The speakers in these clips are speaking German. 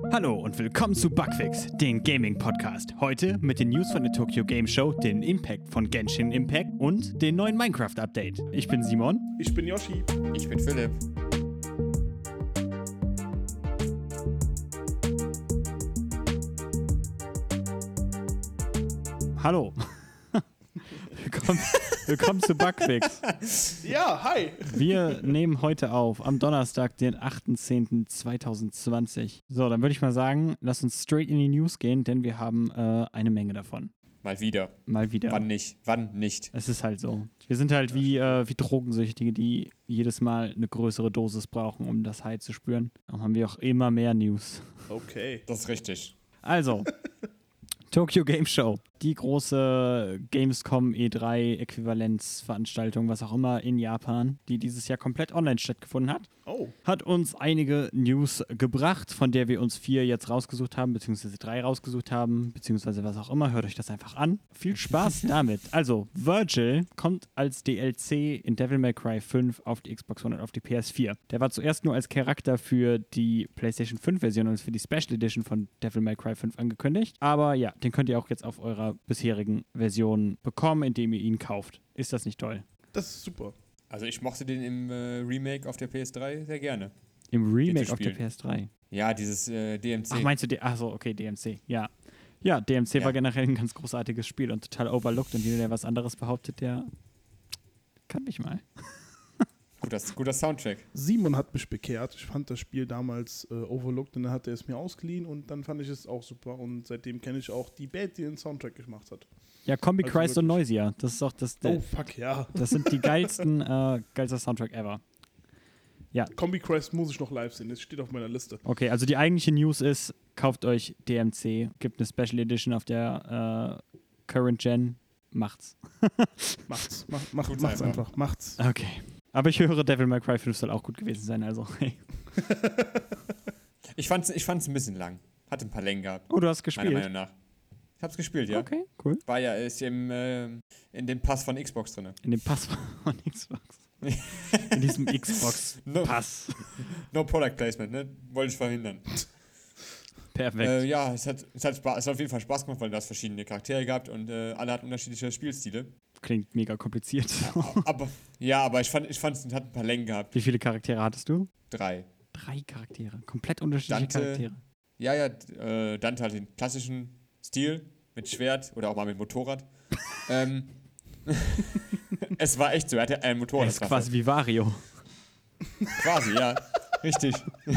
Hallo und willkommen zu Bugfix, den Gaming-Podcast. Heute mit den News von der Tokyo Game Show, den Impact von Genshin Impact und den neuen Minecraft-Update. Ich bin Simon. Ich bin Yoshi. Ich bin Philipp. Hallo. Willkommen zu Bugfix. Ja, hi. Wir nehmen heute auf, am Donnerstag, den 8.10.2020. So, dann würde ich mal sagen, lass uns straight in die News gehen, denn wir haben eine Menge davon. Mal wieder. Mal wieder. Wann nicht? Wann nicht? Es ist halt so. Wir sind halt wie Drogensüchtige, die jedes Mal eine größere Dosis brauchen, um das High zu spüren. Darum haben wir auch immer mehr News. Okay. Das ist richtig. Also, Tokyo Game Show. Die große Gamescom E3-Äquivalenzveranstaltung, was auch immer, in Japan, die dieses Jahr komplett online stattgefunden hat. Oh. Hat uns einige News gebracht, von der wir uns 4 jetzt rausgesucht haben, beziehungsweise 3 rausgesucht haben, beziehungsweise was auch immer. Hört euch das einfach an. Viel Spaß damit. Also, Virgil kommt als DLC in Devil May Cry 5 auf die Xbox One und auf die PS4. Der war zuerst nur als Charakter für die PlayStation 5-Version und für die Special Edition von Devil May Cry 5 angekündigt. Aber ja, den könnt ihr auch jetzt auf eurer bisherigen Version bekommen, indem ihr ihn kauft. Ist das nicht toll? Das ist super. Also ich mochte den im Remake auf der PS3 sehr gerne. Im Remake auf der spielen. PS3? Ja, dieses DMC. Ach, meinst du, achso, okay, DMC, ja. Ja, DMC Ja. war generell ein ganz großartiges Spiel und total overlooked und jeder, der was anderes behauptet, der kann mich mal. Guter Soundtrack. Simon hat mich bekehrt. Ich fand das Spiel damals overlooked und dann hat er es mir ausgeliehen und dann fand ich es auch super und seitdem kenne ich auch die Band, die den Soundtrack gemacht hat. Ja, Combi Also Christ und wirklich. Noisia, das ist auch das, Oh, fuck, ja. das sind die geilster Soundtrack ever. Combi Christ muss ich noch live sehen, das steht auf meiner Liste. Okay, also die eigentliche News ist, kauft euch DMC, gibt eine Special Edition auf der Current Gen, macht's. Macht's einfach. einfach. Macht's. Okay. Aber ich höre, Devil May Cry 5 soll auch gut gewesen sein, also hey. Ich fand's ein bisschen lang. Hat ein paar Längen gehabt. Oh, du hast Meiner gespielt. Meinung nach. Ich hab's gespielt, ja. Okay, cool. Ist in dem Pass von Xbox drin. In dem Pass von Xbox. In diesem Xbox-Pass. No Product Placement, ne? Wollte ich verhindern. Perfekt. Ja, es hat auf jeden Fall Spaß gemacht, weil du hast verschiedene Charaktere gehabt und alle hatten unterschiedliche Spielstile. Klingt mega kompliziert. Aber ich fand, es hat ein paar Längen gehabt. Wie viele Charaktere hattest du? 3. 3 Charaktere. Komplett unterschiedliche Dante. Charaktere. Ja, Dante hat den klassischen Stil mit Schwert oder auch mal mit Motorrad. Es war echt so, er hatte ein Er Motorrad. ist quasi wie Wario. Quasi, ja. Richtig.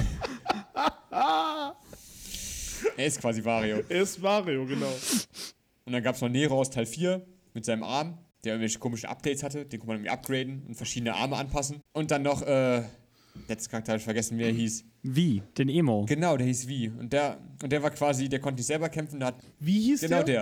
Er ist quasi Wario. Er ist Mario, genau. Und dann gab es noch Nero aus Teil 4 mit seinem Arm, der irgendwelche komischen Updates hatte. Den konnte man irgendwie upgraden und verschiedene Arme anpassen. Und dann noch, letzter Charakter habe ich vergessen, wie er hieß. Wie? Den Emo. Genau, der hieß Wie. Und der war quasi, der konnte nicht selber kämpfen. Der hat Wie hieß genau der? der.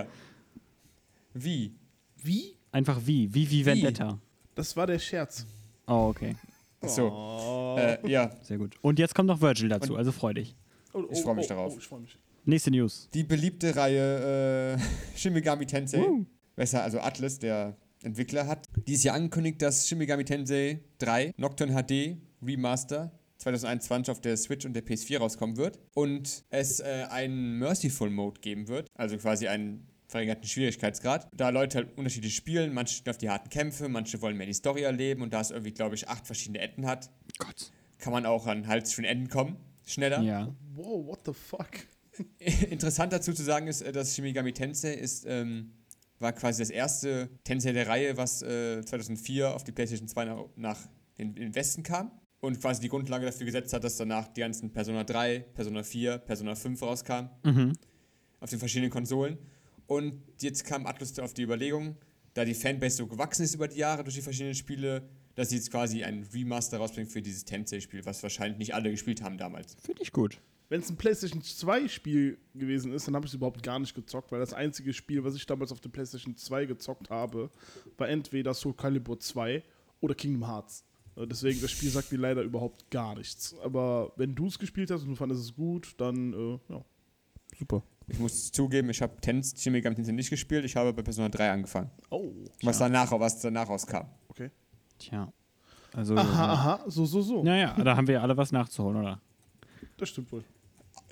Wie. Wie? Einfach wie Vendetta. Das war der Scherz. Oh, okay. Achso. Oh. Ja. Sehr gut. Und jetzt kommt noch Virgil dazu, also freu dich. Ich freu mich darauf. Ich freu mich. Nächste News. Die beliebte Reihe Shin Megami Tensei, besser also Atlus, der Entwickler, hat dieses Jahr angekündigt, dass Shin Megami Tensei 3 Nocturne HD Remaster 2021 auf der Switch und der PS4 rauskommen wird und es einen Merciful Mode geben wird, also quasi einen verringerten Schwierigkeitsgrad. Da Leute halt unterschiedlich spielen, manche stehen auf die harten Kämpfe, manche wollen mehr die Story erleben und da es irgendwie, glaube ich, 8 verschiedene Enden hat, Gott. kann man auch an halt schöne Enden kommen, schneller. Ja. Wow, what the fuck? Interessant dazu zu sagen ist, dass Shin Megami Tensei war quasi das erste Tensei der Reihe, was 2004 auf die PlayStation 2 nach in den Westen kam und quasi die Grundlage dafür gesetzt hat, dass danach die ganzen Persona 3, Persona 4, Persona 5 rauskamen auf den verschiedenen Konsolen. Und jetzt kam Atlus auf die Überlegung, da die Fanbase so gewachsen ist über die Jahre durch die verschiedenen Spiele, dass sie jetzt quasi ein Remaster rausbringen für dieses Tensei-Spiel, was wahrscheinlich nicht alle gespielt haben damals. Finde ich gut. Wenn es ein PlayStation 2 Spiel gewesen ist, dann habe ich es überhaupt gar nicht gezockt, weil das einzige Spiel, was ich damals auf der PlayStation 2 gezockt habe, war entweder Soul Calibur 2 oder Kingdom Hearts. Deswegen, das Spiel sagt mir leider überhaupt gar nichts. Aber wenn du es gespielt hast und du fandest es gut, dann, ja, super. Ich muss zugeben, ich habe Shin Megami Tensei nicht gespielt, ich habe bei Persona 3 angefangen. Oh. Was danach rauskam. Okay. Tja. Also. Aha, so. Naja, da haben wir ja alle was nachzuholen, oder? Das stimmt wohl.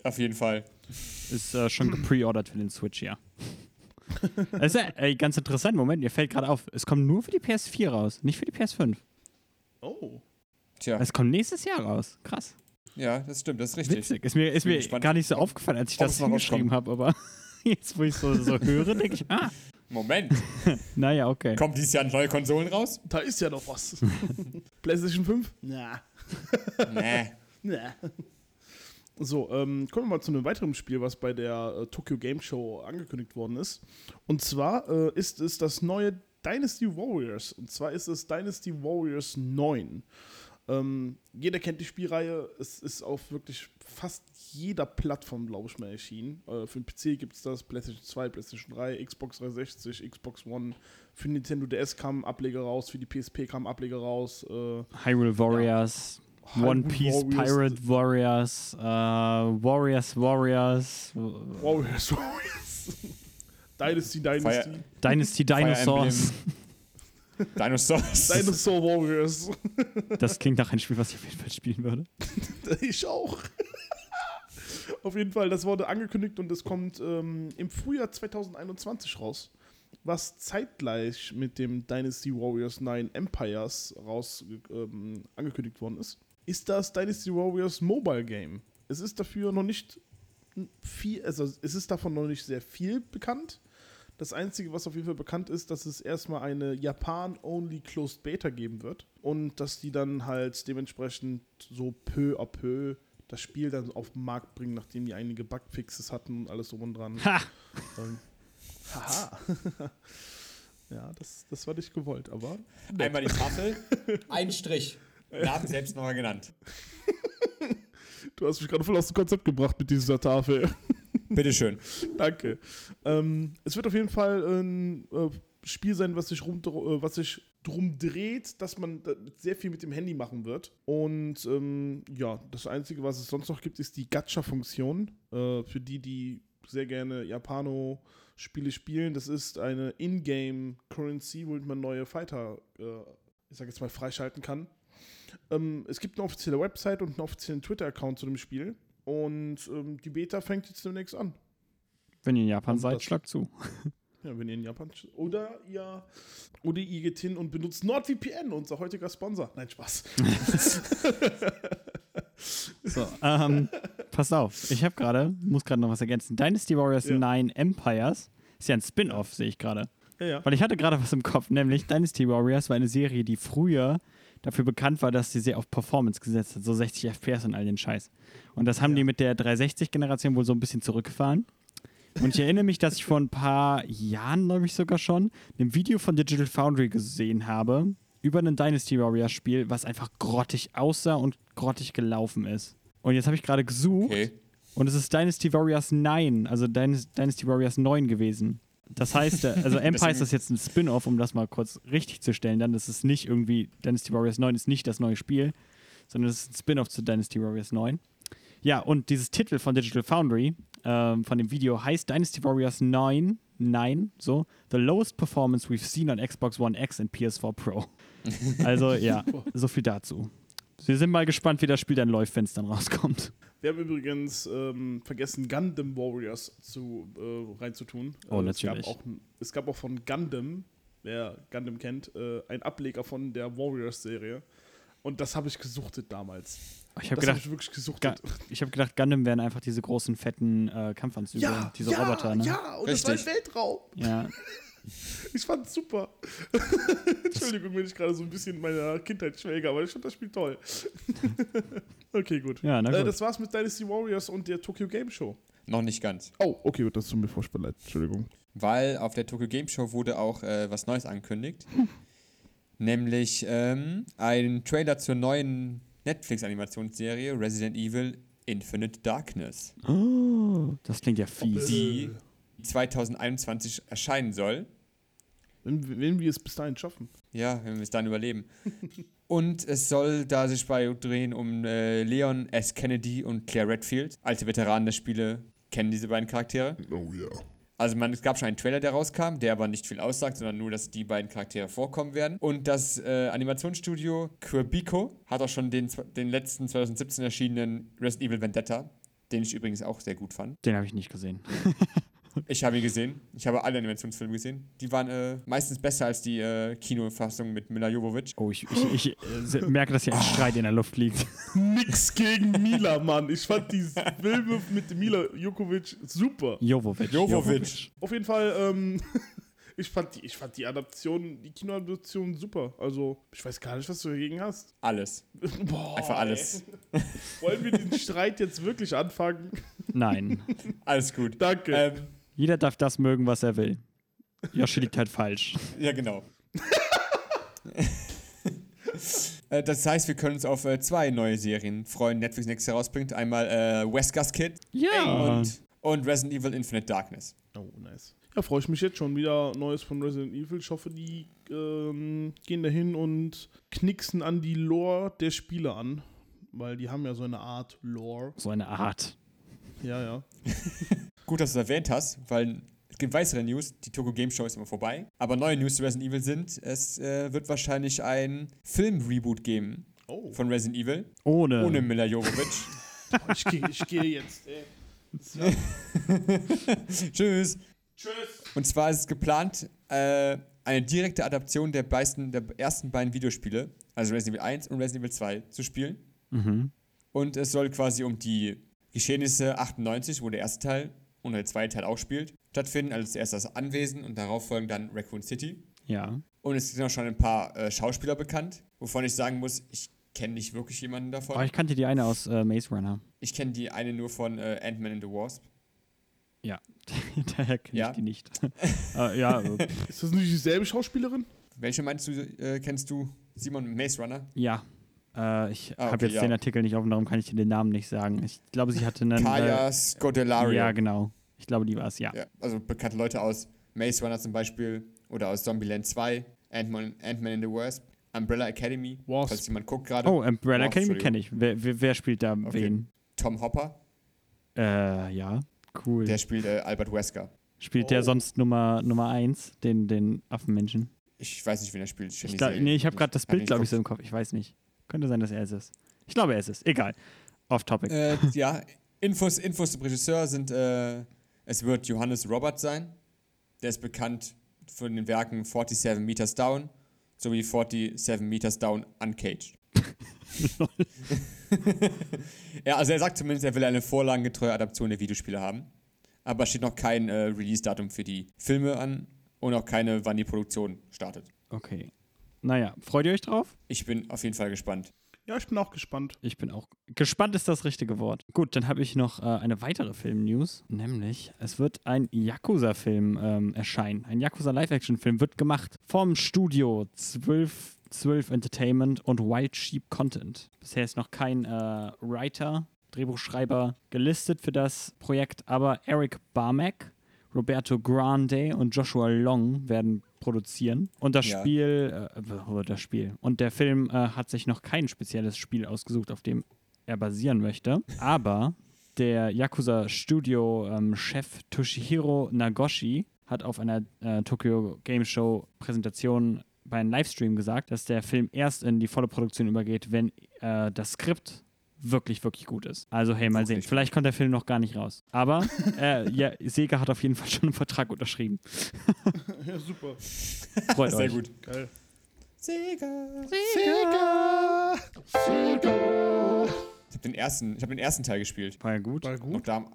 Auf jeden Fall. Ist schon gepreordert für den Switch, ja. Das ist ja ganz interessant. Moment, mir fällt gerade auf, es kommt nur für die PS4 raus, nicht für die PS5. Oh. Tja, Es kommt nächstes Jahr raus. Krass. ja, das stimmt, das ist richtig. Witzig. Ist mir gespannt, gar nicht so aufgefallen, als ich ob das es noch hingeschrieben habe, aber jetzt, wo ich so höre, denke ich, Moment, naja, okay. kommen dieses Jahr neue Konsolen raus? Da ist ja noch was. PlayStation 5? Na. Nee. Na. So, kommen wir mal zu einem weiteren Spiel, was bei der Tokyo Game Show angekündigt worden ist. Und zwar ist es das neue Dynasty Warriors. Und zwar ist es Dynasty Warriors 9. Jeder kennt die Spielreihe. Es ist auf wirklich fast jeder Plattform, glaube ich, mal erschienen. Für den PC gibt es das, PlayStation 2, PlayStation 3, Xbox 360, Xbox One. Für Nintendo DS kamen Ableger raus, für die PSP kamen Ableger raus. Hyrule Warriors, One Piece Pirate Warriors, Warriors. Dynasty. Dynasty Dinosaurs. Dinosaurs. Dinosaur Warriors. Das klingt nach einem Spiel, was ich auf jeden Fall spielen würde. Ich auch. Auf jeden Fall, das wurde angekündigt und es kommt im Frühjahr 2021 raus, was zeitgleich mit dem Dynasty Warriors 9 Empires angekündigt worden ist. Ist das Dynasty Warriors Mobile Game? Es ist dafür noch nicht viel, also es ist davon noch nicht sehr viel bekannt. Das Einzige, was auf jeden Fall bekannt ist, dass es erstmal eine Japan-only Closed Beta geben wird und dass die dann halt dementsprechend so peu à peu das Spiel dann auf den Markt bringen, nachdem die einige Bugfixes hatten und alles drum und dran. Ha! Haha. Ja, das war nicht gewollt, aber... Einmal die Tafel, ein Strich. Namen selbst nochmal genannt. Du hast mich gerade voll aus dem Konzept gebracht mit dieser Tafel. Bitteschön. Danke. Es wird auf jeden Fall ein Spiel sein, was sich drum dreht, dass man sehr viel mit dem Handy machen wird. Und ja, das Einzige, was es sonst noch gibt, ist die Gacha-Funktion. Für die sehr gerne Japano-Spiele spielen. Das ist eine Ingame-Currency, womit man neue Fighter, ich sag jetzt mal, freischalten kann. Es gibt eine offizielle Website und einen offiziellen Twitter-Account zu dem Spiel. Und die Beta fängt jetzt demnächst an. Wenn ihr in Japan seid, schlagt zu. Ja, wenn ihr in Japan... Oder ihr geht hin und benutzt NordVPN, unser heutiger Sponsor. Nein, Spaß. So, passt auf. Ich muss gerade noch was ergänzen. Dynasty Warriors 9 Empires ist ja ein Spin-Off, sehe ich gerade. Ja. Weil ich hatte gerade was im Kopf, nämlich Dynasty Warriors war eine Serie, die früher dafür bekannt war, dass sie sehr auf Performance gesetzt hat, so 60 FPS und all den Scheiß. Und das haben die mit der 360-Generation wohl so ein bisschen zurückgefahren. Und ich erinnere mich, dass ich vor ein paar Jahren, glaube ich sogar schon, ein Video von Digital Foundry gesehen habe über ein Dynasty Warriors Spiel, was einfach grottig aussah und grottig gelaufen ist. Und jetzt habe ich gerade gesucht und es ist Dynasty Warriors 9, also Dynasty Warriors 9 gewesen. Das heißt, also Empires ist jetzt ein Spin-Off, um das mal kurz richtig zu stellen. Dann ist es nicht irgendwie, Dynasty Warriors 9 ist nicht das neue Spiel, sondern es ist ein Spin-Off zu Dynasty Warriors 9. Ja, und dieses Titel von Digital Foundry, von dem Video, heißt Dynasty Warriors 9, so, the lowest performance we've seen on Xbox One X and PS4 Pro. Also ja, so viel dazu. Wir sind mal gespannt, wie das Spiel dann läuft, wenn es dann rauskommt. Wir haben übrigens vergessen, Gundam Warriors reinzutun. Oh, natürlich. Es gab auch von Gundam, wer Gundam kennt, einen Ableger von der Warriors-Serie. Und das habe ich gesuchtet damals. Ich habe gedacht, Gundam wären einfach diese großen, fetten Kampfanzüge, diese Roboter. Ne? Ja, und das war im Weltraum. Ja. Ich fand's super. Entschuldigung, wenn ich gerade so ein bisschen meiner Kindheit schwelge, aber ich fand das Spiel toll. Okay, gut. Ja, na gut. Das war's mit Dynasty Warriors und der Tokyo Game Show. Noch nicht ganz. Oh, okay, gut, das tut mir furchtbar leid. Entschuldigung. Weil auf der Tokyo Game Show wurde auch was Neues angekündigt. Nämlich ein Trailer zur neuen Netflix-Animationsserie Resident Evil Infinite Darkness. Oh, das klingt ja fies. Die 2021 erscheinen soll. Wenn wir es bis dahin schaffen. Ja, wenn wir es dann überleben. Und es soll da sich bei drehen um Leon S. Kennedy und Claire Redfield. Alte Veteranen der Spiele kennen diese beiden Charaktere. Oh ja. Also es gab schon einen Trailer, der rauskam, der aber nicht viel aussagt, sondern nur, dass die beiden Charaktere vorkommen werden. Und das Animationsstudio Quebico hat auch schon den letzten 2017 erschienenen Resident Evil Vendetta den ich übrigens auch sehr gut fand. Den habe ich nicht gesehen. Ich habe ihn gesehen. Ich habe alle Animationsfilme gesehen. Die waren meistens besser als die Kinofassung mit Mila Jovovich. Oh, ich merke, dass hier ein Streit in der Luft liegt. Nix gegen Mila, Mann. Ich fand die Filme mit Mila Jokovic super. Jovovich. Auf jeden Fall, ich fand die Kinoadaption super. Also, ich weiß gar nicht, was du dagegen hast. Alles. Boah, Einfach alles. Ey. Wollen wir den Streit jetzt wirklich anfangen? Nein. Alles gut. Danke. Jeder darf das mögen, was er will. Joshi liegt halt falsch. Ja, genau. Das heißt, wir können uns auf 2 neue Serien freuen, die Netflix nächstes Jahr rausbringt. Einmal Wesker's Kid Ja. und Resident Evil Infinite Darkness. Oh, nice. Ja, freue ich mich jetzt schon wieder. Neues von Resident Evil. Ich hoffe, die gehen dahin und knicksen an die Lore der Spiele an. Weil die haben ja so eine Art Lore. So eine Art. Ja. Gut, dass du es erwähnt hast, weil es gibt weitere News. Die Tokyo Game Show ist immer vorbei. Aber neue News zu Resident Evil sind, es wird wahrscheinlich ein Film-Reboot geben von Resident Evil. Ohne Mila Jovovich. Ich gehe jetzt. Tschüss. Und zwar ist es geplant, eine direkte Adaption der ersten beiden Videospiele, also Resident Evil 1 und Resident Evil 2, zu spielen. Mhm. Und es soll quasi um die Geschehnisse 98, wo der erste Teil und der zweite Teil auch spielt, stattfinden. Also zuerst das Anwesen und darauf folgen dann Raccoon City. Ja. Und es sind auch schon ein paar Schauspieler bekannt, wovon ich sagen muss, ich kenne nicht wirklich jemanden davon. Aber ich kannte die eine aus Maze Runner. Ich kenne die eine nur von Ant-Man and the Wasp. Ja, daher kenne ich die nicht. Ist das nicht dieselbe Schauspielerin? Welche meinst du, kennst du? Simon, Maze Runner? Ja. Ich habe okay, jetzt den Artikel nicht offen, darum kann ich dir den Namen nicht sagen. Ich glaube, sie hatte einen... Kaya Scodelario. Ja, genau. Ich glaube, die war es, ja. Also bekannte Leute aus Maze Runner zum Beispiel oder aus Zombieland 2, Ant-Man and the Wasp, Umbrella Academy, falls jemand guckt gerade. Oh, Umbrella Academy kenne ich. Wer spielt da wen? Tom Hopper. Ja, cool. Der spielt Albert Wesker. Spielt der sonst Nummer 1, den Affenmenschen? Ich weiß nicht, wen er spielt. Ich habe gerade das Bild, glaube ich, so im Kopf. Ich weiß nicht. Könnte sein, dass er es ist. Ich glaube, er ist es. Egal. Off-Topic. Infos zum Regisseur sind, es wird Johannes Robert sein. Der ist bekannt von den Werken 47 Meters Down sowie 47 Meters Down Uncaged. Also er sagt zumindest, er will eine vorlagengetreue Adaption der Videospiele haben. Aber es steht noch kein Release-Datum für die Filme an und auch keine, wann die Produktion startet. Okay. Naja, freut ihr euch drauf? Ich bin auf jeden Fall gespannt. Ja, ich bin auch gespannt. Ich bin auch gespannt, ist das richtige Wort. Gut, dann habe ich noch eine weitere Film-News, nämlich es wird ein Yakuza-Film erscheinen. Ein Yakuza-Live-Action-Film wird gemacht vom Studio 12 Entertainment und Wild Sheep Content. Bisher ist noch kein Writer, Drehbuchschreiber gelistet für das Projekt, aber Eric Barmack, Roberto Grande und Joshua Long werden produzieren. Und das Spiel. Und der Film hat sich noch kein spezielles Spiel ausgesucht, auf dem er basieren möchte. Aber der Yakuza-Studio-Chef Toshihiro Nagoshi hat auf einer Tokyo Game Show Präsentation bei einem Livestream gesagt, dass der Film erst in die volle Produktion übergeht, wenn das Skript wirklich, wirklich gut ist. Also hey, mal sehen. Vielleicht kommt der Film noch gar nicht raus. Aber Sega hat auf jeden Fall schon einen Vertrag unterschrieben. Ja, super. Freut euch. Sehr gut. Geil. Sega. Ich habe den ersten Teil gespielt. War ja gut. War gut? War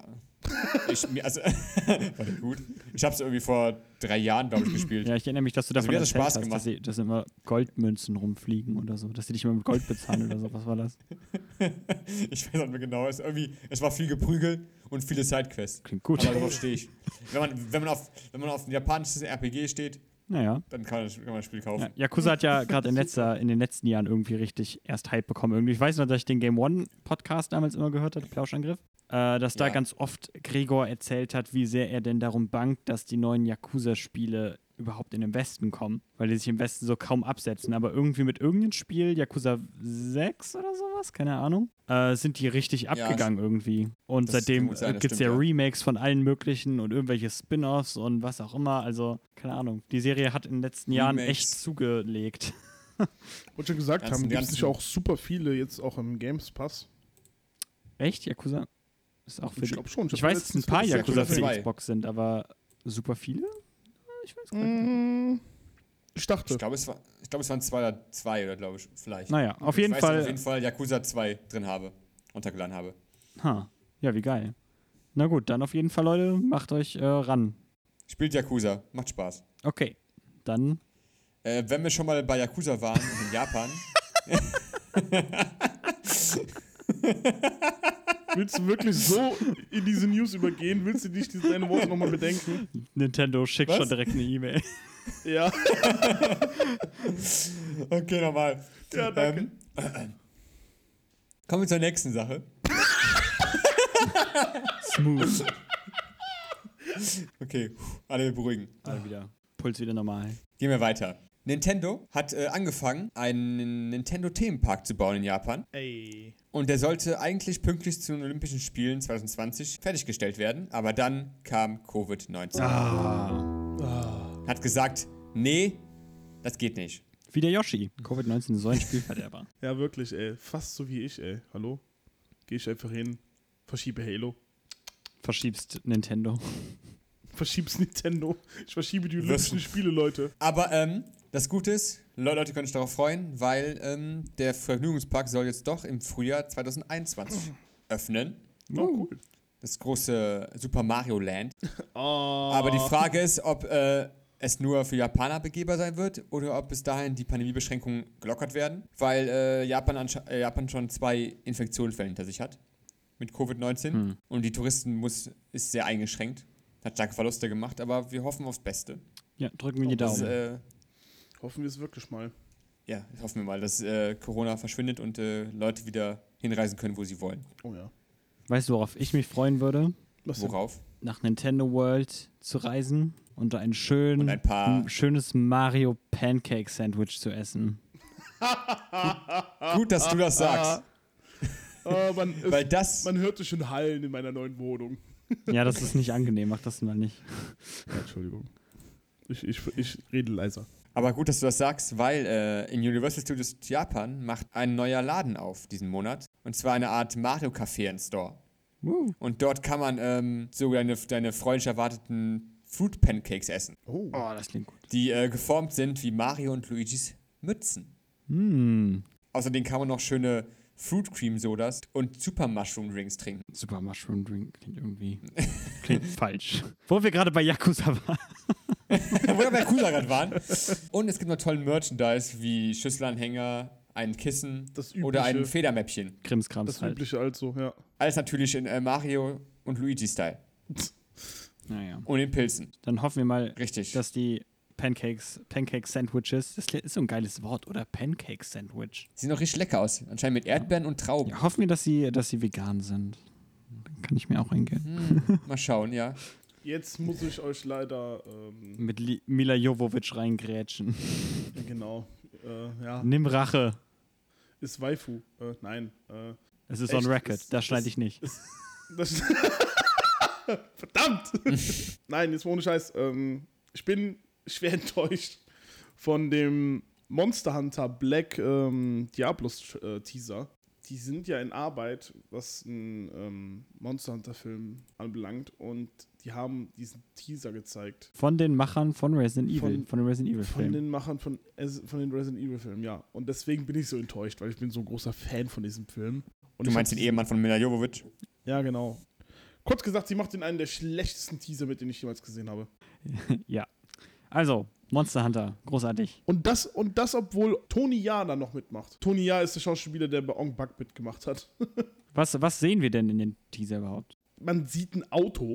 der gut? Ich habe es irgendwie vor 3 Jahren, glaube ich, gespielt. Ja, ich erinnere mich, dass du davon erzählt hast, gemacht. dass immer Goldmünzen rumfliegen oder so. Dass sie dich immer mit Gold bezahlen oder so. Was war das? Ich weiß nicht mehr genau. Es war viel Geprügel und viele Sidequests. Klingt gut. Aber darauf stehe ich. Wenn man auf ein japanisches RPG steht, naja. Dann kann man das Spiel kaufen. Ja, Yakuza hat ja gerade in den letzten Jahren irgendwie richtig erst Hype bekommen. Irgendwie. Ich weiß noch, dass ich den Game One Podcast damals immer gehört habe, Plauschangriff. Dass da ganz oft Gregor erzählt hat, wie sehr er denn darum bangt, dass die neuen Yakuza-Spiele überhaupt in den Westen kommen, weil die sich im Westen so kaum absetzen. Aber irgendwie mit irgendeinem Spiel, Yakuza 6 oder sowas, keine Ahnung, sind die richtig abgegangen irgendwie. Und seitdem gibt es ja Remakes von allen möglichen und irgendwelche Spin-Offs und was auch immer. Also, keine Ahnung. Die Serie hat in den letzten Jahren echt zugelegt. Wollte schon gesagt haben, gibt es nicht auch super viele jetzt auch im Games Pass? Echt? Yakuza? Ist auch für Ich die- glaube schon. Ich weiß, dass ein paar Yakuza Yakuza für die 2. Xbox sind, aber super viele? Ich weiß gar nicht. Ich dachte. Ich glaube, es waren zwei oder glaube ich, vielleicht. Naja, auf Ich jeden weiß, dass ich Fall. auf jeden Fall Yakuza 2 drin habe, runtergeladen habe. Ja, wie geil. Na gut, dann auf jeden Fall, Leute, macht euch ran. Spielt Yakuza, macht Spaß. Okay, dann. Wenn wir schon mal bei Yakuza waren, in Japan. Willst du wirklich so in diese News übergehen? Willst du nicht diese deine Worte nochmal bedenken? Nintendo schickt Was? schon direkt eine E-Mail. Ja. Okay, nochmal. Ja, danke. Kommen wir zur nächsten Sache. Smooth. Okay, alle beruhigen. Alle wieder. Puls wieder normal. Gehen wir weiter. Nintendo hat angefangen, einen Nintendo-Themenpark zu bauen in Japan. Ey. Und der sollte eigentlich pünktlich zu den Olympischen Spielen 2020 fertiggestellt werden. Aber dann kam Covid-19. Hat gesagt, nee, das geht nicht. Wie der Yoshi. Covid-19 ist so ein Spielverderber. Ja, wirklich, ey. Fast so wie ich, ey. Hallo? Geh ich einfach hin, verschiebe Halo, Verschiebst Nintendo. verschieb's Nintendo. Ich verschiebe die Was? Olympischen Spiele, Leute. Aber das Gute ist, Leute können sich darauf freuen, weil der Vergnügungspark soll jetzt doch im Frühjahr 2021 öffnen. Oh, cool. Das große Super Mario Land. Oh. Aber die Frage ist, ob es nur für Japaner begehbar sein wird oder ob bis dahin die Pandemiebeschränkungen gelockert werden, weil Japan schon 2 Infektionsfälle hinter sich hat mit Covid-19 und die Touristen ist sehr eingeschränkt, hat starke Verluste gemacht, aber wir hoffen aufs Beste. Ja, drücken wir die Das, Daumen. Hoffen wir es wirklich mal. ja, hoffen wir mal, dass Corona verschwindet und Leute wieder hinreisen können, wo sie wollen. Oh ja. Weißt du, worauf ich mich freuen würde? Was denn? Worauf? Nach Nintendo World zu reisen und ein Und ein paar- schönes Mario Pancake Sandwich zu essen. Gut, dass du das sagst, weil das... Man hörte schon Hallen in meiner neuen Wohnung. Ja, das ist nicht angenehm, mach das mal nicht. Ja, Entschuldigung. Ich rede leiser. Aber gut, dass du das sagst, weil in Universal Studios Japan macht ein neuer Laden auf diesen Monat. Und zwar eine Art Mario-Café in Store. Und dort kann man so deine freudig erwarteten Fruit Pancakes essen, Oh. Oh, das klingt gut. die geformt sind wie Mario und Luigis Mützen. Außerdem kann man noch schöne Fruit Cream Sodas und Super Mushroom Drinks trinken. Super Mushroom Drink klingt irgendwie falsch. Wo wir gerade bei Yakuza waren. Wo wir bei Yakuza gerade waren. Und es gibt noch tollen Merchandise wie Schüsselanhänger, ein Kissen Das Übliche. oder ein Federmäppchen. Krimskrams Das halt. Übliche also, ja. Alles natürlich in Mario und Luigi-Style. Naja. Und in Pilzen. Dann hoffen wir mal, Richtig. dass die Pancake Sandwiches, das ist so ein geiles Wort, oder? Pancake Sandwich. Sieht noch richtig lecker aus. Anscheinend mit Erdbeeren und Trauben. Ja, hoffen wir, dass sie vegan sind. Dann kann ich mir auch reingehen. Mal schauen, ja. Jetzt muss ich euch leider, Mit Mila Jovovich reingrätschen. genau, ja, Nimm Rache. ist Waifu. Nein, Es ist Echt? on record. Das schneide ich nicht. das verdammt! Nein, jetzt mal ohne Scheiß. Ich bin schwer enttäuscht von dem Monster Hunter Black Diablos Teaser. Die sind ja in Arbeit, was einen Monster Hunter Film anbelangt, und die haben diesen Teaser gezeigt. Von den Machern von Resident Evil. Von den Resident Evil Von Filmen. den Machern von den Resident Evil Filmen, ja. Und deswegen bin ich so enttäuscht, weil ich bin so ein großer Fan von diesem Film. Und Du ich meinst hab den Ehemann von Mila Jovovich? Ja, genau. Kurz gesagt, sie macht den einen der schlechtesten Teaser mit, den ich jemals gesehen habe. Ja. Also, Monster Hunter. Großartig. Und das, obwohl Tony Jaa da noch mitmacht. Tony Jaa ist der Schauspieler, der bei Ong Bak mitgemacht hat. Was sehen wir denn in den Teaser überhaupt? Man sieht ein Auto.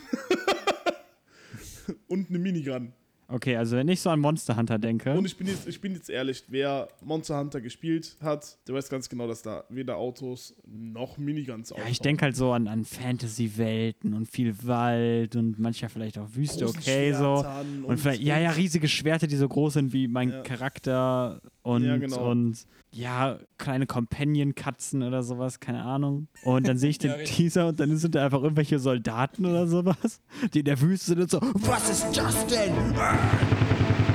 Und eine Minigun. Okay, also wenn ich so an Monster Hunter denke. Und ich bin jetzt ehrlich, wer Monster Hunter gespielt hat, der weiß ganz genau, dass da weder Autos noch Miniguns Ja, ich denke halt so an Fantasy-Welten und viel Wald und manchmal vielleicht auch Wüste, Großen okay, so. Schwertern Und vielleicht, ja, riesige Schwerter, die so groß sind wie mein Ja. Charakter und, Ja, genau. und ja, kleine Companion-Katzen oder sowas, keine Ahnung. Und dann sehe ich den Ja, richtig. Teaser und dann sind da einfach irgendwelche Soldaten oder sowas, die in der Wüste sind und so, was ist das denn?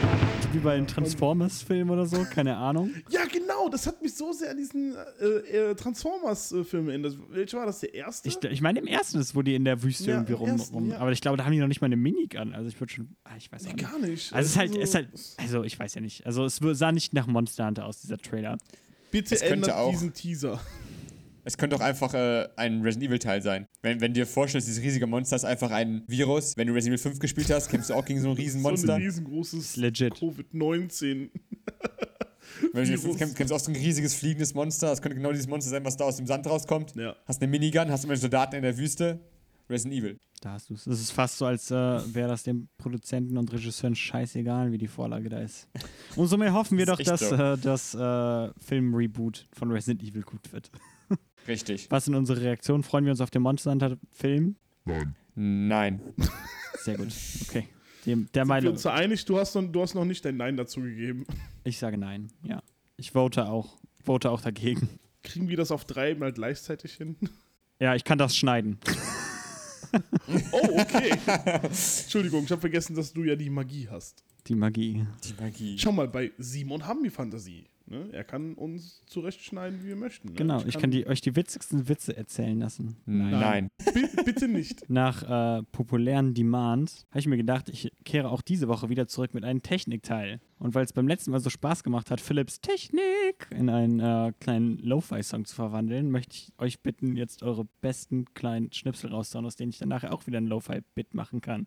wie bei den Transformers-Filmen oder so, keine Ahnung. Ja, genau, das hat mich so sehr an diesen Transformers-Film erinnert. Welcher war das, der erste? Ich meine, im ersten ist, wo die in der Wüste Ja, irgendwie im ersten, rum. ja. Aber ich glaube, da haben die noch nicht mal eine Minigun. Also ich würde schon. Ich weiß auch Nee, nicht. gar nicht. Also also ich weiß ja nicht. Also es sah nicht nach Monster Hunter aus, dieser Trailer. Bitte Es könnte ändert auch- diesen Teaser. Es könnte auch einfach ein Resident Evil Teil sein. Wenn du dir vorstellst, dieses riesige Monster ist einfach ein Virus. Wenn du Resident Evil 5 gespielt hast, kämpfst du auch gegen so ein Riesenmonster. So ein riesengroßes Legit. Covid-19. Wenn du Virus. kämpfst du auch so ein riesiges fliegendes Monster. Das könnte genau dieses Monster sein, was da aus dem Sand rauskommt. Ja. Hast eine Minigun, hast immer Soldaten in der Wüste. Resident Evil. Da hast du es. Es ist fast so, als wäre das dem Produzenten und Regisseuren scheißegal, wie die Vorlage da ist. Umso mehr hoffen wir doch, Das ist echt dass das Film-Reboot von Resident Evil gut wird. Richtig. Was sind unsere Reaktionen? Freuen wir uns auf den Monster Hunter-Film? Nein. Sehr gut. Okay. Der Sind wir Meinung. uns da einig? Du hast noch nicht dein Nein dazu gegeben. Ich sage nein. Ja. Ich vote auch dagegen. Kriegen wir das auf 3 mal gleichzeitig hin? Ja, ich kann das schneiden. Oh, okay. Entschuldigung, ich habe vergessen, dass du ja die Magie hast. Die Magie. Die Magie. Schau mal, bei Simon haben wir Fantasie. Ne? Er kann uns zurechtschneiden, wie wir möchten. Ne? Genau, ich kann euch die witzigsten Witze erzählen lassen. Nein. Bitte nicht. Nach populären Demand habe ich mir gedacht, ich kehre auch diese Woche wieder zurück mit einem Technikteil. Und weil es beim letzten Mal so Spaß gemacht hat, Philips Technik in einen kleinen Lo-Fi-Song zu verwandeln, möchte ich euch bitten, jetzt eure besten kleinen Schnipsel rauszuhauen, aus denen ich dann nachher auch wieder ein Lo-Fi-Bit machen kann.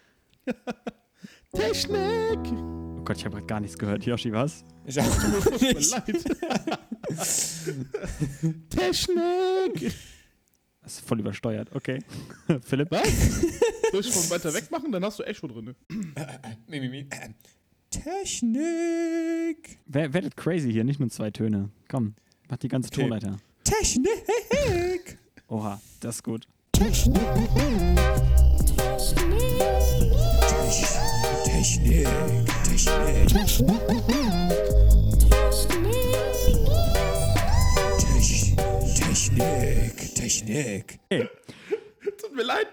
Technik! Oh Gott, ich habe gerade gar nichts gehört. Yoshi, was? Ich auch Tut mir nicht. leid. Technik! Das ist voll übersteuert. Okay. Philipp? Was? Soll ich von weiter weg machen? Dann hast du Echo drin. Technik. Werdet crazy hier, nicht nur 2 Töne. Komm, mach die ganze Okay. Tonleiter. Technik. Oha, das ist gut. Technik. Tut mir leid,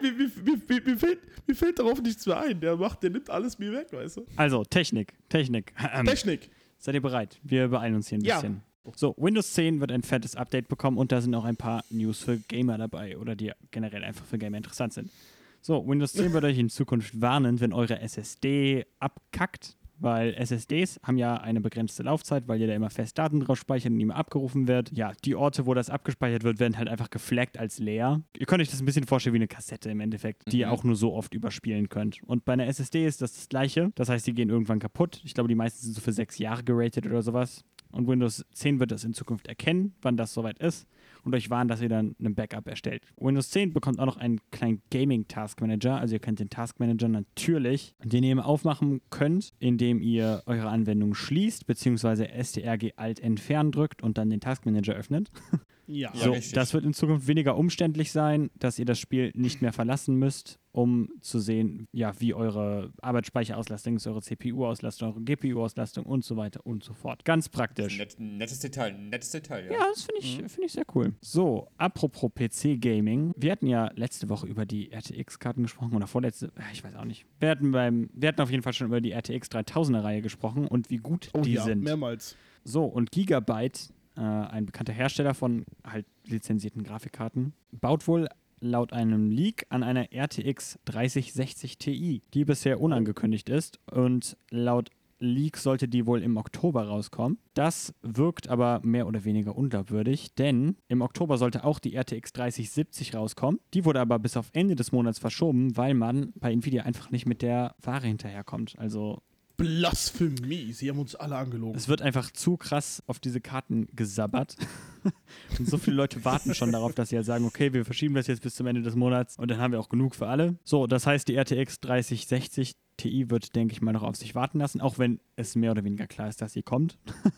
mir fällt darauf nichts mehr ein. Der nimmt alles mir weg, weißt du? Also, Technik. Technik. Seid ihr bereit? Wir beeilen uns hier ein Ja. bisschen. So, Windows 10 wird ein fettes Update bekommen und da sind auch ein paar News für Gamer dabei oder die generell einfach für Gamer interessant sind. So, Windows 10 wird euch in Zukunft warnen, wenn eure SSD abkackt, weil SSDs haben ja eine begrenzte Laufzeit, weil ihr da immer fest Daten drauf speichert und nie mehr abgerufen wird. Ja, die Orte, wo das abgespeichert wird, werden halt einfach geflaggt als leer. Ihr könnt euch das ein bisschen vorstellen wie eine Kassette im Endeffekt, die ihr auch nur so oft überspielen könnt. Und bei einer SSD ist das Gleiche. Das heißt, die gehen irgendwann kaputt. Ich glaube, die meisten sind so für 6 Jahre geratet oder sowas. Und Windows 10 wird das in Zukunft erkennen, wann das soweit ist und euch warnen, dass ihr dann einen Backup erstellt. Windows 10 bekommt auch noch einen kleinen Gaming-Task-Manager. Also ihr könnt den Task-Manager natürlich, den ihr immer aufmachen könnt, indem ihr eure Anwendung schließt, beziehungsweise STRG-Alt entfernen drückt und dann den Task-Manager öffnet. Ja. Ja, So, richtig. das wird in Zukunft weniger umständlich sein, dass ihr das Spiel nicht mehr verlassen müsst, um zu sehen, ja, wie eure Arbeitsspeicherauslastung ist, eure CPU-Auslastung, eure GPU-Auslastung und so weiter und so fort. Ganz praktisch. Nettes Detail, ja. Ja, das finde ich sehr cool. So, apropos PC-Gaming. Wir hatten ja letzte Woche über die RTX-Karten gesprochen oder vorletzte, ich weiß auch nicht. Wir hatten auf jeden Fall schon über die RTX 3000er-Reihe gesprochen und wie gut Oh die ja, sind. mehrmals. So, und Gigabyte, ein bekannter Hersteller von halt lizenzierten Grafikkarten, baut wohl laut einem Leak an einer RTX 3060 Ti, die bisher unangekündigt ist und laut Leak sollte die wohl im Oktober rauskommen. Das wirkt aber mehr oder weniger unglaubwürdig, denn im Oktober sollte auch die RTX 3070 rauskommen. Die wurde aber bis auf Ende des Monats verschoben, weil man bei Nvidia einfach nicht mit der Ware hinterherkommt. Also Blasphemie. Sie haben uns alle angelogen. es wird einfach zu krass auf diese Karten gesabbert. Und so viele Leute warten schon darauf, dass sie halt sagen, okay, wir verschieben das jetzt bis zum Ende des Monats und dann haben wir auch genug für alle. So, das heißt, die RTX 3060 Ti wird, denke ich mal, noch auf sich warten lassen, auch wenn es mehr oder weniger klar ist, dass sie kommt.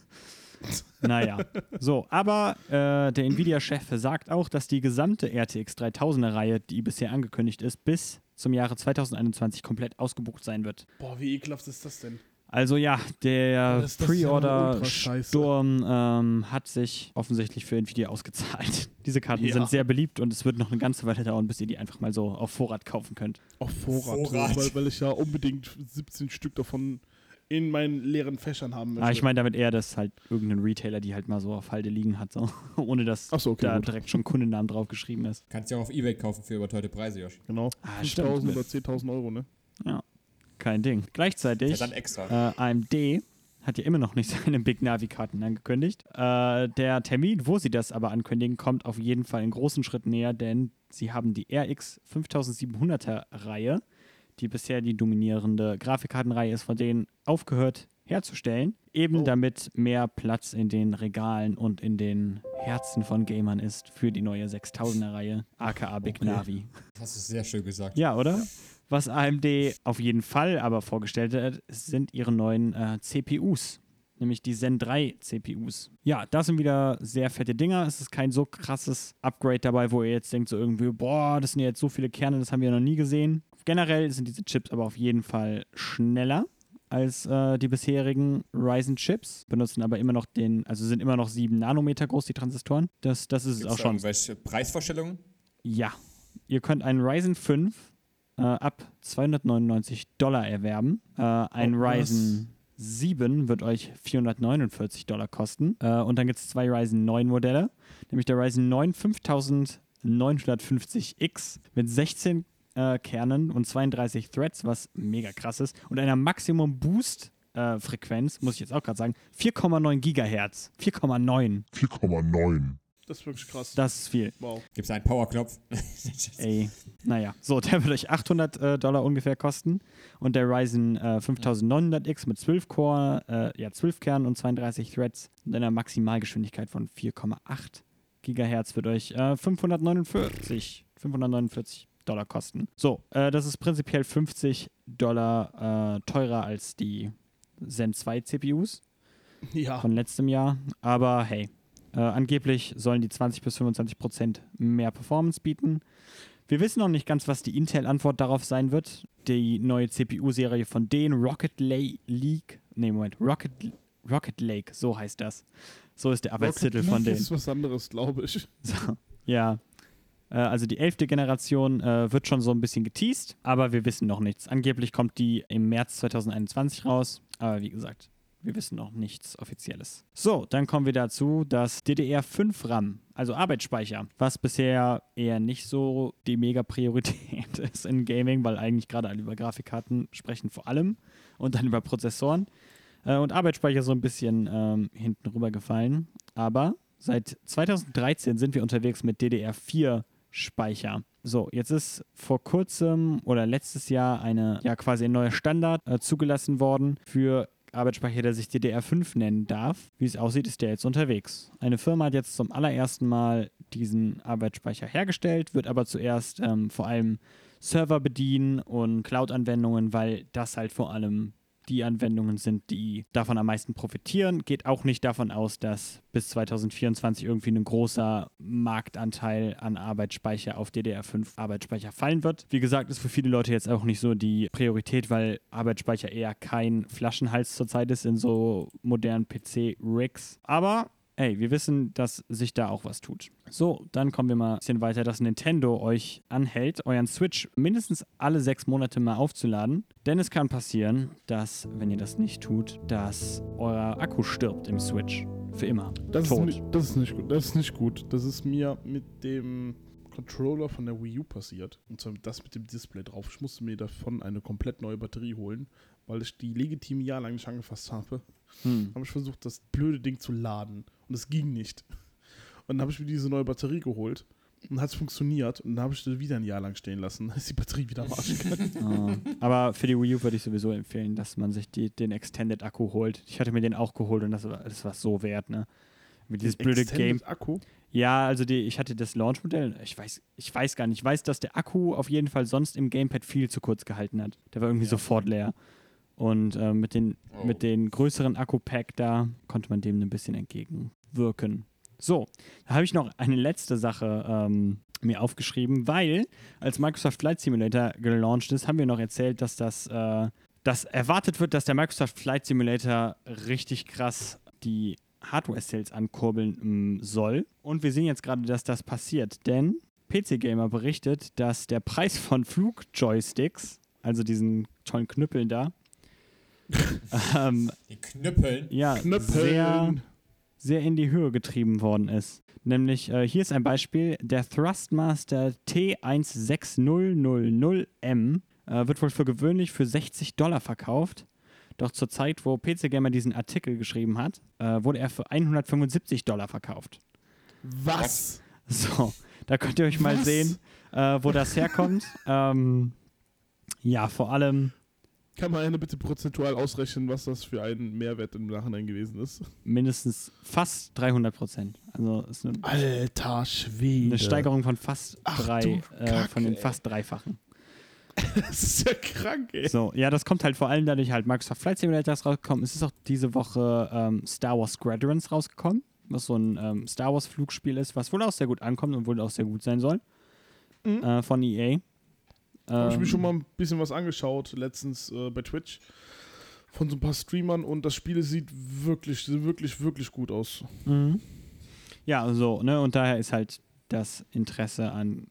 Naja, so, aber der Nvidia-Chef sagt auch, dass die gesamte RTX 3000er-Reihe, die bisher angekündigt ist, bis zum Jahre 2021 komplett ausgebucht sein wird. Boah, wie ekelhaft ist das denn? Also ja, der Das ist ja ultra-scheiße. Pre-Order-Sturm hat sich offensichtlich für Nvidia ausgezahlt. Diese Karten Ja. sind sehr beliebt und es wird noch eine ganze Weile dauern, bis ihr die einfach mal so auf Vorrat kaufen könnt. Auf Vorrat. Vorrat. So, weil ich ja unbedingt 17 Stück davon in meinen leeren Fächern haben möchte. Ich meine damit eher, dass halt irgendein Retailer die halt mal so auf Halde liegen hat, so. Ohne dass Ach so, okay, da gut. direkt schon Kundennamen drauf geschrieben ist. Kannst du ja auch auf Ebay kaufen für überteuerte Preise, Josh. Genau. Stimmt. 5.000 oder 10.000 Euro, ne? Ja, kein Ding. Gleichzeitig, Ja, dann extra. AMD hat ja immer noch nicht seine Big Navi-Karten angekündigt. Der Termin, wo sie das aber ankündigen, kommt auf jeden Fall in großen Schritt näher, denn sie haben die RX 5700er Reihe, die bisher die dominierende Grafikkartenreihe ist, von denen aufgehört herzustellen, eben damit mehr Platz in den Regalen und in den Herzen von Gamern ist für die neue 6000er Reihe, aka Big Navi. Das hast du sehr schön gesagt. Ja, oder? Was AMD auf jeden Fall aber vorgestellt hat, sind ihre neuen CPUs, nämlich die Zen 3 CPUs. Ja, das sind wieder sehr fette Dinger. Es ist kein so krasses Upgrade dabei, wo ihr jetzt denkt so irgendwie, boah, das sind ja jetzt so viele Kerne, das haben wir noch nie gesehen. Generell sind diese Chips aber auf jeden Fall schneller als die bisherigen Ryzen-Chips, benutzen aber immer noch sind immer noch 7 Nanometer groß, die Transistoren. Das ist es Gibt's auch schon. Welche Preisvorstellungen? Ja, ihr könnt einen Ryzen 5 ab $299 erwerben. Ein Ryzen 7 wird euch $449 kosten. Und dann gibt es 2 Ryzen 9 Modelle, nämlich der Ryzen 9 5950X mit 16 Kernen und 32 Threads, was mega krass ist. Und einer Maximum Boost Frequenz, muss ich jetzt auch gerade sagen, 4,9 Gigahertz. 4,9. 4,9. Das ist wirklich krass. Das ist viel. Wow. Gibt es einen Powerknopf? Ey, naja. So, der wird euch $800 ungefähr kosten. Und der Ryzen 5900X mit 12 Core, 12 Kernen und 32 Threads und einer Maximalgeschwindigkeit von 4,8 Gigahertz wird euch $549 kosten. So, das ist prinzipiell $50 teurer als die Zen 2 CPUs Ja. von letztem Jahr. Aber hey, angeblich sollen die 20-25% mehr Performance bieten. Wir wissen noch nicht ganz, was die Intel-Antwort darauf sein wird. Die neue CPU-Serie von denen, Rocket Lake, so heißt das. So ist der Arbeitstitel von denen. Das ist was anderes, glaube ich. So, ja. Also die 11. Generation wird schon so ein bisschen geteased, aber wir wissen noch nichts. Angeblich kommt die im März 2021 raus, aber wie gesagt, wir wissen noch nichts Offizielles. So, dann kommen wir dazu, dass DDR5 RAM, also Arbeitsspeicher, was bisher eher nicht so die Mega-Priorität ist in Gaming, weil eigentlich gerade alle über Grafikkarten sprechen vor allem und dann über Prozessoren. Und Arbeitsspeicher so ein bisschen hinten rübergefallen. Aber seit 2013 sind wir unterwegs mit DDR4 Speicher. So, jetzt ist vor kurzem oder letztes Jahr quasi ein neuer Standard zugelassen worden für Arbeitsspeicher, der sich DDR5 nennen darf. Wie es aussieht, ist der jetzt unterwegs. Eine Firma hat jetzt zum allerersten Mal diesen Arbeitsspeicher hergestellt, wird aber zuerst vor allem Server bedienen und Cloud-Anwendungen, weil das halt vor allem die Anwendungen sind, die davon am meisten profitieren. Geht auch nicht davon aus, dass bis 2024 irgendwie ein großer Marktanteil an Arbeitsspeicher auf DDR5 Arbeitsspeicher fallen wird. Wie gesagt, ist für viele Leute jetzt auch nicht so die Priorität, weil Arbeitsspeicher eher kein Flaschenhals zurzeit ist in so modernen PC-Rigs. Aber hey, wir wissen, dass sich da auch was tut. So, dann kommen wir mal ein bisschen weiter, dass Nintendo euch anhält, euren Switch mindestens alle 6 Monate mal aufzuladen. Denn es kann passieren, dass, wenn ihr das nicht tut, dass euer Akku stirbt im Switch. Für immer. Das Tot. ist nicht gut. Das ist nicht gut. Das ist mir mit dem Controller von der Wii U passiert. Und zwar das mit dem Display drauf. Ich musste mir davon eine komplett neue Batterie holen, weil ich die legitim ein Jahr lang nicht angefasst habe. Habe ich versucht, das blöde Ding zu laden. Und es ging nicht. Und dann habe ich mir diese neue Batterie geholt. Und hat es funktioniert. Und dann habe ich das wieder ein Jahr lang stehen lassen. Dann ist die Batterie wieder am Arsch gegangen. Aber für die Wii U würde ich sowieso empfehlen, dass man sich den Extended-Akku holt. Ich hatte mir den auch geholt und das war so wert, ne? Mit dieses blöde Game. Akku? Ja, also ich hatte das Launch-Modell. Ich weiß gar nicht. Ich weiß, dass der Akku auf jeden Fall sonst im Gamepad viel zu kurz gehalten hat. Der war irgendwie sofort leer. Und mit den größeren Akku-Pack da konnte man dem ein bisschen entgegenwirken. So, da habe ich noch eine letzte Sache mir aufgeschrieben, weil als Microsoft Flight Simulator gelauncht ist, haben wir noch erzählt, dass dass erwartet wird, dass der Microsoft Flight Simulator richtig krass die Hardware-Sales ankurbeln soll. Und wir sehen jetzt gerade, dass das passiert, denn PC Gamer berichtet, dass der Preis von Flugjoysticks, also diesen tollen Knüppeln da, Die Knüppeln. ja, Knüppeln. sehr in die Höhe getrieben worden ist. Nämlich, hier ist ein Beispiel, der Thrustmaster T16000M wird wohl für gewöhnlich für $60 verkauft. Doch zur Zeit, wo PC Gamer diesen Artikel geschrieben hat, wurde er für $175 verkauft. Was? So, da könnt ihr euch mal sehen, wo das herkommt. Ja, vor allem Kann man eine bitte prozentual ausrechnen, was das für ein Mehrwert im Nachhinein gewesen ist? mindestens fast 300%. Also ist Alter Schwede. eine Steigerung von fast Ach, drei, du Kacke, von den ey. fast dreifachen. Das ist ja krank, ey. So, ja, das kommt halt vor allem dadurch halt Microsoft Flight Simulator ist rausgekommen. Es ist auch diese Woche Star Wars Squadrons rausgekommen, was so ein Star Wars Flugspiel ist, was wohl auch sehr gut ankommt und wohl auch sehr gut sein soll. Von EA. Habe ich mir schon mal ein bisschen was angeschaut, letztens bei Twitch, von so ein paar Streamern und das Spiel sieht wirklich, wirklich, wirklich gut aus. Ja, so, ne, und daher ist halt das Interesse an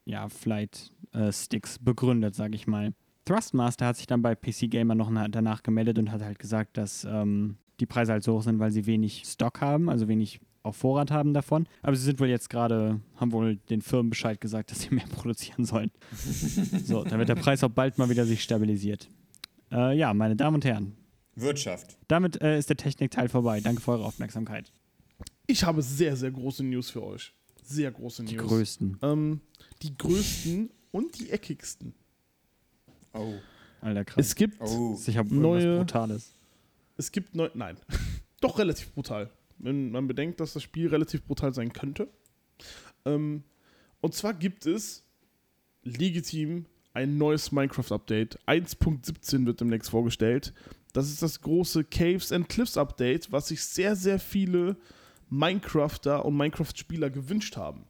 Flight-Sticks begründet, sage ich mal. Thrustmaster hat sich dann bei PC Gamer noch danach gemeldet und hat halt gesagt, dass die Preise halt so hoch sind, weil sie wenig Stock haben, also wenig auf Vorrat haben davon. Aber sie sind wohl jetzt gerade, haben wohl den Firmen Bescheid gesagt, dass sie mehr produzieren sollen. So, dann wird der Preis auch bald mal wieder sich stabilisiert. Ja, meine Damen und Herren, Wirtschaft. damit ist der Technikteil vorbei. Danke für eure Aufmerksamkeit. Ich habe sehr, sehr große News für euch. Sehr große News. Die größten. Die größten und die eckigsten. Oh. Alter, krass. Es gibt Oh. Sicher irgendwas neue- Brutales. nein, doch relativ brutal. Wenn man bedenkt, dass das Spiel relativ brutal sein könnte. Und zwar gibt es legitim ein neues Minecraft-Update. 1.17 wird demnächst vorgestellt. Das ist das große Caves and Cliffs Update, was sich sehr, sehr viele Minecrafter und Minecraft-Spieler gewünscht haben.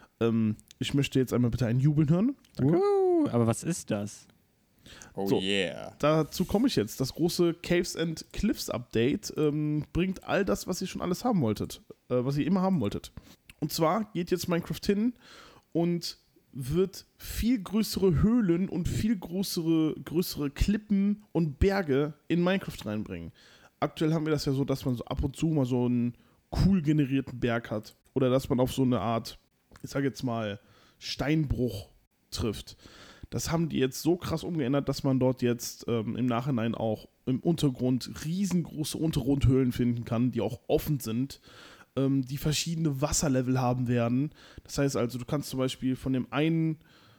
Ich möchte jetzt einmal bitte ein Jubeln hören. Aber was ist das? Oh So. yeah. Dazu komme ich jetzt. Das große Caves and Cliffs Update bringt all das, was ihr schon alles haben wolltet. Was ihr immer haben wolltet. Und zwar geht jetzt Minecraft hin und wird viel größere Höhlen und viel größere Klippen und Berge in Minecraft reinbringen. Aktuell haben wir das ja so, dass man so ab und zu mal so einen cool generierten Berg hat. Oder dass man auf so eine Art, ich sage jetzt mal, Steinbruch trifft. Das haben die jetzt so krass umgeändert, dass man dort jetzt im Nachhinein auch im Untergrund riesengroße Untergrundhöhlen finden kann, die auch offen sind, die verschiedene Wasserlevel haben werden. Das heißt also, du kannst zum Beispiel von der einen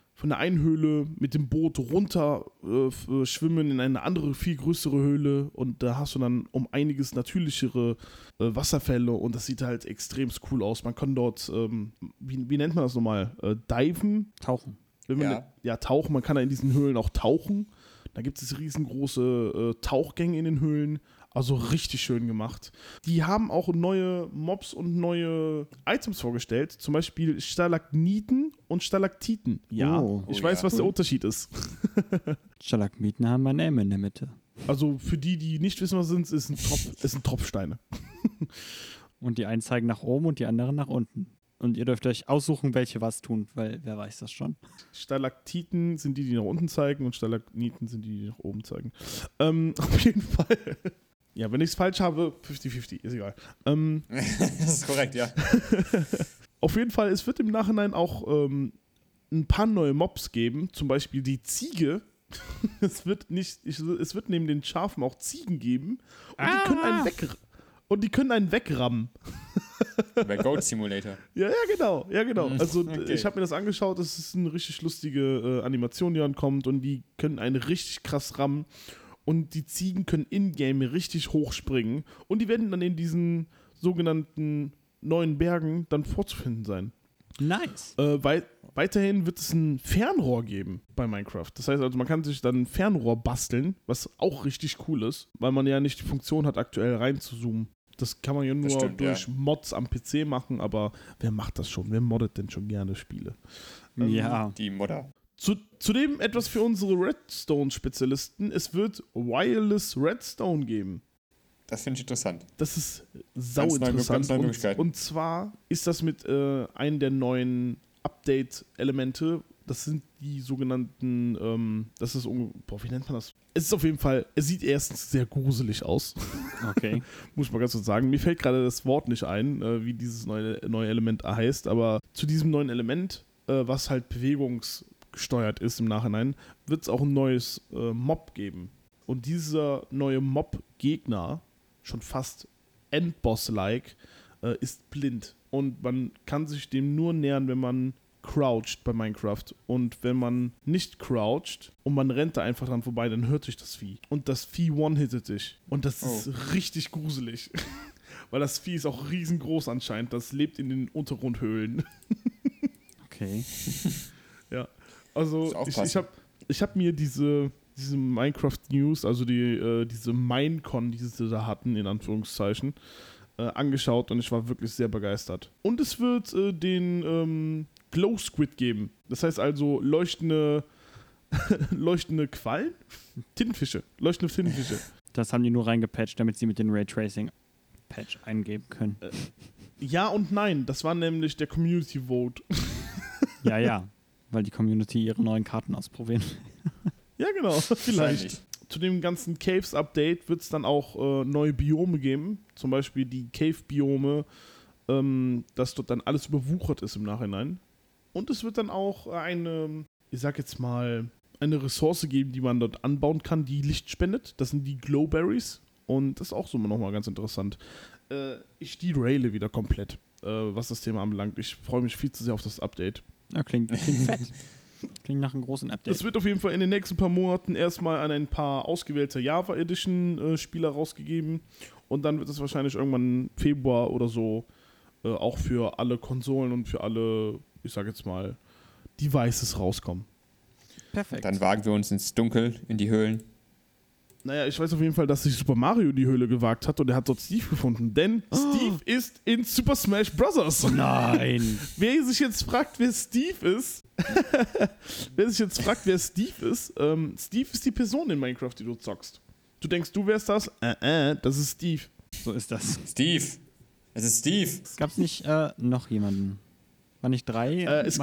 Höhle mit dem Boot runter schwimmen in eine andere, viel größere Höhle und da hast du dann um einiges natürlichere Wasserfälle und das sieht halt extrem cool aus. Man kann dort, wie nennt man das nochmal, diven? Tauchen. Tauchen. Man kann da in diesen Höhlen auch tauchen. Da gibt es riesengroße Tauchgänge in den Höhlen. Also richtig schön gemacht. Die haben auch neue Mobs und neue Items vorgestellt. Zum Beispiel Stalagniten und Stalaktiten. Ja, Oh. ich Oh weiß, ja. was der Unterschied ist. Stalagmiten haben ein M in der Mitte. Also für die nicht wissen, was es sind, sind Tropfsteine. Und die einen zeigen nach oben und die anderen nach unten. Und ihr dürft euch aussuchen, welche was tun, weil wer weiß das schon. Stalaktiten sind die nach unten zeigen und Stalagniten sind die nach oben zeigen. Auf jeden Fall. Ja, wenn ich es falsch habe, 50-50, ist egal. Das ist korrekt, ja. Auf jeden Fall, es wird im Nachhinein auch ein paar neue Mobs geben, zum Beispiel die Ziege. Es wird neben den Schafen auch Ziegen geben und die können einen wegrammen. Bei Goat Simulator. Ja, genau. Also Okay. ich habe mir das angeschaut, das ist eine richtig lustige Animation, die dann kommt und die können einen richtig krass rammen und die Ziegen können in-game richtig hochspringen und die werden dann in diesen sogenannten neuen Bergen dann vorzufinden sein. Nice. Weiterhin wird es ein Fernrohr geben bei Minecraft. Das heißt also, man kann sich dann ein Fernrohr basteln, was auch richtig cool ist, weil man ja nicht die Funktion hat, aktuell reinzuzoomen. Das kann man ja nur durch Mods am PC machen, aber wer macht das schon? Wer moddet denn schon gerne Spiele? Ja. Die Modder. Zudem etwas für unsere Redstone-Spezialisten. Es wird Wireless Redstone geben. Das finde ich interessant. Das ist Ganz sauinteressant. neue Möglichkeiten. Und zwar ist das mit einem der neuen Update-Elemente, Das sind die sogenannten, wie nennt man das? Es ist auf jeden Fall, es sieht erstens sehr gruselig aus. Okay. Muss ich mal ganz kurz sagen. Mir fällt gerade das Wort nicht ein, wie dieses neue Element heißt, aber zu diesem neuen Element, was halt bewegungsgesteuert ist im Nachhinein, wird es auch ein neues Mob geben. Und dieser neue Mob-Gegner, schon fast Endboss-like, ist blind. Und man kann sich dem nur nähern, wenn man croucht bei Minecraft. Und wenn man nicht croucht und man rennt da einfach dran vorbei, dann hört sich das Vieh. Und das Vieh one-hittet dich. Und das ist richtig gruselig. Weil das Vieh ist auch riesengroß anscheinend. Das lebt in den Untergrundhöhlen. Okay. Ja, also ich hab mir diese Minecraft News, also diese Minecon, die sie da hatten, in Anführungszeichen, angeschaut und ich war wirklich sehr begeistert. Und es wird den Glow Squid geben. Das heißt also leuchtende Quallen? Leuchtende Tintenfische. Das haben die nur reingepatcht, damit sie mit den Raytracing-Patch eingeben können. Ja und nein, das war nämlich der Community Vote. Ja, weil die Community ihre neuen Karten ausprobieren. Ja, genau, vielleicht. Zu dem ganzen Caves-Update wird es dann auch neue Biome geben. Zum Beispiel die Cave-Biome, dass dort dann alles überwuchert ist im Nachhinein. Und es wird dann auch eine Ressource geben, die man dort anbauen kann, die Licht spendet. Das sind die Glowberries. Und das ist auch so nochmal ganz interessant. Ich deraile wieder komplett, was das Thema anbelangt. Ich freue mich viel zu sehr auf das Update. Ja, klingt fett. Klingt nach einem großen Update. Das wird auf jeden Fall in den nächsten paar Monaten erstmal an ein paar ausgewählte Java Edition Spieler rausgegeben und dann wird es wahrscheinlich irgendwann Februar oder so auch für alle Konsolen und für alle, ich sag jetzt mal, Devices rauskommen. Perfekt. Dann wagen wir uns ins Dunkel, in die Höhlen. Naja, ich weiß auf jeden Fall, dass sich Super Mario in die Höhle gewagt hat und er hat dort Steve gefunden, denn Steve ist in Super Smash Bros. Nein! Wer sich jetzt fragt, wer Steve ist, Steve ist die Person in Minecraft, die du zockst. Du denkst, du wärst das? Das ist Steve. So ist das. Steve! Es ist Steve! Gab es nicht noch jemanden? War nicht 3 es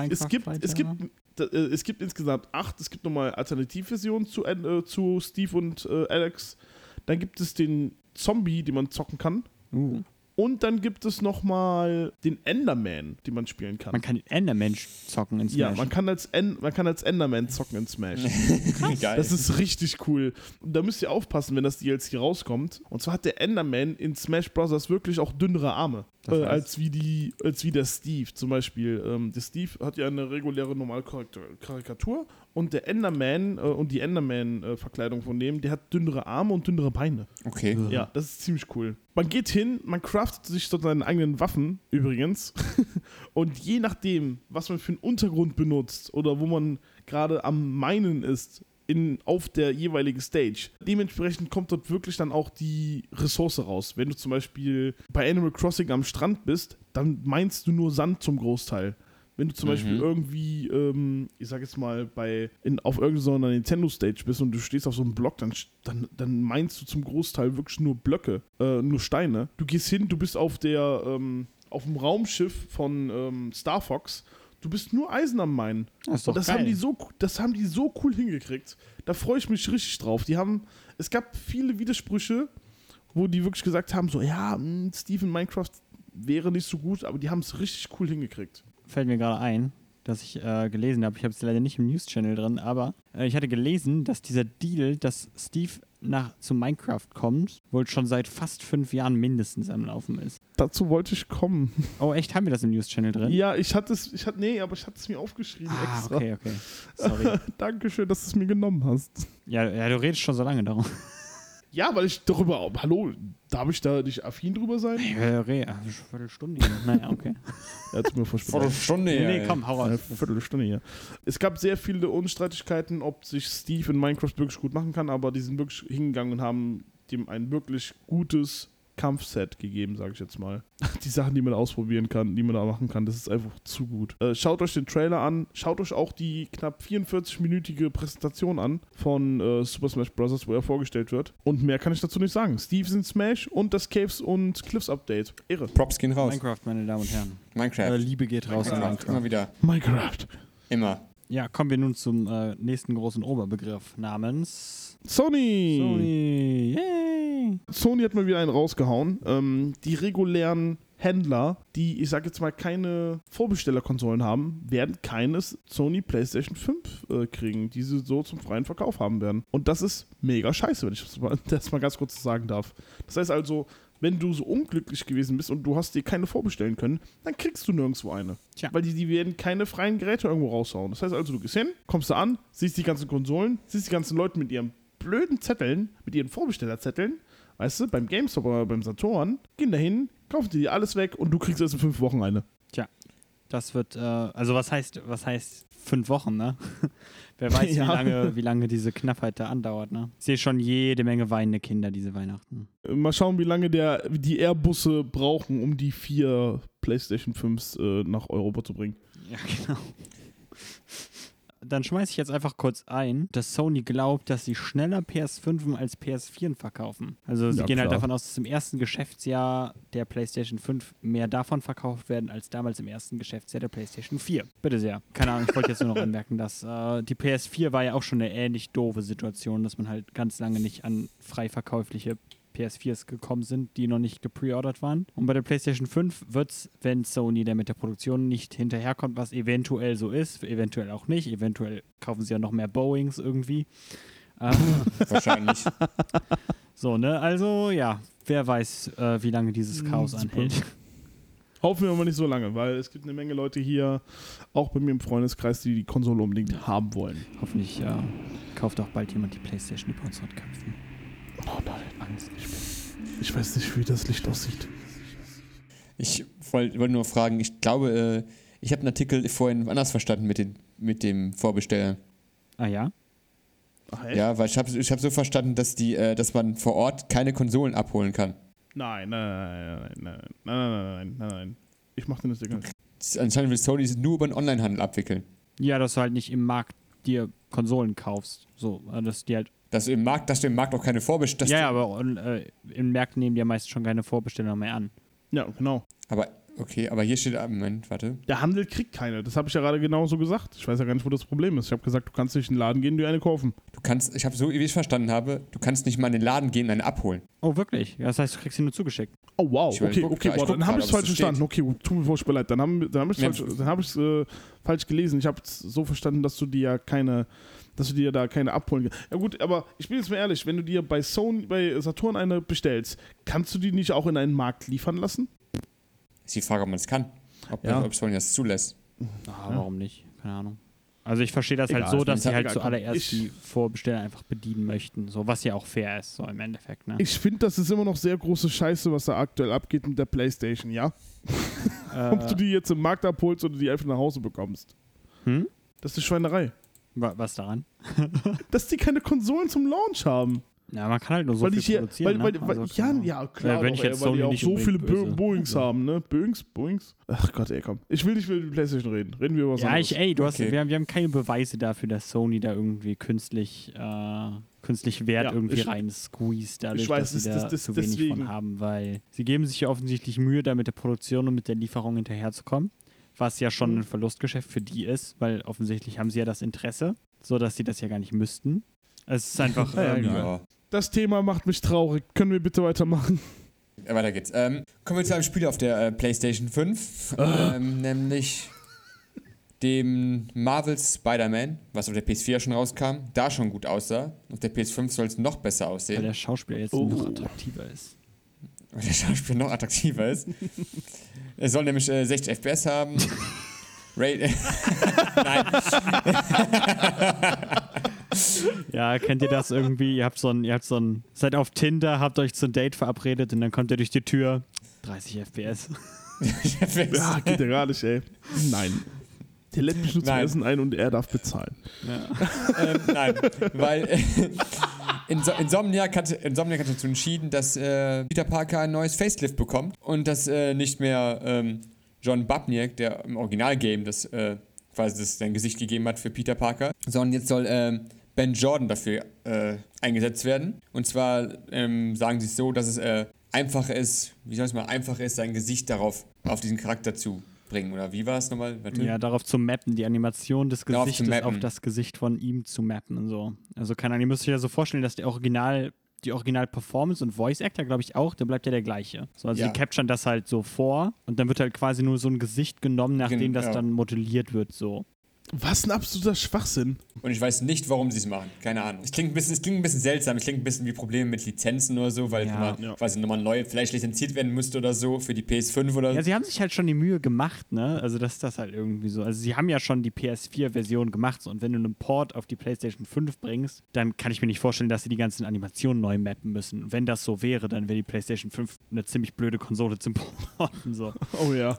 gibt insgesamt 8. Es gibt nochmal Alternativversionen zu Steve und Alex. Dann gibt es den Zombie, den man zocken kann. Und dann gibt es nochmal den Enderman, den man spielen kann. Man kann den Enderman zocken in Smash. Ja, man kann als Enderman zocken in Smash. Geil. Das ist richtig cool. Und da müsst ihr aufpassen, wenn das DLC rauskommt. Und zwar hat der Enderman in Smash Bros. Wirklich auch dünnere Arme. Als wie der Steve. Zum Beispiel, der Steve hat ja eine reguläre normale Karikatur und der Enderman und die Enderman-Verkleidung von dem, der hat dünnere Arme und dünnere Beine. Okay. Ja, das ist ziemlich cool. Man geht hin, man craftet sich dort seine eigenen Waffen, übrigens. Und je nachdem, was man für einen Untergrund benutzt oder wo man gerade am Minen ist, auf der jeweiligen Stage. Dementsprechend kommt dort wirklich dann auch die Ressource raus. Wenn du zum Beispiel bei Animal Crossing am Strand bist, dann meinst du nur Sand zum Großteil. Wenn du zum Beispiel irgendwie, ich sag jetzt mal, auf irgendeiner Nintendo-Stage bist und du stehst auf so einem Block, dann meinst du zum Großteil wirklich nur Blöcke, nur Steine. Du gehst hin, du bist auf dem Raumschiff von Star Fox. Du bist nur Eisen am Minen. Das ist doch das geil. haben die so cool hingekriegt. Da freue ich mich richtig drauf. Es gab viele Widersprüche, wo die wirklich gesagt haben, so, ja, Steve in Minecraft wäre nicht so gut, aber die haben es richtig cool hingekriegt. Fällt mir gerade ein, dass ich gelesen habe, ich habe es leider nicht im News-Channel drin, aber ich hatte gelesen, dass dieser Deal, dass Steve zu Minecraft kommt, wohl schon seit fast 5 Jahren mindestens am Laufen ist. Dazu wollte ich kommen. Oh, echt? Haben wir das im News-Channel drin? Ja, aber ich hatte es mir aufgeschrieben extra. Okay. Sorry. Dankeschön, dass du es mir genommen hast. Ja, du redest schon so lange darum. Ja, weil ich darf ich da nicht affin drüber sein? Viertelstunde. Naja, okay. Er hat es mir versprochen. Viertelstunde, Nee, komm, hau raus. Viertelstunde hier. Es gab sehr viele Unstreitigkeiten, ob sich Steve in Minecraft wirklich gut machen kann, aber die sind wirklich hingegangen und haben dem ein wirklich gutes Kampfset gegeben, sage ich jetzt mal. Die Sachen, die man ausprobieren kann, die man da machen kann, das ist einfach zu gut. Schaut euch den Trailer an, schaut euch auch die knapp 44-minütige Präsentation an von Super Smash Bros., wo er vorgestellt wird. Und mehr kann ich dazu nicht sagen. Steve's in Smash und das Caves und Cliffs Update. Irre. Props gehen raus. Minecraft, meine Damen und Herren. Minecraft. Liebe geht raus in Minecraft. Immer wieder. Minecraft. Immer. Ja, kommen wir nun zum nächsten großen Oberbegriff namens Sony! Sony. Yay! Sony hat mal wieder einen rausgehauen. Die regulären Händler, die, ich sag jetzt mal, keine Vorbestellerkonsolen haben, werden keines Sony PlayStation 5 kriegen, die sie so zum freien Verkauf haben werden. Und das ist mega scheiße, wenn ich das mal ganz kurz sagen darf. Das heißt also, wenn du so unglücklich gewesen bist und du hast dir keine vorbestellen können, dann kriegst du nirgendwo eine. Tja. Weil die werden keine freien Geräte irgendwo raushauen. Das heißt also, du gehst hin, kommst da an, siehst die ganzen Konsolen, siehst die ganzen Leute mit ihren blöden Zetteln, mit ihren Vorbestellerzetteln, weißt du, beim GameStop oder beim Saturn, gehen da hin, kaufen dir alles weg und du kriegst erst in 5 Wochen eine. Tja, das wird, also was heißt 5 Wochen, ne? Wer weiß, Ja. wie lange diese Knappheit da andauert, ne? Ich sehe schon jede Menge weinende Kinder diese Weihnachten. Mal schauen, wie lange die Airbusse brauchen, um die 4 PlayStation 5s nach Europa zu bringen. Ja, genau. Dann schmeiße ich jetzt einfach kurz ein, dass Sony glaubt, dass sie schneller PS5 als PS4 verkaufen. Also sie Ja, gehen halt klar. davon aus, dass im ersten Geschäftsjahr der PlayStation 5 mehr davon verkauft werden, als damals im ersten Geschäftsjahr der PlayStation 4. Bitte sehr. Keine Ahnung, ich wollte jetzt nur noch anmerken, dass die PS4 war ja auch schon eine ähnlich doofe Situation, dass man halt ganz lange nicht an frei verkäufliche PS4s gekommen sind, die noch nicht gepreordert waren. Und bei der PlayStation 5 wird es, wenn Sony dann mit der Produktion nicht hinterherkommt, was eventuell so ist, eventuell auch nicht, eventuell kaufen sie ja noch mehr Boeings irgendwie. Wahrscheinlich. So, ne? Also, ja, wer weiß, wie lange dieses Chaos Super. anhält. Hoffen wir aber nicht so lange, weil es gibt eine Menge Leute hier, auch bei mir im Freundeskreis, die Konsole unbedingt haben wollen. Hoffentlich kauft auch bald jemand die PlayStation über unseren Köpfen. Oh nein. Angst. Ich weiß nicht, wie das Licht aussieht. Ich wollte nur fragen, ich glaube, ich habe einen Artikel vorhin anders verstanden mit dem Vorbesteller. Ah ja? Ach, echt? Ja, weil ich hab so verstanden, dass man vor Ort keine Konsolen abholen kann. Nein. Ich mach den das Ding. Anscheinend will Sony es nur über den Onlinehandel abwickeln. Ja, dass du halt nicht im Markt dir Konsolen kaufst. So, dass die halt. Dass du im Markt auch keine Vorbestellung. Ja, aber in Märkten nehmen die ja meist schon keine Vorbestellung mehr an. Ja, genau. Aber hier steht, Moment, warte. Der Handel kriegt keine. Das habe ich ja gerade genauso gesagt. Ich weiß ja gar nicht, wo das Problem ist. Ich habe gesagt, du kannst nicht in den Laden gehen und dir eine kaufen. Ich habe so, wie ich es verstanden habe, du kannst nicht mal in den Laden gehen und eine abholen. Oh, wirklich? Ja, das heißt, du kriegst sie nur zugeschickt. Oh, wow. Ich Okay, guck dann habe ich es gerade, falsch ob es so verstanden. Okay, gut, tut mir furchtbar leid. Dann habe ich es falsch gelesen. Ich habe es so verstanden, dass du dir da keine abholen kannst. Ja gut, aber ich bin jetzt mal ehrlich, wenn du dir bei Saturn eine bestellst, kannst du die nicht auch in einen Markt liefern lassen? Ist die Frage, ob man es kann. Ja. Ob Sony das zulässt. Warum nicht? Keine Ahnung. Also ich verstehe das halt Egal, so, dass sie halt egal, zuallererst die Vorbesteller einfach bedienen möchten. So, was ja auch fair ist, so im Endeffekt, ne? Ich finde, das ist immer noch sehr große Scheiße, was da aktuell abgeht mit der PlayStation, ja? Ob du die jetzt im Markt abholst oder die einfach nach Hause bekommst. Das ist eine Schweinerei. Was daran? Dass die keine Konsolen zum Launch haben. Ja, man kann halt nur so Weil viel ich hier, produzieren, weil, ne? weil, Also, ja, keine Ahnung. ja, klar, Wenn doch, ich jetzt weil die Sony auch nicht so viele unbedingt böse. Boeings haben, ne? Boeings? Ach Gott, ey, komm. Ich will nicht mit der PlayStation reden. Reden wir über was Ja, anderes. wir haben keine Beweise dafür, dass Sony da irgendwie künstlich Wert Ja, irgendwie ich- rein squeezed, dadurch, ich weiß, dass sie da das- zu wenig deswegen. von haben, weil sie geben sich ja offensichtlich Mühe, da mit der Produktion und mit der Lieferung hinterherzukommen, was ja schon ein Verlustgeschäft für die ist, weil offensichtlich haben sie ja das Interesse, so dass sie das ja gar nicht müssten. Es ist einfach Ja. Das Thema macht mich traurig. Können wir bitte weitermachen? Ja, weiter geht's. Kommen wir zu einem Spiel auf der PlayStation 5, nämlich dem Marvel Spider-Man, was auf der PS4 schon rauskam, da schon gut aussah. Auf der PS5 soll es noch besser weil aussehen, der Schauspieler jetzt Oh. noch attraktiver ist. weil der Schauspieler noch attraktiver ist. Er soll nämlich 60 FPS haben. Nein. Ja, kennt ihr das irgendwie? Ihr seid auf Tinder, habt euch zum Date verabredet und dann kommt ihr durch die Tür. 30 FPS. Ja, geht ja gar nicht, ey. Nein. Der lädt mich nur zum Nein. Essen ein und er darf bezahlen. Nein, weil Insomniac hat dazu entschieden, dass Peter Parker ein neues Facelift bekommt und dass nicht mehr John Babniak, der im Originalgame das sein Gesicht gegeben hat für Peter Parker, sondern jetzt soll Ben Jordan dafür eingesetzt werden. Und zwar sagen sie es so, dass es einfach ist, sein Gesicht auf diesen Charakter zu bringen, oder wie war es nochmal? Warte. Ja, darauf zu mappen, die Animation des Darauf zu Gesichtes mappen. auf das Gesicht von ihm zu mappen und so. Also keine Ahnung, ihr müsst euch ja so vorstellen, dass die Original-Performance und Voice-Actor, glaube ich auch, der bleibt ja der gleiche. So, also Ja. die capturen das halt so vor und dann wird halt quasi nur so ein Gesicht genommen, nachdem das Genau. dann modelliert wird, so. Was ein absoluter Schwachsinn. Und ich weiß nicht, warum sie es machen. Keine Ahnung. Es klingt ein bisschen seltsam. Es klingt ein bisschen wie Probleme mit Lizenzen oder so, weil Ja. quasi nochmal neu vielleicht lizenziert werden müsste oder so für die PS5 oder Ja, sie haben sich halt schon die Mühe gemacht, ne? Also das ist das halt irgendwie so. Also sie haben ja schon die PS4-Version gemacht so. Und wenn du einen Port auf die PlayStation 5 bringst, dann kann ich mir nicht vorstellen, dass sie die ganzen Animationen neu mappen müssen. Und wenn das so wäre, dann wäre die PlayStation 5 eine ziemlich blöde Konsole zum Porten, so. Oh ja.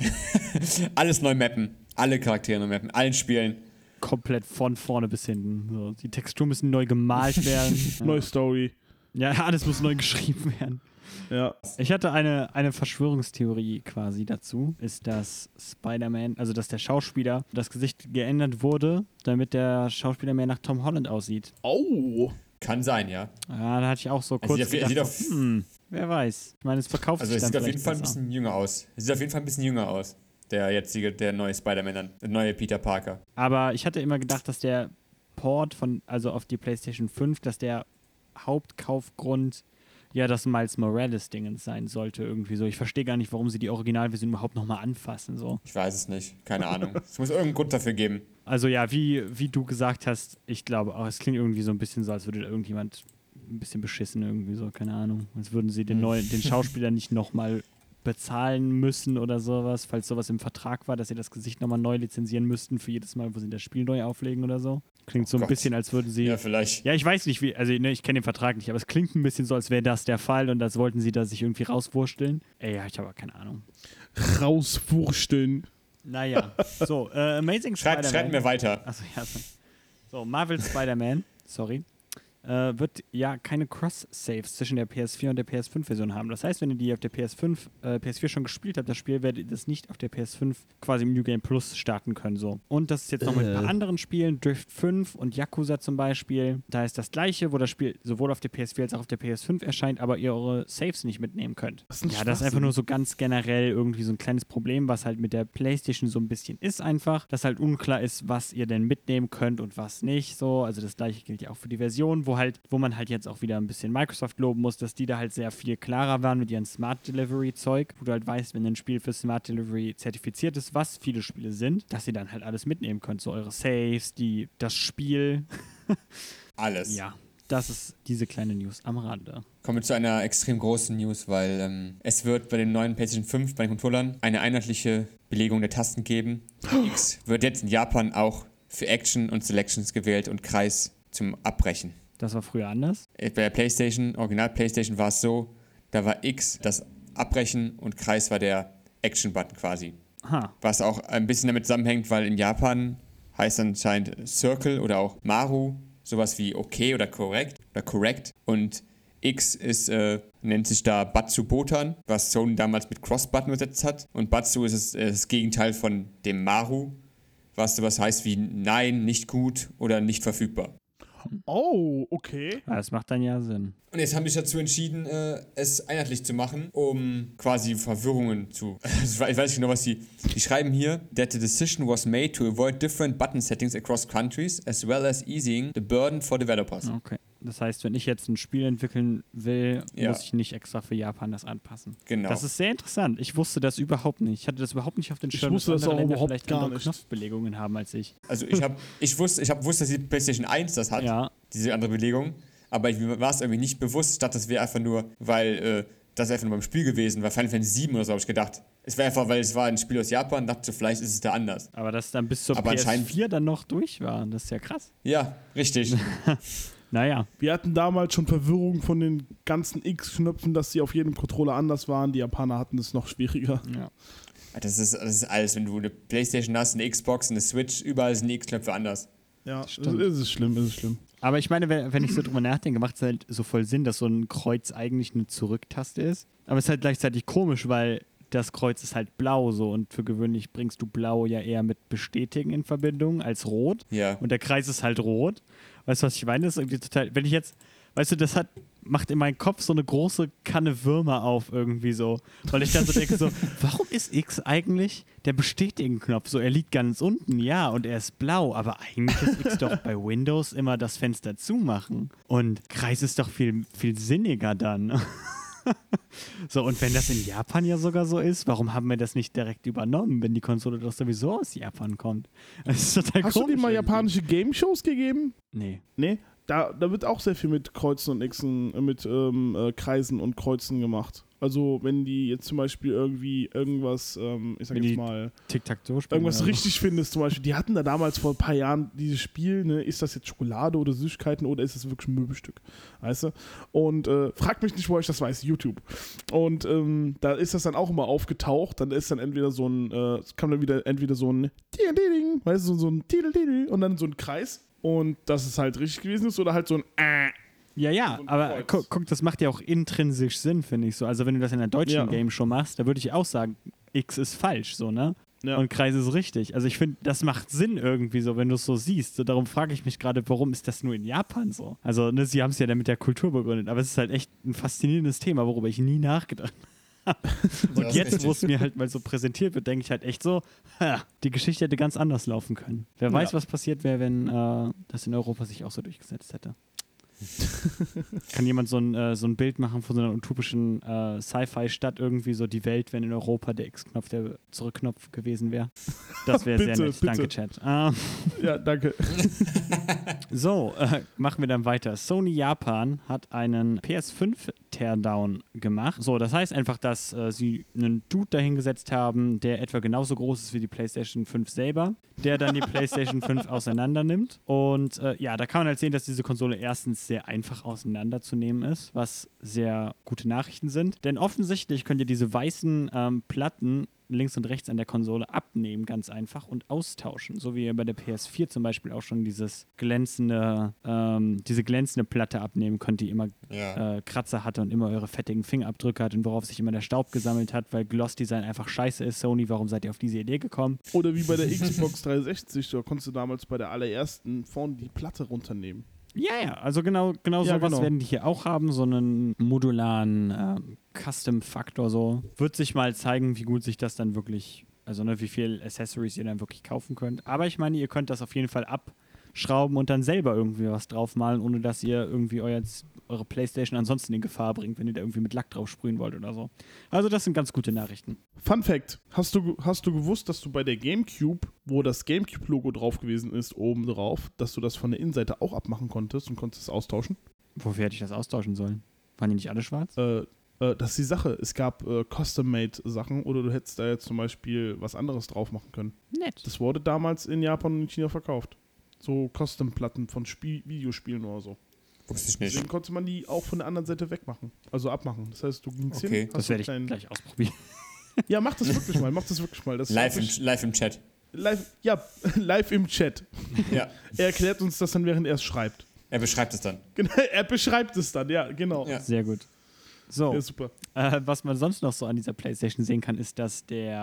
alles neu mappen. Alle Charaktere neu mappen. Allen Spielen. Komplett von vorne bis hinten. So. Die Texturen müssen neu gemalt werden. Neue Story. Ja, alles muss neu geschrieben werden. Ja. Ich hatte eine Verschwörungstheorie quasi dazu, ist, dass Spider-Man, also dass der Schauspieler, das Gesicht geändert wurde, damit der Schauspieler mehr nach Tom Holland aussieht. Oh. Kann sein, ja. Ja, da hatte ich auch so Er kurz sieht gedacht, auf- so, wer weiß. Ich meine, es verkauft Also sich es dann sieht auf jeden vielleicht Fall ein besser. bisschen jünger aus. Es sieht auf jeden Fall ein bisschen jünger aus. Der neue Spider-Man dann. Der neue Peter Parker. Aber ich hatte immer gedacht, dass der Port also auf die PlayStation 5, dass der Hauptkaufgrund ja das Miles Morales-Dingens sein sollte irgendwie so. Ich verstehe gar nicht, warum sie die Originalversion überhaupt nochmal anfassen, so. Ich weiß es nicht. Keine Ahnung. Es muss irgendeinen Grund dafür geben. Also ja, wie du gesagt hast, ich glaube auch, es klingt irgendwie so ein bisschen so, als würde da irgendjemand ein bisschen beschissen irgendwie so, keine Ahnung. Als würden sie den Schauspieler nicht nochmal bezahlen müssen oder sowas, falls sowas im Vertrag war, dass sie das Gesicht nochmal neu lizenzieren müssten für jedes Mal, wo sie das Spiel neu auflegen oder so. Klingt so ein Gott. bisschen, als würden sie... Ja, vielleicht. Ja, ich weiß nicht, wie, also ne, ich kenne den Vertrag nicht, aber es klingt ein bisschen so, als wäre das der Fall und als wollten sie da sich irgendwie rauswursteln. Ey, ja, ich habe aber keine Ahnung. Rauswursteln. Naja, so, Amazing Schreibt Spider-Man. mir weiter. Achso, ja. So, Marvel Spider-Man, sorry, wird ja keine Cross-Saves zwischen der PS4 und der PS5-Version haben. Das heißt, wenn ihr die auf der PS4 schon gespielt habt, das Spiel, werdet ihr das nicht auf der PS5 quasi im New Game Plus starten können. So. Und das ist jetzt noch mit ein paar anderen Spielen, Drift 5 und Yakuza zum Beispiel. Da ist das gleiche, wo das Spiel sowohl auf der PS4 als auch auf der PS5 erscheint, aber ihr eure Saves nicht mitnehmen könnt. Das ist ein Ja, das ist einfach nur so ganz generell irgendwie so ein kleines Problem, was halt mit der PlayStation so ein bisschen ist einfach, dass halt unklar ist, was ihr denn mitnehmen könnt und was nicht. So, also das gleiche gilt ja auch für die Version, wo man halt jetzt auch wieder ein bisschen Microsoft loben muss, dass die da halt sehr viel klarer waren mit ihrem Smart Delivery Zeug, wo du halt weißt, wenn ein Spiel für Smart Delivery zertifiziert ist, was viele Spiele sind, dass ihr dann halt alles mitnehmen könnt, so eure Saves, das Spiel. Alles. Ja, das ist diese kleine News am Rande. Kommen wir zu einer extrem großen News, weil es wird bei den neuen PlayStation 5, bei den Controllern, eine einheitliche Belegung der Tasten geben. X wird jetzt in Japan auch für Action und Selections gewählt und Kreis zum Abbrechen. Das war früher anders. Bei der PlayStation, Original PlayStation, war es so, da war X das Abbrechen und Kreis war der Action-Button quasi. Ha. Was auch ein bisschen damit zusammenhängt, weil in Japan heißt anscheinend Circle oder auch Maru sowas wie okay oder correct. Und X ist, nennt sich da Batsu Botan, was Sony damals mit Cross-Button übersetzt hat. Und Batsu ist das Gegenteil von dem Maru, was sowas heißt wie nein, nicht gut oder nicht verfügbar. Oh, okay. Ja, das macht dann ja Sinn. Und jetzt haben die sich dazu entschieden, es einheitlich zu machen, um quasi Verwirrungen zu... ich weiß nicht genau, was die schreiben hier. That the decision was made to avoid different button settings across countries, as well as easing the burden for developers. Okay. Das heißt, wenn ich jetzt ein Spiel entwickeln will, Ja. muss ich nicht extra für Japan das anpassen. Genau. Das ist sehr interessant. Ich wusste das überhaupt nicht. Ich hatte das überhaupt nicht auf den Schirm. wusste dass das andere auch Länder überhaupt vielleicht gar andere nicht. Knopfbelegungen haben als ich. Also ich wusste, dass die PlayStation 1 das hat, Ja. diese andere Belegung, aber mir war es irgendwie nicht bewusst. Ich dachte, das wäre einfach nur, weil das einfach nur beim Spiel gewesen war. Final Fantasy 7 oder so habe ich gedacht. Es wäre einfach, weil es war ein Spiel aus Japan, dachte vielleicht ist es da anders. Aber dass dann bis zur Aber PS4 dann noch durch war, das ist ja krass. Ja, richtig. Naja. Wir hatten damals schon Verwirrung von den ganzen X-Knöpfen, dass sie auf jedem Controller anders waren. Die Japaner hatten es noch schwieriger. Ja. Das ist alles, wenn du eine Playstation hast, eine Xbox, eine Switch, überall sind die X-Knöpfe anders. Ja, Stimmt. ist es schlimm. Aber ich meine, wenn ich so drüber nachdenke, macht es halt so voll Sinn, dass so ein Kreuz eigentlich eine Zurücktaste ist. Aber es ist halt gleichzeitig komisch, weil das Kreuz ist halt blau so und für gewöhnlich bringst du blau ja eher mit Bestätigen in Verbindung als rot. Ja. Und der Kreis ist halt rot. Weißt du, was ich meine? Das ist irgendwie total, wenn ich jetzt, weißt du, das hat macht in meinem Kopf so eine große Kanne Würmer auf irgendwie so. Weil ich dann so denke so, warum ist X eigentlich der Bestätigen-Knopf? So, er liegt ganz unten, ja, und er ist blau, aber eigentlich ist X doch bei Windows immer das Fenster zumachen. Und Kreis ist doch viel, viel sinniger dann. So, und wenn das in Japan ja sogar so ist, warum haben wir das nicht direkt übernommen, wenn die Konsole doch sowieso aus Japan kommt? Das ist total Hast du komisch dir mal irgendwie. japanische Game-Shows gegeben? Nee. Nee? Da wird auch sehr viel mit Kreuzen und Xen, mit Kreisen und Kreuzen gemacht. Also wenn die jetzt zum Beispiel irgendwie irgendwas, ich sag Wenn jetzt die mal, Tic-Tac-Toe spielen. irgendwas oder so. richtig findest zum Beispiel. Die hatten da damals vor ein paar Jahren dieses Spiel, ne, ist das jetzt Schokolade oder Süßigkeiten oder ist das wirklich ein Möbelstück? Weißt du? Und fragt mich nicht, woher ich das weiß, YouTube. Und da ist das dann auch immer aufgetaucht. Dann ist dann entweder so ein, kam dann wieder entweder so ein Ding, weißt du, so ein Tidel und dann so ein Kreis. Und dass es halt richtig gewesen ist oder halt so ein Ja, so ein aber Kreuz. guck, das macht ja auch intrinsisch Sinn, finde ich so. Also wenn du das in einer deutschen Ja. Game Show machst, da würde ich auch sagen, X ist falsch, so, ne? Ja. Und Kreis ist richtig. Also ich finde, das macht Sinn irgendwie so, wenn du es so siehst. So, darum frage ich mich gerade, warum ist das nur in Japan so? Also, ne, sie haben es ja dann mit der Kultur begründet, aber es ist halt echt ein faszinierendes Thema, worüber ich nie nachgedacht habe. Und ist jetzt, richtig. wo es mir halt mal so präsentiert wird, denke ich halt echt so, die Geschichte hätte ganz anders laufen können. Wer weiß, Ja. was passiert wäre, wenn das in Europa sich auch so durchgesetzt hätte. Kann jemand so ein Bild machen von so einer utopischen Sci-Fi-Stadt irgendwie, so die Welt, wenn in Europa der X-Knopf der Zurückknopf gewesen wäre? Das wäre sehr Bitte, nett. bitte. Danke, Chat. Ja, danke. So, machen wir dann weiter. Sony Japan hat einen PS5-Teardown gemacht. So, das heißt einfach, dass sie einen Dude dahingesetzt haben, der etwa genauso groß ist wie die PlayStation 5 selber, der dann die PlayStation 5 auseinander nimmt. Und ja, da kann man halt sehen, dass diese Konsole erstens sehr einfach auseinanderzunehmen ist, was sehr gute Nachrichten sind. Denn offensichtlich könnt ihr diese weißen Platten links und rechts an der Konsole abnehmen, ganz einfach, und austauschen. So wie ihr bei der PS4 zum Beispiel auch schon diese glänzende Platte abnehmen könnt, die immer Ja. Kratzer hatte und immer eure fettigen Fingerabdrücke hat und worauf sich immer der Staub gesammelt hat, weil Gloss-Design einfach scheiße ist. Sony, warum seid ihr auf diese Idee gekommen? Oder wie bei der Xbox 360, da konntest du damals bei der allerersten vorne die Platte runternehmen. Ja, also genau Ja, sowas genau. werden die hier auch haben, so einen modularen Custom-Faktor so. Wird sich mal zeigen, wie gut sich das dann wirklich, also ne, wie viel Accessories ihr dann wirklich kaufen könnt. Aber ich meine, ihr könnt das auf jeden Fall abschrauben und dann selber irgendwie was draufmalen, ohne dass ihr irgendwie eure Playstation ansonsten in Gefahr bringt, wenn ihr da irgendwie mit Lack drauf sprühen wollt oder so. Also das sind ganz gute Nachrichten. Fun Fact: Hast du gewusst, dass du bei der GameCube, wo das GameCube-Logo drauf gewesen ist, oben drauf, dass du das von der Innenseite auch abmachen konntest und konntest es austauschen? Wofür hätte ich das austauschen sollen? Waren die nicht alle schwarz? Das ist die Sache. Es gab Custom-Made-Sachen oder du hättest da jetzt zum Beispiel was anderes drauf machen können. Nett. Das wurde damals in Japan und in China verkauft. So Custom-Platten von Videospielen oder so. Wusste ich nicht. Deswegen konnte man die auch von der anderen Seite wegmachen. Also abmachen. Das heißt, du gingst Okay. hin, Das hast werde so ich einen kleinen... gleich ausprobieren. Ja, mach das wirklich mal. Das ist Live im Chat. live im Chat. Ja. Er erklärt uns das dann, während er es schreibt. Er beschreibt es dann. Genau, er beschreibt es dann, ja, genau. Ja. Sehr gut. So, Ja, super. was man sonst noch so an dieser PlayStation sehen kann, ist, dass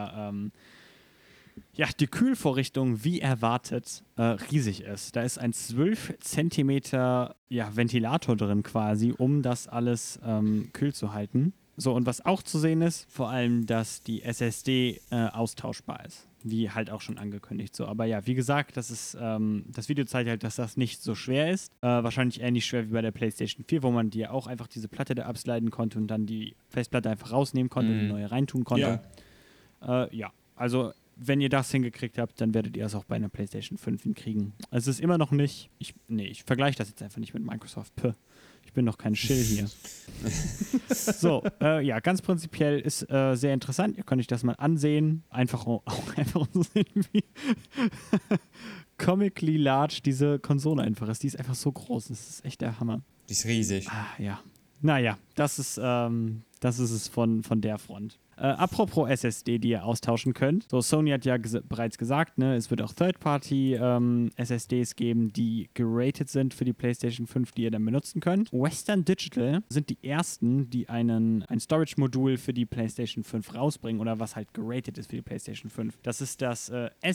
die Kühlvorrichtung, wie erwartet, riesig ist. Da ist ein 12 Zentimeter Ventilator drin quasi, um das alles kühl zu halten. So, und was auch zu sehen ist, vor allem, dass die SSD austauschbar ist. Wie halt auch schon angekündigt. So, aber ja, wie gesagt, das Video zeigt halt, dass das nicht so schwer ist. Wahrscheinlich ähnlich schwer wie bei der PlayStation 4, wo man dir auch einfach diese Platte da absliden konnte und dann die Festplatte einfach rausnehmen konnte und eine neue reintun konnte. Also wenn ihr das hingekriegt habt, dann werdet ihr es auch bei einer PlayStation 5 hinkriegen. Es ist immer noch nicht, ich vergleiche das jetzt einfach nicht mit Microsoft. Ich bin noch kein Schill hier. So, ganz prinzipiell ist sehr interessant. Ihr könnt euch das mal ansehen. Einfach um zu sehen, wie comically large diese Konsole einfach ist. Die ist einfach so groß. Das ist echt der Hammer. Die ist riesig. Ja. Naja, das ist es von der Front. Apropos SSD, die ihr austauschen könnt. So, Sony hat ja bereits gesagt, ne, es wird auch Third-Party SSDs geben, die geratet sind für die PlayStation 5, die ihr dann benutzen könnt. Western Digital sind die ersten, die ein Storage-Modul für die PlayStation 5 rausbringen oder was halt geratet ist für die PlayStation 5. Das ist das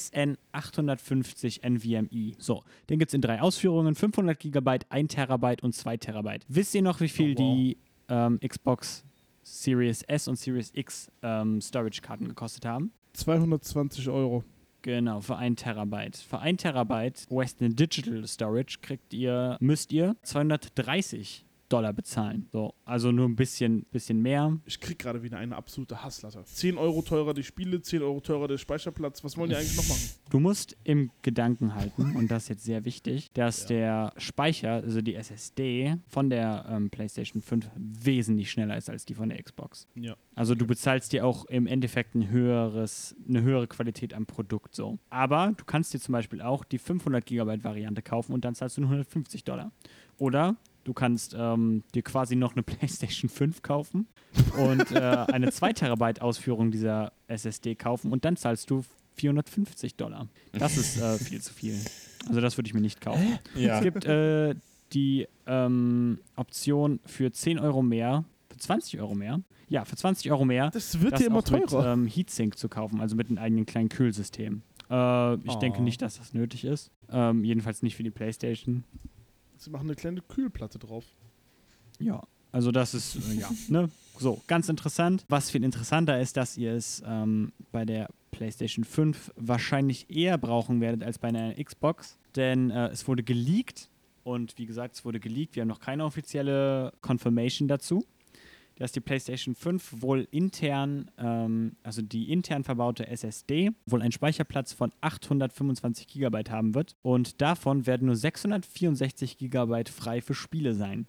SN850 NVMe. So, den gibt es in 3 Ausführungen: 500 GB, 1 TB und 2 TB. Wisst ihr noch, wie viel die Xbox Series S und Series X Storage-Karten gekostet haben? 220 €. Genau, für 1 Terabyte. Für 1 Terabyte Western Digital Storage müsst ihr $230 bezahlen. So, also nur ein bisschen mehr. Ich krieg gerade wieder eine absolute Hasslatte. 10 € teurer die Spiele, 10 € teurer der Speicherplatz. Was wollen die eigentlich noch machen? Du musst im Gedanken halten, und das ist jetzt sehr wichtig, dass der Speicher, also die SSD von der PlayStation 5 wesentlich schneller ist als die von der Xbox. Ja. Also du bezahlst dir auch im Endeffekt eine höhere Qualität am Produkt so. Aber du kannst dir zum Beispiel auch die 500 GB Variante kaufen und dann zahlst du nur $150. Oder du kannst dir quasi noch eine PlayStation 5 kaufen und eine 2 Terabyte Ausführung dieser SSD kaufen und dann zahlst du $450. Das ist viel zu viel. Also das würde ich mir nicht kaufen. Ja. Es gibt die Option für 10 € mehr, für 20 € mehr. Ja, für 20 € mehr. Das wird ja immer auch teurer. mit Heatsink zu kaufen, also mit einem eigenen kleinen Kühlsystem. Ich denke nicht, dass das nötig ist. Jedenfalls nicht für die PlayStation. Sie machen eine kleine Kühlplatte drauf. Ja, also das ist, ne? So, ganz interessant. Was viel interessanter ist, dass ihr es bei der PlayStation 5 wahrscheinlich eher brauchen werdet als bei einer Xbox, denn es wurde geleakt und wie gesagt, es wurde geleakt, wir haben noch keine offizielle Confirmation dazu, dass die PlayStation 5 wohl intern, also die intern verbaute SSD, wohl einen Speicherplatz von 825 GB haben wird und davon werden nur 664 GB frei für Spiele sein.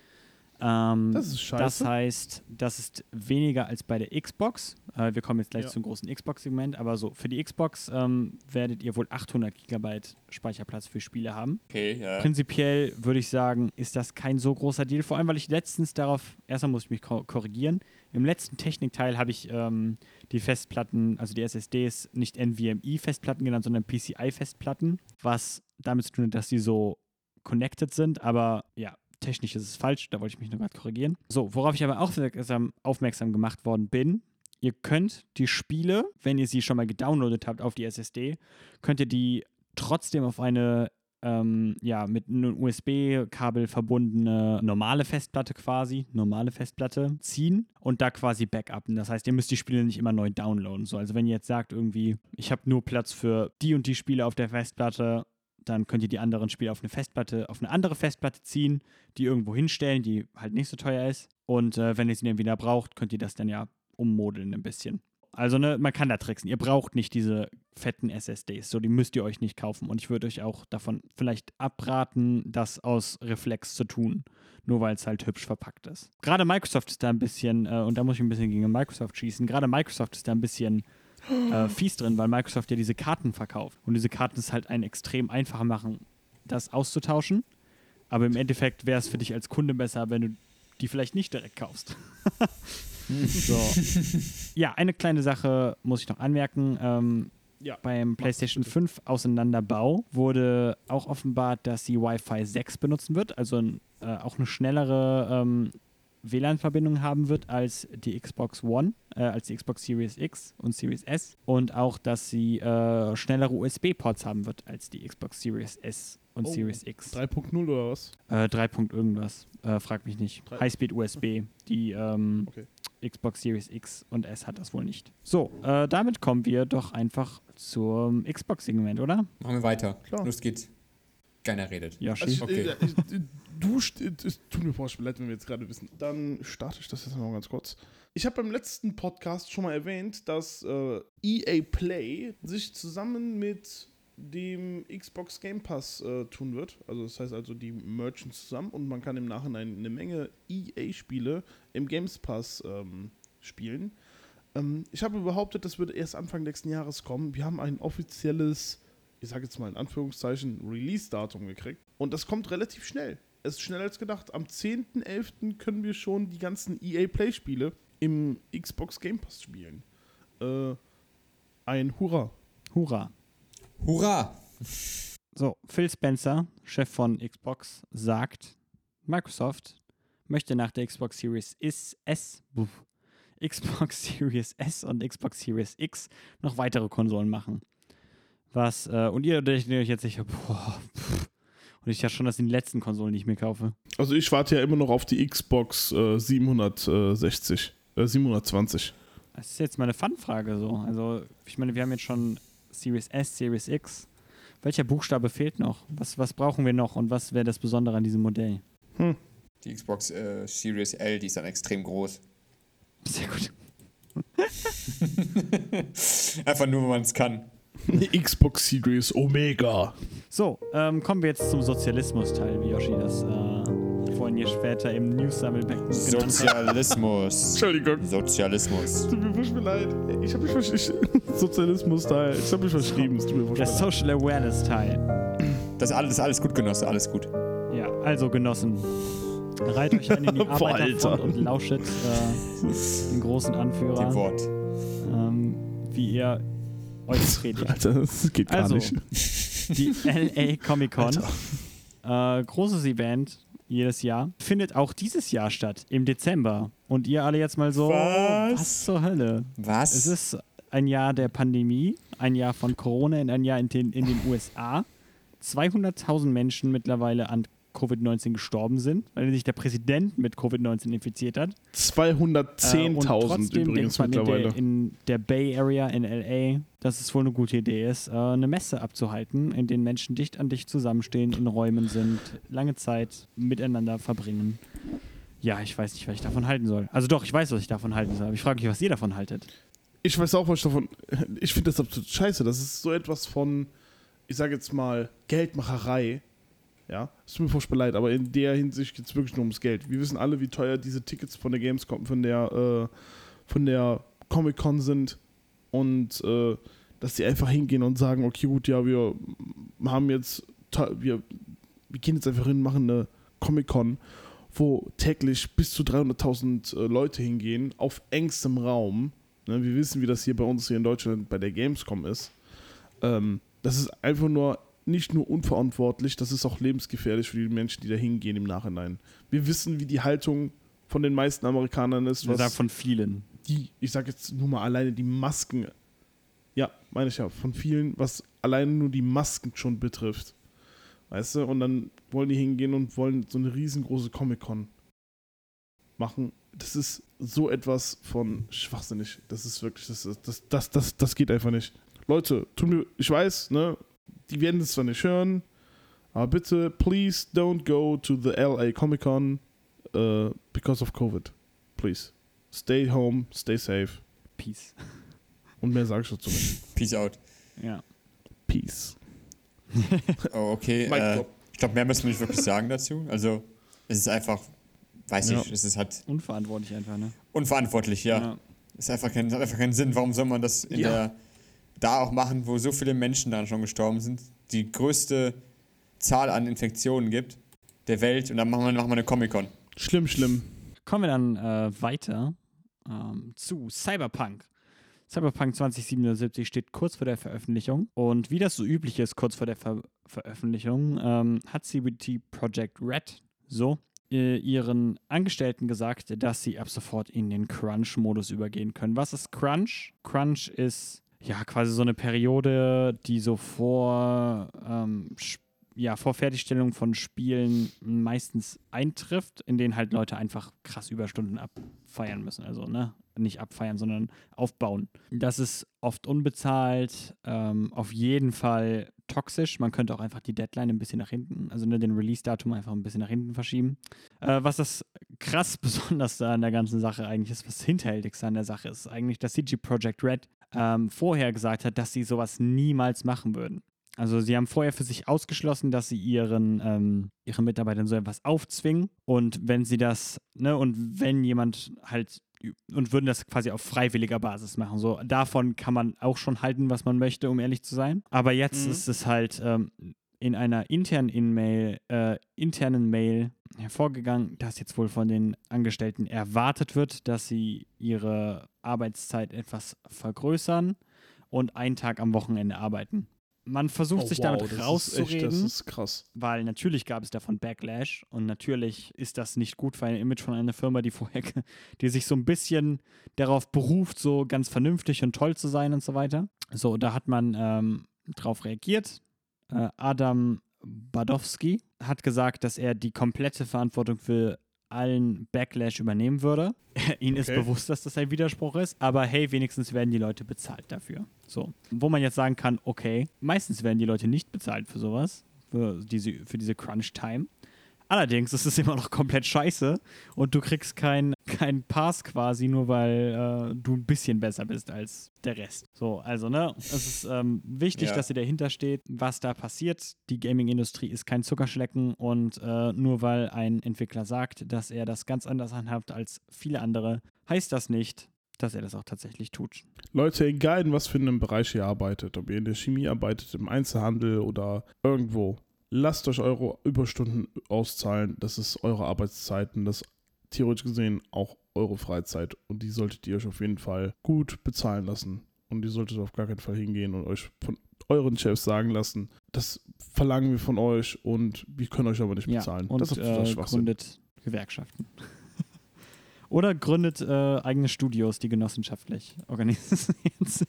Das ist scheiße. Das heißt, das ist weniger als bei der Xbox. Wir kommen jetzt gleich zum großen Xbox-Segment, aber so, für die Xbox werdet ihr wohl 800 GB Speicherplatz für Spiele haben. Okay, ja. Prinzipiell würde ich sagen, ist das kein so großer Deal, vor allem, weil ich letztens erstmal muss ich mich korrigieren, im letzten Technikteil habe ich die Festplatten, also die SSDs, nicht NVMe-Festplatten genannt, sondern PCI-Festplatten, was damit zu tun hat, dass die so connected sind, aber ja, technisch ist es falsch, da wollte ich mich nur gerade korrigieren. So, worauf ich aber auch aufmerksam gemacht worden bin, ihr könnt die Spiele, wenn ihr sie schon mal gedownloadet habt auf die SSD, könnt ihr die trotzdem auf eine mit einem USB-Kabel verbundene normale Festplatte ziehen und da quasi backuppen. Das heißt, ihr müsst die Spiele nicht immer neu downloaden. So, also wenn ihr jetzt sagt irgendwie, ich habe nur Platz für die und die Spiele auf der Festplatte, dann könnt ihr die anderen Spiele auf eine andere Festplatte ziehen, die irgendwo hinstellen, die halt nicht so teuer ist. Und wenn ihr sie dann wieder braucht, könnt ihr das dann ja ummodeln ein bisschen. Also man kann da tricksen. Ihr braucht nicht diese fetten SSDs. So, die müsst ihr euch nicht kaufen. Und ich würde euch auch davon vielleicht abraten, das aus Reflex zu tun. Nur weil es halt hübsch verpackt ist. Gerade Microsoft ist da ein bisschen, und da muss ich ein bisschen gegen Microsoft schießen, gerade Microsoft ist da ein bisschen fies drin, weil Microsoft ja diese Karten verkauft. Und diese Karten ist halt einen extrem einfacher machen, das auszutauschen. Aber im Endeffekt wäre es für dich als Kunde besser, wenn du die vielleicht nicht direkt kaufst. So. Ja, eine kleine Sache muss ich noch anmerken. Beim PlayStation 5 Auseinanderbau wurde auch offenbart, dass sie Wi-Fi 6 benutzen wird, also auch eine schnellere WLAN-Verbindung haben wird als die Xbox One, als die Xbox Series X und Series S und auch, dass sie schnellere USB-Ports haben wird als die Xbox Series S und Series X. 3.0 oder was? 3. irgendwas, frag mich nicht. Highspeed USB, die Xbox Series X und S hat das wohl nicht. So, damit kommen wir doch einfach zum Xbox-Segment, oder? Machen wir weiter. Klar. Los geht's. Keiner redet. Yoshi? Also, Okay. Es tut mir leid, wenn wir jetzt gerade wissen. Dann starte ich das jetzt noch ganz kurz. Ich habe beim letzten Podcast schon mal erwähnt, dass EA Play sich zusammen mit dem Xbox Game Pass tun wird. Also das heißt also, die merchen zusammen und man kann im Nachhinein eine Menge EA-Spiele im Games Pass spielen. Ich habe behauptet, das würde erst Anfang nächsten Jahres kommen. Wir haben ein offizielles, ich sage jetzt mal in Anführungszeichen, Release-Datum gekriegt. Und das kommt relativ schnell. Es ist schneller als gedacht. Am 10.11. können wir schon die ganzen EA Play-Spiele im Xbox Game Pass spielen. Ein Hurra. Hurra. Hurra! So, Phil Spencer, Chef von Xbox, sagt, Microsoft möchte nach der Xbox Series Xbox Series S und Xbox Series X noch weitere Konsolen machen. Und ihr denkt euch jetzt sicher, und ich ja schon, das sind die letzten Konsolen, die ich mir kaufe. Also ich warte ja immer noch auf die Xbox 720. Das ist jetzt mal eine Fun-Frage so. Also ich meine, wir haben jetzt schon Series S, Series X. Welcher Buchstabe fehlt noch? Was brauchen wir noch und was wäre das Besondere an diesem Modell? Die Xbox Series L, die ist dann extrem groß. Sehr gut. Einfach nur, wenn man es kann. Die Xbox Series Omega. So, kommen wir jetzt zum Sozialismus-Teil, wie Yoshi das vorhin hier später im News-Sammelbecken genannt hat. Sozialismus. Entschuldigung. Sozialismus. Tut mir leid. Ich habe mich verschrieben. Sozialismus-Teil. Ich habe mich verschrieben. Es tut mir Der leid. Social Awareness-Teil. Das ist alles gut, Genosse, alles gut. Ja, also Genossen, reiht euch ein in die Boah, Arbeiterfront Alter. und lauschet den großen Anführer, Dem Wort. wie ihr euch predigt. Alter, das geht gar Also, nicht. die LA Comic Con, großes Event jedes Jahr, findet auch dieses Jahr statt, im Dezember. Und ihr alle jetzt mal so, was zur Hölle? Was? Es ist ein Jahr der Pandemie, ein Jahr von Corona, ein Jahr in den USA. 200.000 Menschen mittlerweile an Covid-19 gestorben sind, weil sich der Präsident mit Covid-19 infiziert hat. 210.000 übrigens denkt man mittlerweile. in der Bay Area in LA, dass es wohl eine gute Idee ist, eine Messe abzuhalten, in denen Menschen dicht an dicht zusammenstehen, in Räumen sind, lange Zeit miteinander verbringen. Ja, ich weiß nicht, was ich davon halten soll. Also doch, ich weiß, was ich davon halten soll, aber ich frage mich, was ihr davon haltet. Ich weiß auch, was ich davon. Ich finde das absolut scheiße. Das ist so etwas von, ich sage jetzt mal, Geldmacherei. Ja, es tut mir furchtbar leid, aber in der Hinsicht geht es wirklich nur ums Geld. Wir wissen alle, wie teuer diese Tickets von der Gamescom, von der Comic-Con sind und dass die einfach hingehen und sagen, okay, gut, ja, wir gehen jetzt einfach hin, machen eine Comic-Con, wo täglich bis zu 300.000 Leute hingehen, auf engstem Raum. Ne, wir wissen, wie das hier bei uns hier in Deutschland bei der Gamescom ist. Das ist einfach nur nicht nur unverantwortlich, das ist auch lebensgefährlich für die Menschen, die da hingehen im Nachhinein. Wir wissen, wie die Haltung von den meisten Amerikanern ist. Ich sage von vielen. Ich sage jetzt nur mal alleine die Masken. Ja, meine ich ja, von vielen, was alleine nur die Masken schon betrifft. Weißt du, und dann wollen die hingehen und wollen so eine riesengroße Comic-Con machen. Das ist so etwas von schwachsinnig. Das ist wirklich, das geht einfach nicht. Leute, ich weiß, ne, die werden es zwar nicht hören, aber bitte, please don't go to the LA Comic Con because of COVID. Please. Stay home, stay safe. Peace. Und mehr sage ich dazu nicht. Peace out. Ja. Peace. Oh, okay. Ich glaube, mehr müssen wir nicht wirklich sagen dazu. Also, es ist einfach, weiß ich, es ist halt Unverantwortlich einfach, ne? unverantwortlich, ja. Es hat einfach keinen Sinn. Warum soll man das da auch machen, wo so viele Menschen dann schon gestorben sind, die größte Zahl an Infektionen gibt der Welt, und dann machen wir eine Comic-Con. Schlimm. Kommen wir dann weiter zu Cyberpunk. Cyberpunk 2077 steht kurz vor der Veröffentlichung, und wie das so üblich ist, kurz vor der Veröffentlichung, hat CD Projekt Red ihren Angestellten gesagt, dass sie ab sofort in den Crunch-Modus übergehen können. Was ist Crunch? Crunch ist ja quasi so eine Periode, die so vor Fertigstellung von Spielen meistens eintrifft, in denen halt Leute einfach krass Überstunden abfeiern müssen. Also, ne? Nicht abfeiern, sondern aufbauen. Das ist oft unbezahlt, auf jeden Fall toxisch. Man könnte auch einfach die Deadline ein bisschen nach hinten, also den Release-Datum einfach ein bisschen nach hinten verschieben. Was das krass Besonderste an der ganzen Sache eigentlich ist, was Hinterhältigste an der Sache ist, eigentlich, dass CD Projekt Red vorher gesagt hat, dass sie sowas niemals machen würden. Also sie haben vorher für sich ausgeschlossen, dass sie ihren Mitarbeitern so etwas aufzwingen, und wenn sie das, ne, und wenn jemand halt, und würden das quasi auf freiwilliger Basis machen. So, davon kann man auch schon halten, was man möchte, um ehrlich zu sein. Aber jetzt ist es halt in einer internen Mail hervorgegangen, dass jetzt wohl von den Angestellten erwartet wird, dass sie ihre Arbeitszeit etwas vergrößern und einen Tag am Wochenende arbeiten. Man versucht sich damit rauszureden, das ist krass. weil natürlich gab es davon Backlash und natürlich ist das nicht gut für ein Image von einer Firma, die sich so ein bisschen darauf beruft, so ganz vernünftig und toll zu sein und so weiter. So, da hat man drauf reagiert. Adam Badowski hat gesagt, dass er die komplette Verantwortung für allen Backlash übernehmen würde. Ihnen ist bewusst, dass das ein Widerspruch ist, aber hey, wenigstens werden die Leute bezahlt dafür. So. Wo man jetzt sagen kann, okay, meistens werden die Leute nicht bezahlt für sowas, für diese Crunch-Time. Allerdings ist es immer noch komplett scheiße und du kriegst keinen Pass quasi, nur weil du ein bisschen besser bist als der Rest. So, also, ne, es ist wichtig, dass ihr dahinter steht, was da passiert. Die Gaming-Industrie ist kein Zuckerschlecken und nur weil ein Entwickler sagt, dass er das ganz anders handhabt als viele andere, heißt das nicht, dass er das auch tatsächlich tut. Leute, egal in was für einem Bereich ihr arbeitet, ob ihr in der Chemie arbeitet, im Einzelhandel oder irgendwo, lasst euch eure Überstunden auszahlen. Das ist eure Arbeitszeit und das ist theoretisch gesehen auch eure Freizeit. Und die solltet ihr euch auf jeden Fall gut bezahlen lassen. Und ihr solltet auf gar keinen Fall hingehen und euch von euren Chefs sagen lassen, das verlangen wir von euch und wir können euch aber nicht bezahlen. Und das ist gründet Gewerkschaften. Oder gründet eigene Studios, die genossenschaftlich organisiert sind.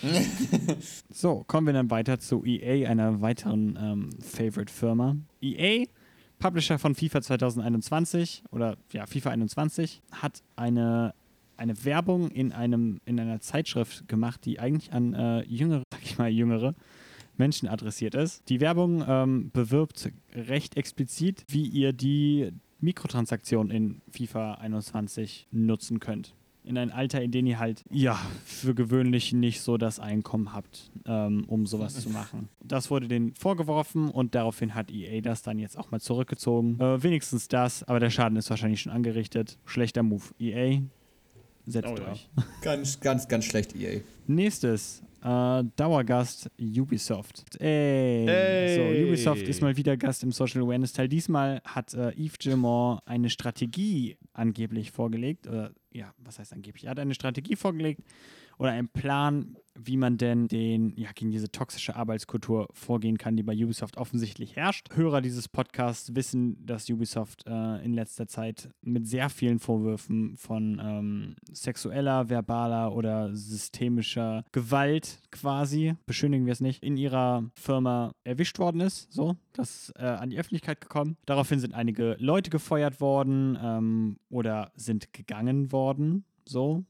So, kommen wir dann weiter zu EA, einer weiteren Favorite-Firma. EA, Publisher von FIFA 2021 oder ja, FIFA 21, hat eine Werbung in einer Zeitschrift gemacht, die eigentlich an jüngere Menschen adressiert ist. Die Werbung bewirbt recht explizit, wie ihr die Mikrotransaktionen in FIFA 21 nutzen könnt. In einem Alter, in dem ihr halt, für gewöhnlich nicht so das Einkommen habt, um sowas zu machen. Das wurde denen vorgeworfen und daraufhin hat EA das dann jetzt auch mal zurückgezogen. Wenigstens das, aber der Schaden ist wahrscheinlich schon angerichtet. Schlechter Move. EA, setzt euch. Ganz, ganz, ganz schlecht, EA. Nächstes, Dauergast Ubisoft. So, Ubisoft ist mal wieder Gast im Social Awareness Teil. Diesmal hat Yves Guillemot eine Strategie angeblich vorgelegt. Was heißt angeblich? Er hat eine Strategie vorgelegt oder einen Plan, wie man denn gegen diese toxische Arbeitskultur vorgehen kann, die bei Ubisoft offensichtlich herrscht. Hörer dieses Podcasts wissen, dass Ubisoft in letzter Zeit mit sehr vielen Vorwürfen von sexueller, verbaler oder systemischer Gewalt quasi, beschönigen wir es nicht, in ihrer Firma erwischt worden ist. So, das ist an die Öffentlichkeit gekommen. Daraufhin sind einige Leute gefeuert worden oder sind gegangen worden. So,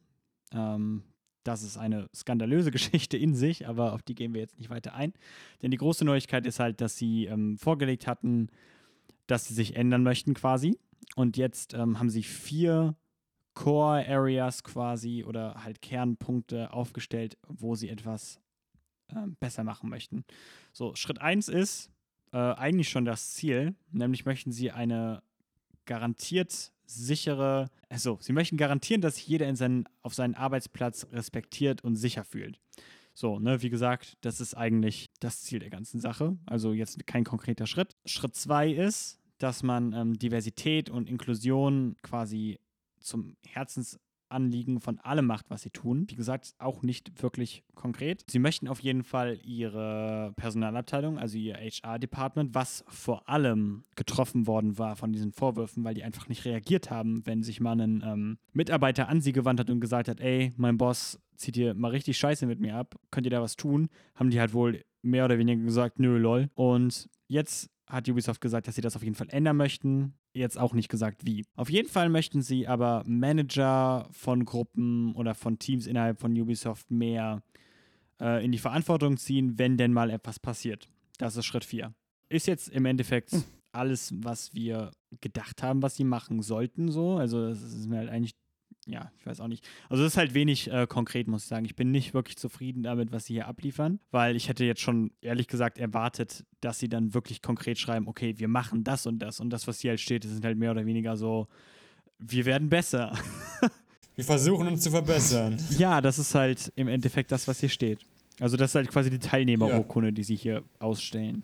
das ist eine skandalöse Geschichte in sich, aber auf die gehen wir jetzt nicht weiter ein. Denn die große Neuigkeit ist halt, dass sie vorgelegt hatten, dass sie sich ändern möchten quasi. Und jetzt haben sie 4 Core-Areas quasi oder halt Kernpunkte aufgestellt, wo sie etwas besser machen möchten. So, Schritt 1 ist eigentlich schon das Ziel, nämlich möchten sie eine garantiert sichere, sie möchten garantieren, dass sich jeder auf seinen Arbeitsplatz respektiert und sicher fühlt. So, ne, wie gesagt, das ist eigentlich das Ziel der ganzen Sache. Also jetzt kein konkreter Schritt. Schritt 2 ist, dass man Diversität und Inklusion quasi zum Herzensanliegen von allem macht, was sie tun. Wie gesagt, auch nicht wirklich konkret. Sie möchten auf jeden Fall ihre Personalabteilung, also ihr HR-Department, was vor allem getroffen worden war von diesen Vorwürfen, weil die einfach nicht reagiert haben, wenn sich mal ein Mitarbeiter an sie gewandt hat und gesagt hat, ey, mein Boss zieht hier mal richtig Scheiße mit mir ab, könnt ihr da was tun? Haben die halt wohl mehr oder weniger gesagt, nö, lol. Und jetzt hat Ubisoft gesagt, dass sie das auf jeden Fall ändern möchten. Jetzt auch nicht gesagt, wie. Auf jeden Fall möchten sie aber Manager von Gruppen oder von Teams innerhalb von Ubisoft mehr in die Verantwortung ziehen, wenn denn mal etwas passiert. Das ist Schritt 4. Ist jetzt im Endeffekt alles, was wir gedacht haben, was sie machen sollten, so. Also das ist mir halt eigentlich, ich weiß auch nicht. Also das ist halt wenig konkret, muss ich sagen. Ich bin nicht wirklich zufrieden damit, was sie hier abliefern, weil ich hätte jetzt schon, ehrlich gesagt, erwartet, dass sie dann wirklich konkret schreiben, okay, wir machen das und das. Und das, was hier halt steht, das sind halt mehr oder weniger so, wir werden besser. Wir versuchen uns zu verbessern. Ja, das ist halt im Endeffekt das, was hier steht. Also das ist halt quasi die Teilnehmerurkunde, die sie hier ausstellen.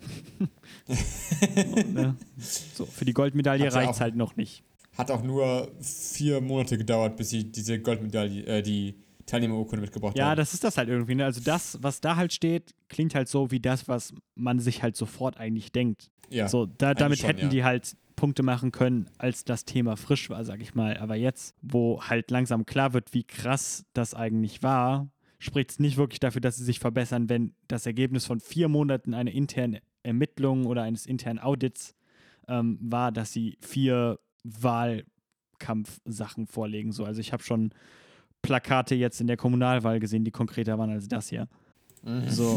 So, ne? So, für die Goldmedaille reicht es halt noch nicht. Hat auch nur 4 Monate gedauert, bis sie diese Goldmedaille, die Teilnehmerurkunde mitgebracht haben. Ja, das ist das halt irgendwie. Ne? Also das, was da halt steht, klingt halt so wie das, was man sich halt sofort eigentlich denkt. Ja, so, damit schon, hätten die halt Punkte machen können, als das Thema frisch war, sag ich mal. Aber jetzt, wo halt langsam klar wird, wie krass das eigentlich war, spricht es nicht wirklich dafür, dass sie sich verbessern, wenn das Ergebnis von 4 Monaten einer internen Ermittlung oder eines internen Audits war, dass sie 4 Wahlkampfsachen vorlegen. So. Also ich habe schon Plakate jetzt in der Kommunalwahl gesehen, die konkreter waren als das hier. So,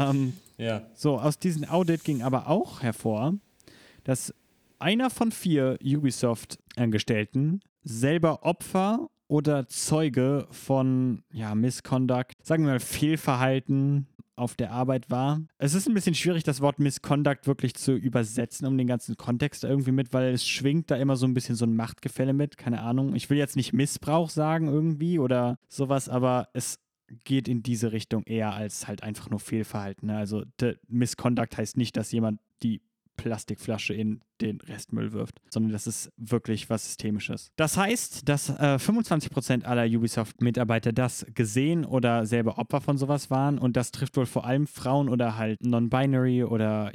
so, aus diesem Audit ging aber auch hervor, dass einer von 4 Ubisoft-Angestellten selber Opfer oder Zeuge von Misconduct, sagen wir mal Fehlverhalten auf der Arbeit war. Es ist ein bisschen schwierig, das Wort Misconduct wirklich zu übersetzen, um den ganzen Kontext irgendwie mit, weil es schwingt da immer so ein bisschen so ein Machtgefälle mit, keine Ahnung. Ich will jetzt nicht Missbrauch sagen irgendwie oder sowas, aber es geht in diese Richtung eher als halt einfach nur Fehlverhalten. Ne? Also Misconduct heißt nicht, dass jemand die Plastikflasche in den Restmüll wirft, sondern das ist wirklich was Systemisches. Das heißt, dass 25% aller Ubisoft-Mitarbeiter das gesehen oder selber Opfer von sowas waren und das trifft wohl vor allem Frauen oder halt non-binary oder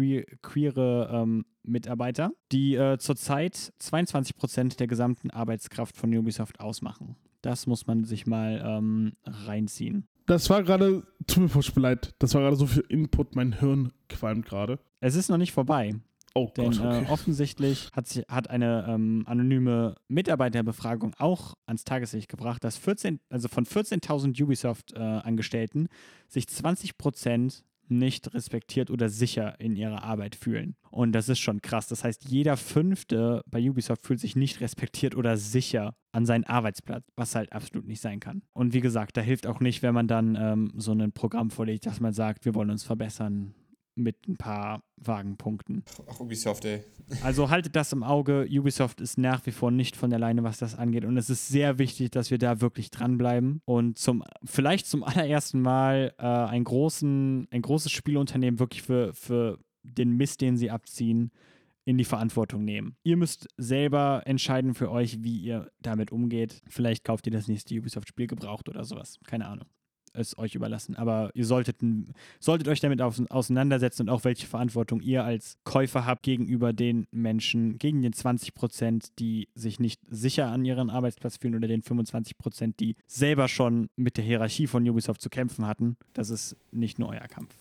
queere Mitarbeiter, die zurzeit 22% der gesamten Arbeitskraft von Ubisoft ausmachen. Das muss man sich mal reinziehen. Das war gerade, tut mir furchtbar leid, das war gerade so viel Input, mein Hirn qualmt gerade. Es ist noch nicht vorbei. Oh Denn Gott, okay. Offensichtlich hat eine anonyme Mitarbeiterbefragung auch ans Tageslicht gebracht, dass von 14.000 Ubisoft-Angestellten sich 20% nicht respektiert oder sicher in ihrer Arbeit fühlen. Und das ist schon krass. Das heißt, jeder 5. bei Ubisoft fühlt sich nicht respektiert oder sicher an seinen Arbeitsplatz, was halt absolut nicht sein kann. Und wie gesagt, da hilft auch nicht, wenn man dann so ein Programm vorlegt, dass man sagt, wir wollen uns verbessern mit ein paar vagen Punkten. Ach, Ubisoft, ey. Also haltet das im Auge. Ubisoft ist nach wie vor nicht von der Leine, was das angeht. Und es ist sehr wichtig, dass wir da wirklich dranbleiben und vielleicht zum allerersten Mal ein großes Spielunternehmen wirklich für den Mist, den sie abziehen, in die Verantwortung nehmen. Ihr müsst selber entscheiden für euch, wie ihr damit umgeht. Vielleicht kauft ihr das nächste Ubisoft-Spiel gebraucht oder sowas. Keine Ahnung. Es euch überlassen. Aber ihr solltet euch damit auseinandersetzen und auch welche Verantwortung ihr als Käufer habt gegenüber den Menschen, gegen den 20%, die sich nicht sicher an ihrem Arbeitsplatz fühlen oder den 25%, die selber schon mit der Hierarchie von Ubisoft zu kämpfen hatten. Das ist nicht nur euer Kampf.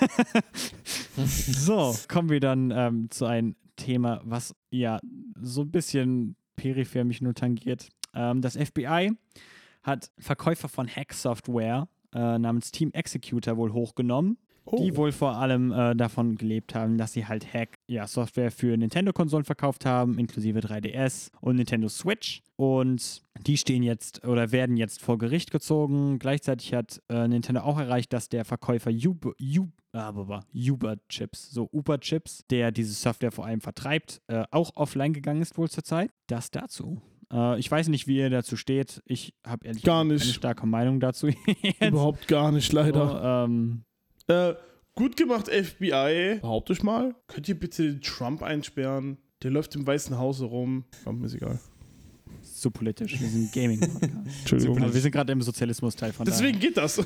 So, kommen wir dann zu einem Thema, was ja so ein bisschen peripher mich nur tangiert. Das FBI hat Verkäufer von Hack-Software namens Team Executor wohl hochgenommen, die wohl vor allem davon gelebt haben, dass sie halt Software für Nintendo-Konsolen verkauft haben, inklusive 3DS und Nintendo Switch. Und die stehen jetzt oder werden jetzt vor Gericht gezogen. Gleichzeitig hat Nintendo auch erreicht, dass der Verkäufer Uber-Chips, der diese Software vor allem vertreibt, auch offline gegangen ist wohl zurzeit. Das dazu. Ich weiß nicht, wie ihr dazu steht. Ich habe ehrlich gesagt keine starke Meinung dazu. Überhaupt gar nicht, leider. So, gut gemacht, FBI. Behaupte ich mal. Könnt ihr bitte Trump einsperren? Der läuft im Weißen Haus herum. Trump ist egal. Zu politisch. Wir sind ein Gaming-Podcast. Entschuldigung. Aber wir sind gerade im Sozialismus-Teil von Deswegen geht das.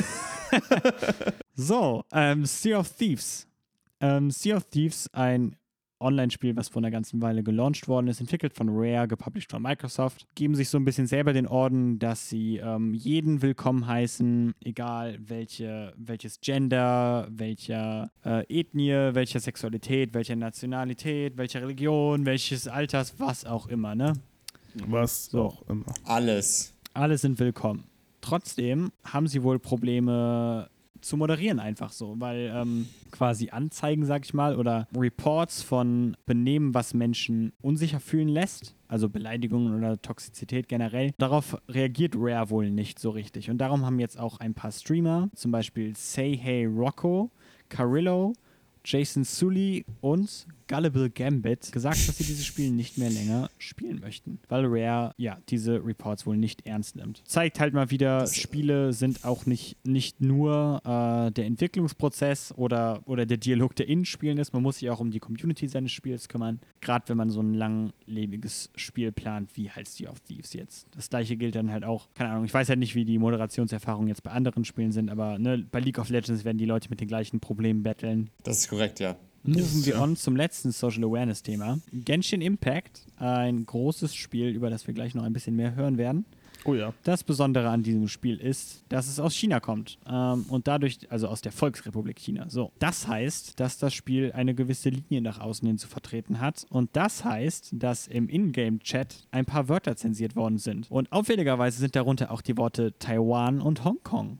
So, Sea of Thieves. Sea of Thieves, ein Online-Spiel, was vor einer ganzen Weile gelauncht worden ist, entwickelt von Rare, gepublished von Microsoft, geben sich so ein bisschen selber den Orden, dass sie jeden willkommen heißen, egal welches Gender, welcher Ethnie, welcher Sexualität, welcher Nationalität, welcher Religion, welches Alters, was auch immer, ne? Was auch immer. Alles. Alle sind willkommen. Trotzdem haben sie wohl Probleme zu moderieren einfach so, weil quasi Anzeigen, sag ich mal, oder Reports von Benehmen, was Menschen unsicher fühlen lässt, also Beleidigungen oder Toxizität generell, darauf reagiert Rare wohl nicht so richtig. Und darum haben jetzt auch ein paar Streamer, zum Beispiel Say Hey Rocco, Carillo, Jason Sully und Gullible Gambit gesagt, dass sie dieses Spiel nicht mehr länger spielen möchten, weil Rare diese Reports wohl nicht ernst nimmt. Zeigt halt mal wieder, Spiele sind auch nicht nur der Entwicklungsprozess oder der Dialog, der in Spielen ist. Man muss sich auch um die Community seines Spiels kümmern, gerade wenn man so ein langlebiges Spiel plant, wie halt Sea of Thieves jetzt. Das gleiche gilt dann halt auch, keine Ahnung, ich weiß halt nicht, wie die Moderationserfahrungen jetzt bei anderen Spielen sind, aber bei League of Legends werden die Leute mit den gleichen Problemen battlen. Das ist korrekt, ja. Moven wir on zum letzten Social Awareness Thema. Genshin Impact, ein großes Spiel, über das wir gleich noch ein bisschen mehr hören werden. Oh ja. Das Besondere an diesem Spiel ist, dass es aus China kommt und dadurch, also aus der Volksrepublik China. So, das heißt, dass das Spiel eine gewisse Linie nach außen hin zu vertreten hat und das heißt, dass im Ingame-Chat ein paar Wörter zensiert worden sind. Und auffälligerweise sind darunter auch die Worte Taiwan und Hongkong.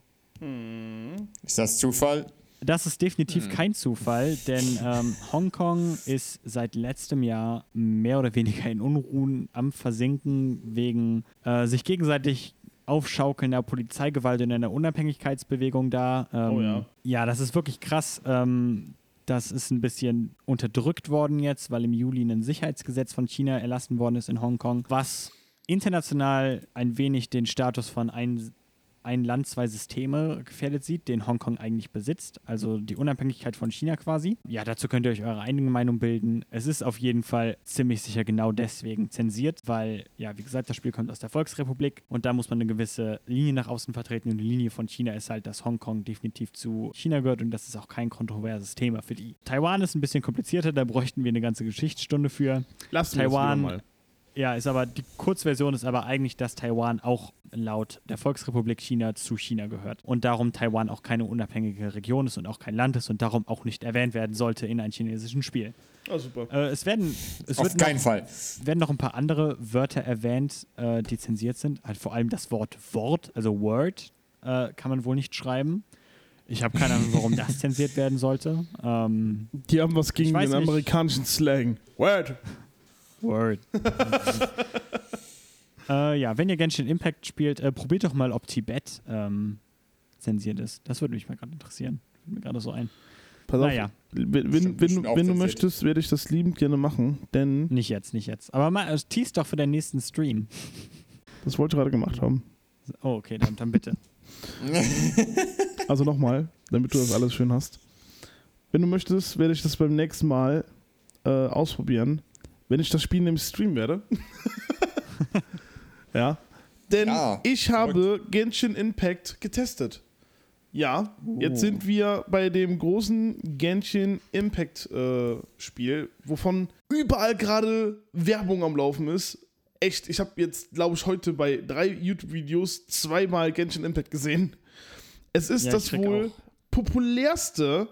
Ist das Zufall? Das ist definitiv kein Zufall, denn Hongkong ist seit letztem Jahr mehr oder weniger in Unruhen am Versinken wegen sich gegenseitig aufschaukelnder Polizeigewalt in einer Unabhängigkeitsbewegung da. Ja, das ist wirklich krass. Das ist ein bisschen unterdrückt worden jetzt, weil im Juli ein Sicherheitsgesetz von China erlassen worden ist in Hongkong, was international ein wenig den Status von ein Land, zwei Systeme gefährdet sieht, den Hongkong eigentlich besitzt, also die Unabhängigkeit von China quasi. Ja, dazu könnt ihr euch eure eigene Meinung bilden. Es ist auf jeden Fall ziemlich sicher genau deswegen zensiert, weil, ja, wie gesagt, das Spiel kommt aus der Volksrepublik und da muss man eine gewisse Linie nach außen vertreten und die Linie von China ist halt, dass Hongkong definitiv zu China gehört und das ist auch kein kontroverses Thema für die. Taiwan ist ein bisschen komplizierter, da bräuchten wir eine ganze Geschichtsstunde für. Lassen wir Taiwan mal. Ja, ist aber, die Kurzversion ist aber eigentlich, dass Taiwan auch laut der Volksrepublik China zu China gehört. Und darum Taiwan auch keine unabhängige Region ist und auch kein Land ist und darum auch nicht erwähnt werden sollte in einem chinesischen Spiel. Ah, super. Auf keinen Fall. Werden noch ein paar andere Wörter erwähnt, die zensiert sind. Halt vor allem das Wort, also Word, kann man wohl nicht schreiben. Ich habe keine Ahnung, warum das zensiert werden sollte. Die haben was gegen den amerikanischen Slang. Word. Ja, wenn ihr Genshin Impact spielt, probiert doch mal, ob Tibet zensiert ist. Das würde mich mal gerade interessieren. Fällt mir gerade so ein. Pass auf, wenn du möchtest, werde ich das liebend gerne machen, denn... Nicht jetzt. Aber mal, tease doch für den nächsten Stream. Das wollte ich gerade gemacht haben. Oh, okay, dann bitte. Also nochmal, damit du das alles schön hast. Wenn du möchtest, werde ich das beim nächsten Mal ausprobieren. Wenn ich das Spiel nämlich streamen werde. Ja. Denn ich habe Genshin Impact getestet. Ja, jetzt sind wir bei dem großen Genshin Impact Spiel, wovon überall gerade Werbung am Laufen ist. Echt, ich habe jetzt, glaube ich, heute bei 3 YouTube-Videos 2-mal Genshin Impact gesehen. Es ist das wohl populärste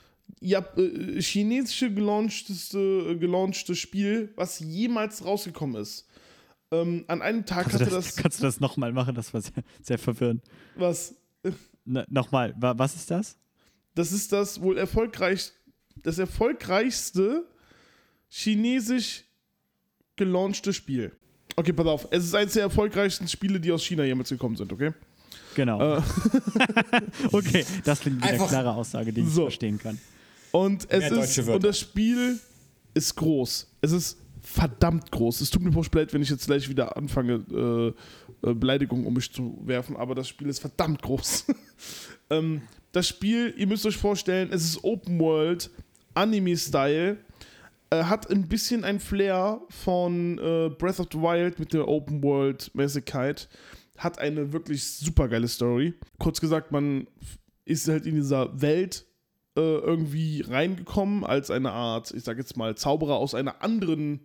chinesische gelaunchte Spiel, was jemals rausgekommen ist. An einem Tag Kannst du das nochmal machen? Das war sehr, sehr verwirrend. Was? Nochmal, was ist das? Das ist das wohl das erfolgreichste chinesisch gelaunchte Spiel. Okay, pass auf. Es ist eines der erfolgreichsten Spiele, die aus China jemals gekommen sind, okay? Genau. Okay, das klingt wie eine klare Aussage, die ich verstehen kann. Und das Spiel ist groß. Es ist verdammt groß. Es tut mir furchtbar leid, wenn ich jetzt gleich wieder anfange, Beleidigungen um mich zu werfen, aber das Spiel ist verdammt groß. Das Spiel, ihr müsst euch vorstellen, es ist Open World, Anime-Style, hat ein bisschen ein Flair von Breath of the Wild mit der Open World-Mäßigkeit, hat eine wirklich super geile Story. Kurz gesagt, man ist halt in dieser Welt irgendwie reingekommen als eine Art, ich sag jetzt mal, Zauberer aus einer anderen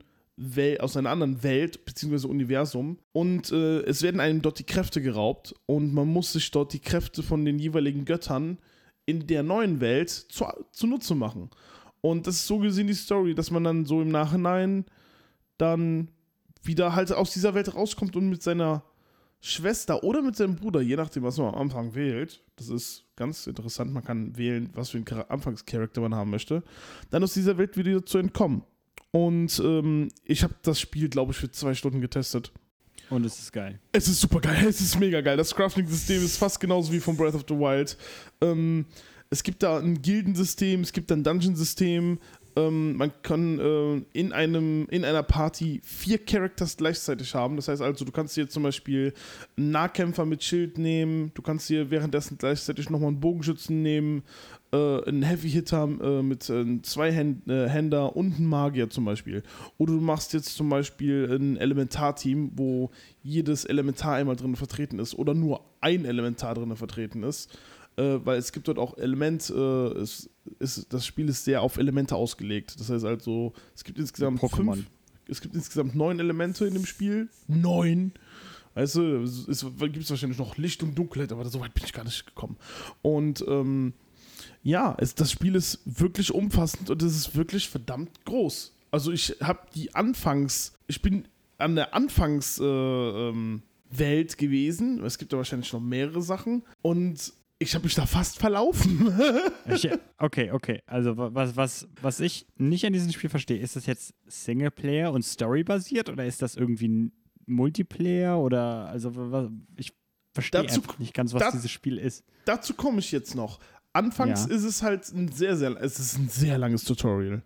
Welt bzw. Universum und es werden einem dort die Kräfte geraubt und man muss sich dort die Kräfte von den jeweiligen Göttern in der neuen Welt zunutze machen. Und das ist so gesehen die Story, dass man dann so im Nachhinein dann wieder halt aus dieser Welt rauskommt und mit seiner Schwester oder mit seinem Bruder, je nachdem, was man am Anfang wählt, das ist ganz interessant, man kann wählen, was für einen Anfangscharakter man haben möchte, dann aus dieser Welt wieder zu entkommen. Und ich habe das Spiel, glaube ich, für 2 Stunden getestet. Und es ist geil. Es ist super geil, es ist mega geil. Das Crafting-System ist fast genauso wie von Breath of the Wild. Es gibt da ein Gildensystem, es gibt ein Dungeon-System, Man kann in einer Party 4 Characters gleichzeitig haben. Das heißt also, du kannst hier zum Beispiel einen Nahkämpfer mit Schild nehmen, du kannst hier währenddessen gleichzeitig nochmal einen Bogenschützen nehmen, einen Heavy-Hitter mit 2 Händer und einen Magier zum Beispiel. Oder du machst jetzt zum Beispiel ein Elementar-Team, wo jedes Elementar einmal drin vertreten ist oder nur ein Elementar drin vertreten ist. Weil es gibt dort auch das Spiel ist sehr auf Elemente ausgelegt. Das heißt also, es gibt insgesamt 9 Elemente in dem Spiel. 9! Weißt du, es gibt wahrscheinlich noch Licht und Dunkelheit, aber so weit bin ich gar nicht gekommen. Und das Spiel ist wirklich umfassend und es ist wirklich verdammt groß. Also ich bin an der Welt gewesen. Es gibt ja wahrscheinlich noch mehrere Sachen und ich habe mich da fast verlaufen. Okay. Also was ich nicht an diesem Spiel verstehe, ist das jetzt Singleplayer und Story-basiert oder ist das irgendwie ein Multiplayer oder also ich verstehe nicht ganz, was dieses Spiel ist. Dazu komme ich jetzt noch. Anfangs ist es halt ein sehr langes Tutorial.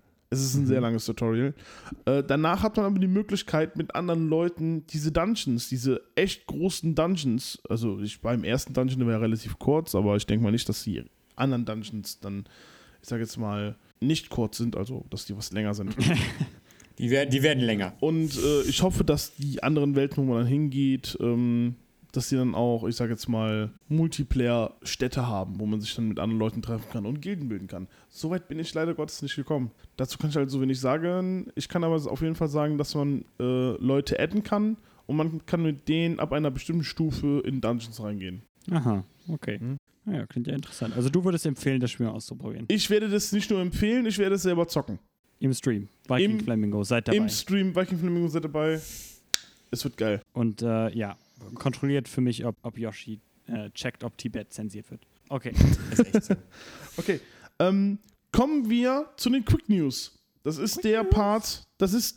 Danach hat man aber die Möglichkeit, mit anderen Leuten diese echt großen Dungeons, also beim ersten Dungeon war ja relativ kurz, aber ich denke mal nicht, dass die anderen Dungeons dann, ich sage jetzt mal, nicht kurz sind, also dass die was länger sind. Die werden länger. Und ich hoffe, dass die anderen Welten, wo man dann hingeht, dass sie dann auch, ich sage jetzt mal, Multiplayer-Städte haben, wo man sich dann mit anderen Leuten treffen kann und Gilden bilden kann. Soweit bin ich leider Gottes nicht gekommen. Dazu kann ich halt so wenig sagen. Ich kann aber auf jeden Fall sagen, dass man Leute adden kann und man kann mit denen ab einer bestimmten Stufe in Dungeons reingehen. Aha, okay. Ja, klingt ja interessant. Also du würdest empfehlen, das Spiel auszuprobieren? Ich werde das nicht nur empfehlen, ich werde es selber zocken. Im Stream. Viking Flamingo, seid dabei. Im Stream, Viking Flamingo, seid dabei. Es wird geil. Und kontrolliert für mich, ob Yoshi checkt, ob Tibet zensiert wird. Okay. Das ist echt so. Okay. Kommen wir zu den Quick News. Das ist der Part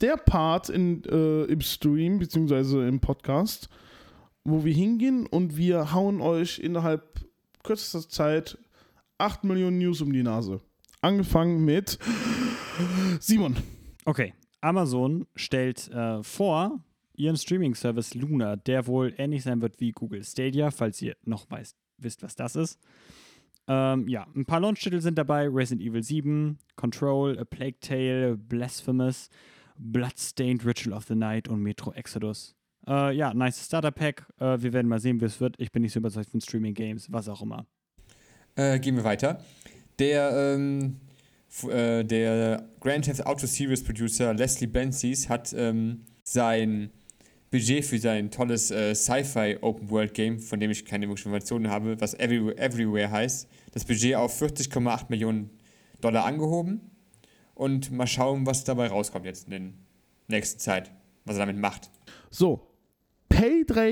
im Stream, beziehungsweise im Podcast, wo wir hingehen und wir hauen euch innerhalb kürzester Zeit 8 Millionen News um die Nase. Angefangen mit Simon. Okay. Amazon stellt vor, ihren Streaming-Service Luna, der wohl ähnlich sein wird wie Google Stadia, falls ihr noch wisst, was das ist. Ein paar Launch-Titel sind dabei: Resident Evil 7, Control, A Plague Tale, Blasphemous, Bloodstained Ritual of the Night und Metro Exodus. Nice Starter-Pack. Wir werden mal sehen, wie es wird. Ich bin nicht so überzeugt von Streaming-Games, was auch immer. Gehen wir weiter. Der Grand Theft Auto Series Producer Leslie Benzies hat sein Budget für sein tolles Sci-Fi Open-World-Game, von dem ich keine Informationen habe, was Everywhere heißt, das Budget auf $40,8 Millionen angehoben. Und mal schauen, was dabei rauskommt jetzt in der nächsten Zeit, was er damit macht. So, Payday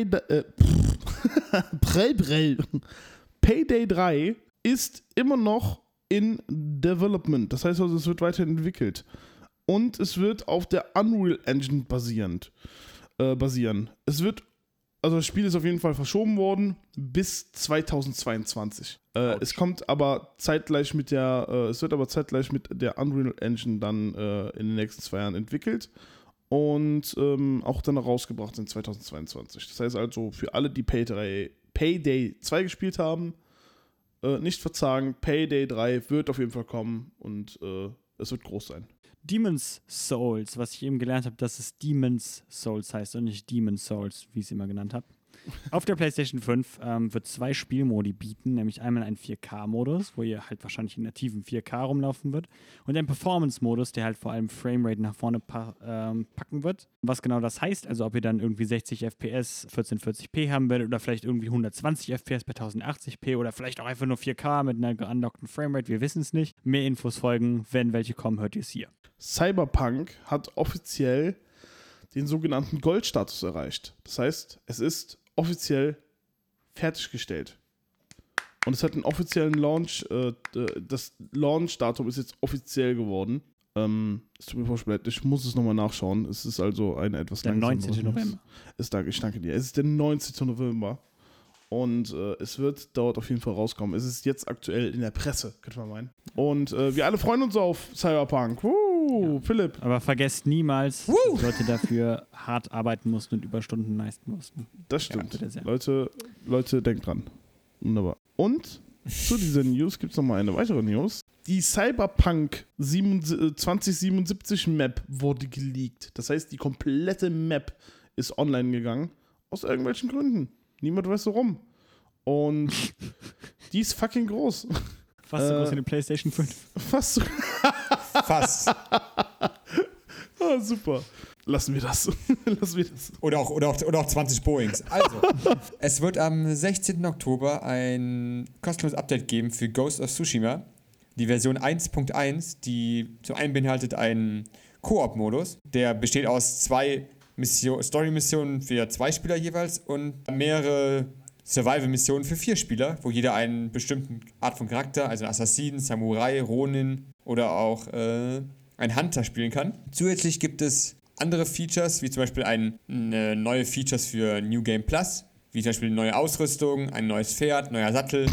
3 ist immer noch in Development. Das heißt also, es wird weiterentwickelt. Und es wird auf der Unreal Engine basieren. Das Spiel ist auf jeden Fall verschoben worden bis 2022. Es kommt aber zeitgleich mit der Unreal Engine dann in den nächsten 2 Jahren entwickelt und auch dann rausgebracht in 2022. Das heißt also, für alle, die Payday 2 gespielt haben, nicht verzagen, Payday 3 wird auf jeden Fall kommen und es wird groß sein. Demon's Souls, was ich eben gelernt habe, dass es Demon's Souls heißt und nicht Demon's Souls, wie ich es immer genannt habe. Auf der PlayStation 5 wird 2 Spielmodi bieten, nämlich einmal einen 4K-Modus, wo ihr halt wahrscheinlich in nativen 4K rumlaufen wird, und einen Performance-Modus, der halt vor allem Framerate nach vorne packen wird. Was genau das heißt, also ob ihr dann irgendwie 60 FPS 1440p haben werdet oder vielleicht irgendwie 120 FPS bei 1080p oder vielleicht auch einfach nur 4K mit einer geunlockten Framerate, wir wissen es nicht. Mehr Infos folgen, wenn welche kommen, hört ihr es hier. Cyberpunk hat offiziell den sogenannten Goldstatus erreicht. Das heißt, es ist offiziell fertiggestellt. Und es hat einen offiziellen Launch, das Launch-Datum ist jetzt offiziell geworden. Es tut mir furchtbar leid, ich muss es nochmal nachschauen. Es ist also eine etwas langsame. Der 19. November. Ich danke dir. Es ist der 19. November. Und es wird dort auf jeden Fall rauskommen. Es ist jetzt aktuell in der Presse, könnte man meinen. Und wir alle freuen uns auf Cyberpunk. Philipp. Aber vergesst niemals, dass Leute dafür hart arbeiten mussten und Überstunden leisten mussten. Das stimmt. Ja, bitte sehr. Leute, denkt dran. Wunderbar. Und zu dieser News gibt es nochmal eine weitere News. Die Cyberpunk 2077 Map wurde geleakt. Das heißt, die komplette Map ist online gegangen. Aus irgendwelchen Gründen. Niemand weiß warum. Und die ist fucking groß. Fast so groß wie eine PlayStation 5. Fast so. Fast. Super. Lassen wir das. Oder auch 20 Boeings. Also, es wird am 16. Oktober ein kostenloses Update geben für Ghost of Tsushima. Die Version 1.1, die zum einen beinhaltet einen Koop-Modus, der besteht aus 2 Story-Missionen für 2 Spieler jeweils und mehrere Survival-Missionen für 4 Spieler, wo jeder einen bestimmten Art von Charakter, also ein Assassin, Samurai, Ronin oder auch ein Hunter spielen kann. Zusätzlich gibt es andere Features, wie zum Beispiel neue Features für New Game Plus, wie zum Beispiel neue Ausrüstung, ein neues Pferd, neuer Sattel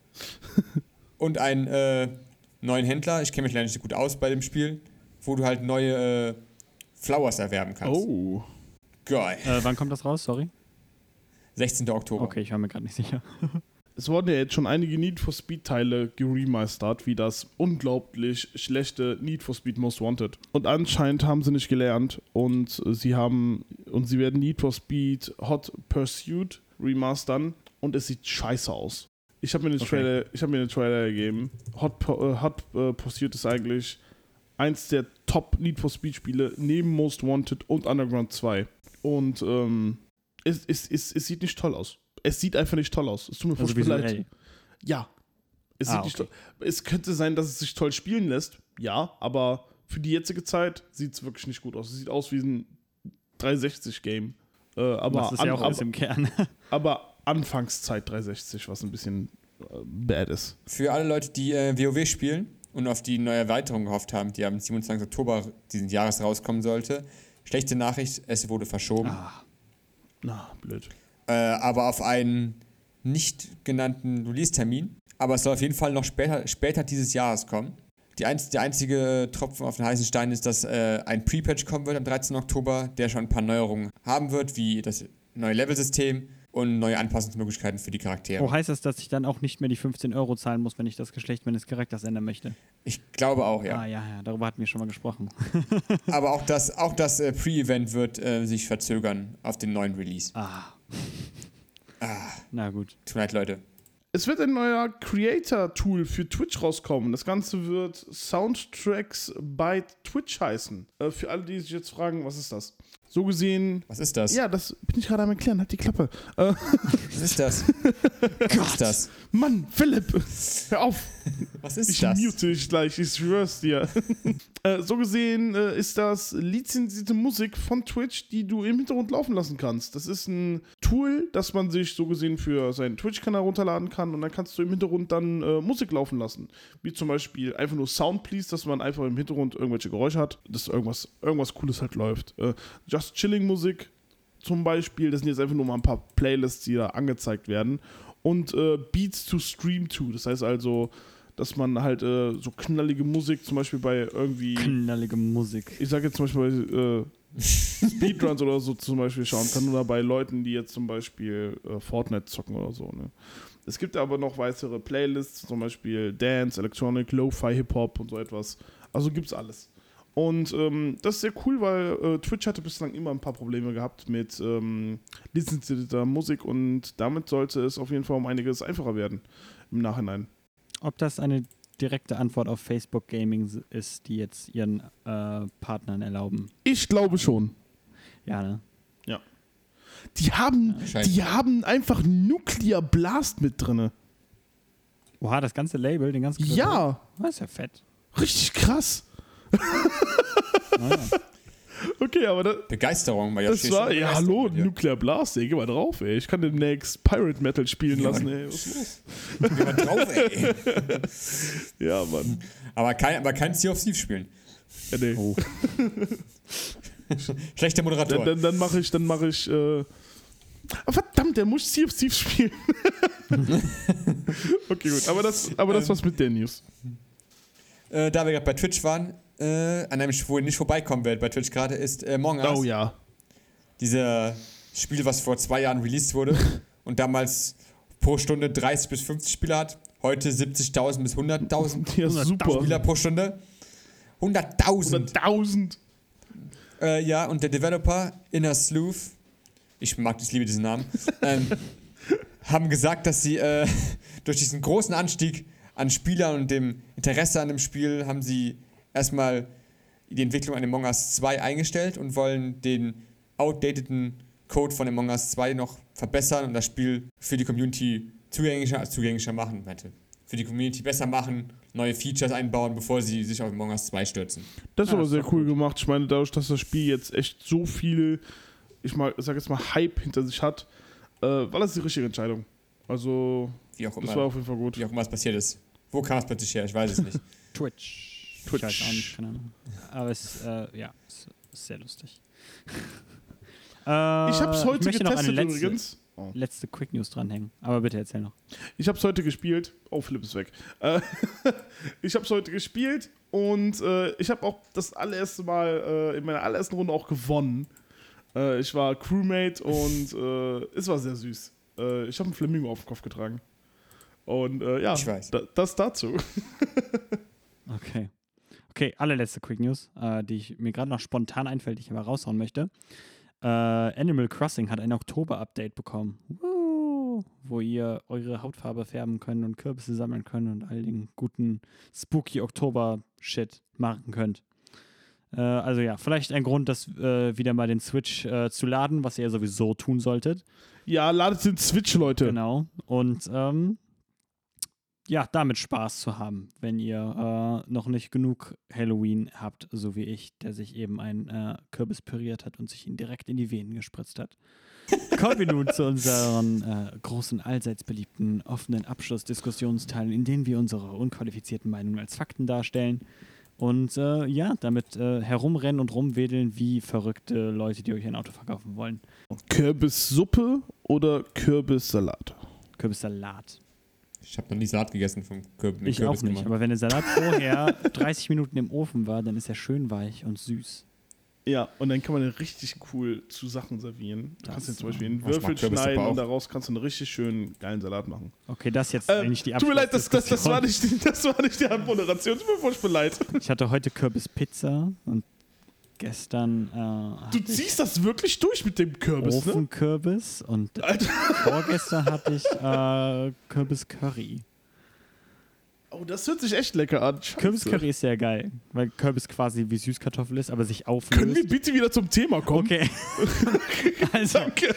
und einen neuen Händler. Ich kenne mich leider nicht so gut aus bei dem Spiel, wo du halt neue Flowers erwerben kannst. Oh. Geil. Wann kommt das raus? Sorry. 16. Oktober. Okay, ich war mir gerade nicht sicher. Es wurden ja jetzt schon einige Need for Speed-Teile geremastert, wie das unglaublich schlechte Need for Speed Most Wanted. Und anscheinend haben sie nicht gelernt und sie werden Need for Speed Hot Pursuit remastern und es sieht scheiße aus. Ich habe mir den Trailer gegeben. Hot Pursuit ist eigentlich eins der Top Need for Speed Spiele neben Most Wanted und Underground 2. Und es sieht nicht toll aus. Es sieht einfach nicht toll aus. Es tut mir furchtbar leid. Ja. Es sieht nicht toll. Es könnte sein, dass es sich toll spielen lässt. Ja, aber für die jetzige Zeit sieht es wirklich nicht gut aus. Es sieht aus wie ein 360-Game. Was es ja auch ist im Kern. Aber Anfangszeit 360, was ein bisschen bad ist. Für alle Leute, die WoW spielen und auf die neue Erweiterung gehofft haben, die am 27. Oktober diesen Jahres rauskommen sollte, schlechte Nachricht, es wurde verschoben. Na, blöd. Aber auf einen nicht genannten Release-Termin. Aber es soll auf jeden Fall noch später dieses Jahres kommen. Der einzige Tropfen auf den heißen Stein ist, dass ein Pre-Patch kommen wird am 13. Oktober, der schon ein paar Neuerungen haben wird, wie das neue Level-System und neue Anpassungsmöglichkeiten für die Charaktere. Heißt das, dass ich dann auch nicht mehr die 15 € zahlen muss, wenn ich das Geschlecht meines Charakters ändern möchte? Ich glaube auch, ja. Ja, darüber hatten wir schon mal gesprochen. Aber auch das Pre-Event wird sich verzögern auf den neuen Release. Na gut. Tut mir leid, Leute. Es wird ein neuer Creator-Tool für Twitch rauskommen. Das Ganze wird Soundtracks by Twitch heißen. Für alle, die sich jetzt fragen, was ist das? So gesehen... Was ist das? Ja, das bin ich gerade am Erklären. Halt die Klappe. Was ist das? Was ist das? Mann, Philipp, hör auf. Was ist Ich das? mute dich gleich, ich schwör's dir. So gesehen ist das lizenzierte Musik von Twitch, die du im Hintergrund laufen lassen kannst. Das ist ein Tool, das man sich so gesehen für seinen Twitch-Kanal runterladen kann und dann kannst du im Hintergrund dann Musik laufen lassen. Wie zum Beispiel einfach nur Sound Please, dass man einfach im Hintergrund irgendwelche Geräusche hat, dass irgendwas Cooles halt läuft. Just Chilling Musik zum Beispiel, das sind jetzt einfach nur mal ein paar Playlists, die da angezeigt werden. Und Beats to Stream to, das heißt also, dass man halt so knallige Musik zum Beispiel bei irgendwie... Knallige Musik. Ich sage jetzt zum Beispiel bei Speedruns oder so zum Beispiel schauen kann oder bei Leuten, die jetzt zum Beispiel Fortnite zocken oder so. Ne? Es gibt aber noch weitere Playlists, zum Beispiel Dance, Electronic, Lo-Fi, Hip-Hop und so etwas. Also gibt's alles. Und das ist sehr cool, weil Twitch hatte bislang immer ein paar Probleme gehabt mit lizenzierter Musik und damit sollte es auf jeden Fall um einiges einfacher werden im Nachhinein. Ob das eine direkte Antwort auf Facebook Gaming ist, die jetzt ihren Partnern erlauben? Ich glaube schon. Ja, ne? Ja. Die haben einfach Nuclear Blast mit drin. Oha, das ganze Label, den ganzen Club. Ja. Das ist ja fett. Richtig krass. Okay, aber Begeisterung bei das war, ja hallo, Nuclear Blast, ey, geh mal drauf, ey. Ich kann demnächst Pirate Metal spielen lassen, ey. Was ist los? Geh mal drauf, ey. Ja, Mann. Aber kein Sea of Thieves spielen. Ja, nee. Oh. Schlechter Moderator. Dann mach ich verdammt, der muss Sea of Thieves spielen. Okay, gut. Aber das war's mit der News. Da wir gerade bei Twitch waren, an einem Spiel, wo ihr nicht vorbeikommen werdet bei Twitch gerade, ist Among Us. Oh ja. Dieser Spiel, was vor 2 Jahren released wurde und damals pro Stunde 30 bis 50 Spieler hat. Heute 70.000 bis 100.000 Ja, super. Spieler pro Stunde. 100.000. 100.000. Ja, und der Developer, Inner Sleuth, ich liebe diesen Namen, haben gesagt, dass sie durch diesen großen Anstieg an Spielern und dem Interesse an dem Spiel haben sie erstmal die Entwicklung an Among Us 2 eingestellt und wollen den outdateden Code von Among Us 2 noch verbessern und das Spiel für die Community zugänglicher machen, für die Community besser machen, neue Features einbauen, bevor sie sich auf Among Us 2 stürzen. Das ist aber sehr doch cool gut. gemacht. Ich meine, dadurch, dass das Spiel jetzt echt so viel, sag jetzt mal, Hype hinter sich hat, war das die richtige Entscheidung. Also, Wie auch das war immer, auf jeden Fall gut. es passiert ist. Wo kam es plötzlich her? Ich weiß es nicht. Twitch. Twitch. Ich weiß auch nicht, keine Ahnung. Aber es ist sehr lustig. Ich hab's heute möchte noch getestet eine übrigens. letzte Quick News dranhängen. Aber bitte erzähl noch. Ich hab's heute gespielt. Oh, Philipp ist weg. Ich hab's heute gespielt und ich habe auch das allererste Mal in meiner allerersten Runde auch gewonnen. Ich war Crewmate und es war sehr süß. Ich habe einen Flamingo auf den Kopf getragen. Und ja, Ich weiß. Das dazu. Okay, allerletzte Quick News, die mir gerade noch spontan einfällt, die ich aber raushauen möchte. Animal Crossing hat ein Oktober-Update bekommen, wo ihr eure Hautfarbe färben könnt und Kürbisse sammeln könnt und all den guten spooky Oktober-Shit machen könnt. Also ja, vielleicht ein Grund, das wieder mal den Switch zu laden, was ihr sowieso tun solltet. Ja, ladet den Switch, Leute. Genau. Und ja, damit Spaß zu haben, wenn ihr noch nicht genug Halloween habt, so wie ich, der sich eben einen Kürbis püriert hat und sich ihn direkt in die Venen gespritzt hat. Kommen wir nun zu unseren großen, allseits beliebten, offenen Abschlussdiskussionsteilen, in denen wir unsere unqualifizierten Meinungen als Fakten darstellen und ja, damit herumrennen und rumwedeln wie verrückte Leute, die euch ein Auto verkaufen wollen. Kürbissuppe oder Kürbissalat? Kürbissalat. Ich habe noch nie Salat gegessen vom Kürbis. Ich auch nicht, aber wenn der Salat vorher 30 Minuten im Ofen war, dann ist er schön weich und süß. Ja, und dann kann man den richtig cool zu Sachen servieren. Du kannst den zum Beispiel in ich mag Würfel Kürbissuppe schneiden auch. und daraus kannst du einen richtig schönen, geilen Salat machen. Okay, das ist jetzt eigentlich die Tut mir leid, das Abschlussdiskussion. war nicht die Anmoderation. Tut mir furchtbar leid. Ich hatte heute Kürbispizza und gestern Du ziehst das wirklich durch mit dem Kürbis, ne? Ofenkürbis und Alter. vorgestern hatte ich Kürbiscurry. Oh, das hört sich echt lecker an. Scheiße. Kürbiscurry ist sehr geil, weil Kürbis quasi wie Süßkartoffel ist, aber sich auflöst. Können wir bitte wieder zum Thema kommen? Okay. Also, Danke.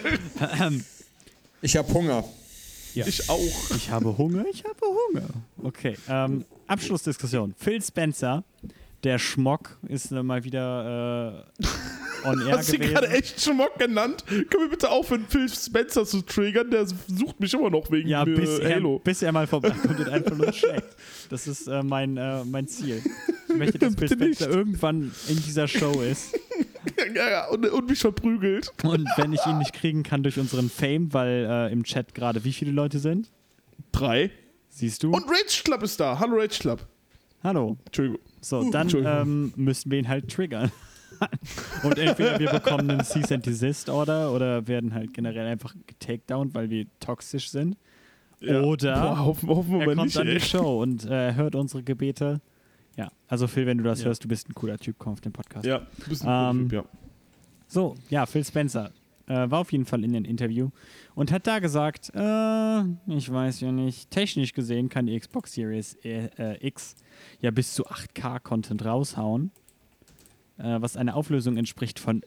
Ich habe Hunger. Ja. Ich auch. Ich habe Hunger. Okay, Abschlussdiskussion. Phil Spencer, der Schmock, ist mal wieder on air Hast du ihn gewesen. gerade echt Schmock genannt? Können wir bitte aufhören, Phil Spencer zu triggern? Der sucht mich immer noch wegen Ja, Halo. bis er mal vorbeikommt und einfach nur schlägt. Das ist mein Ziel. Ich möchte, dass Phil Bitte nicht. Spencer irgendwann in dieser Show ist. Ja, und mich verprügelt. Und wenn ich ihn nicht kriegen kann durch unseren Fame, weil im Chat gerade wie viele Leute sind? 3. Siehst du? Und Rage Club ist da. Hallo Rage Club. Hallo. Entschuldigung. So, dann Entschuldigung. müssten wir ihn halt triggern. Und entweder wir bekommen einen Cease and Desist Order oder werden halt generell einfach getakedownt, weil wir toxisch sind. Ja. Oder Boah, hoffen wir er mal kommt nicht, an die ey. Show und hört unsere Gebete. Ja, also Phil, wenn du das Ja. hörst, du bist ein cooler Typ, komm auf den Podcast. Ja, du bist ein cooler Typ, ja. So, ja, Phil Spencer war auf jeden Fall in einem Interview und hat da gesagt, ich weiß ja nicht, technisch gesehen kann die Xbox Series X ja bis zu 8K-Content raushauen, was eine Auflösung entspricht von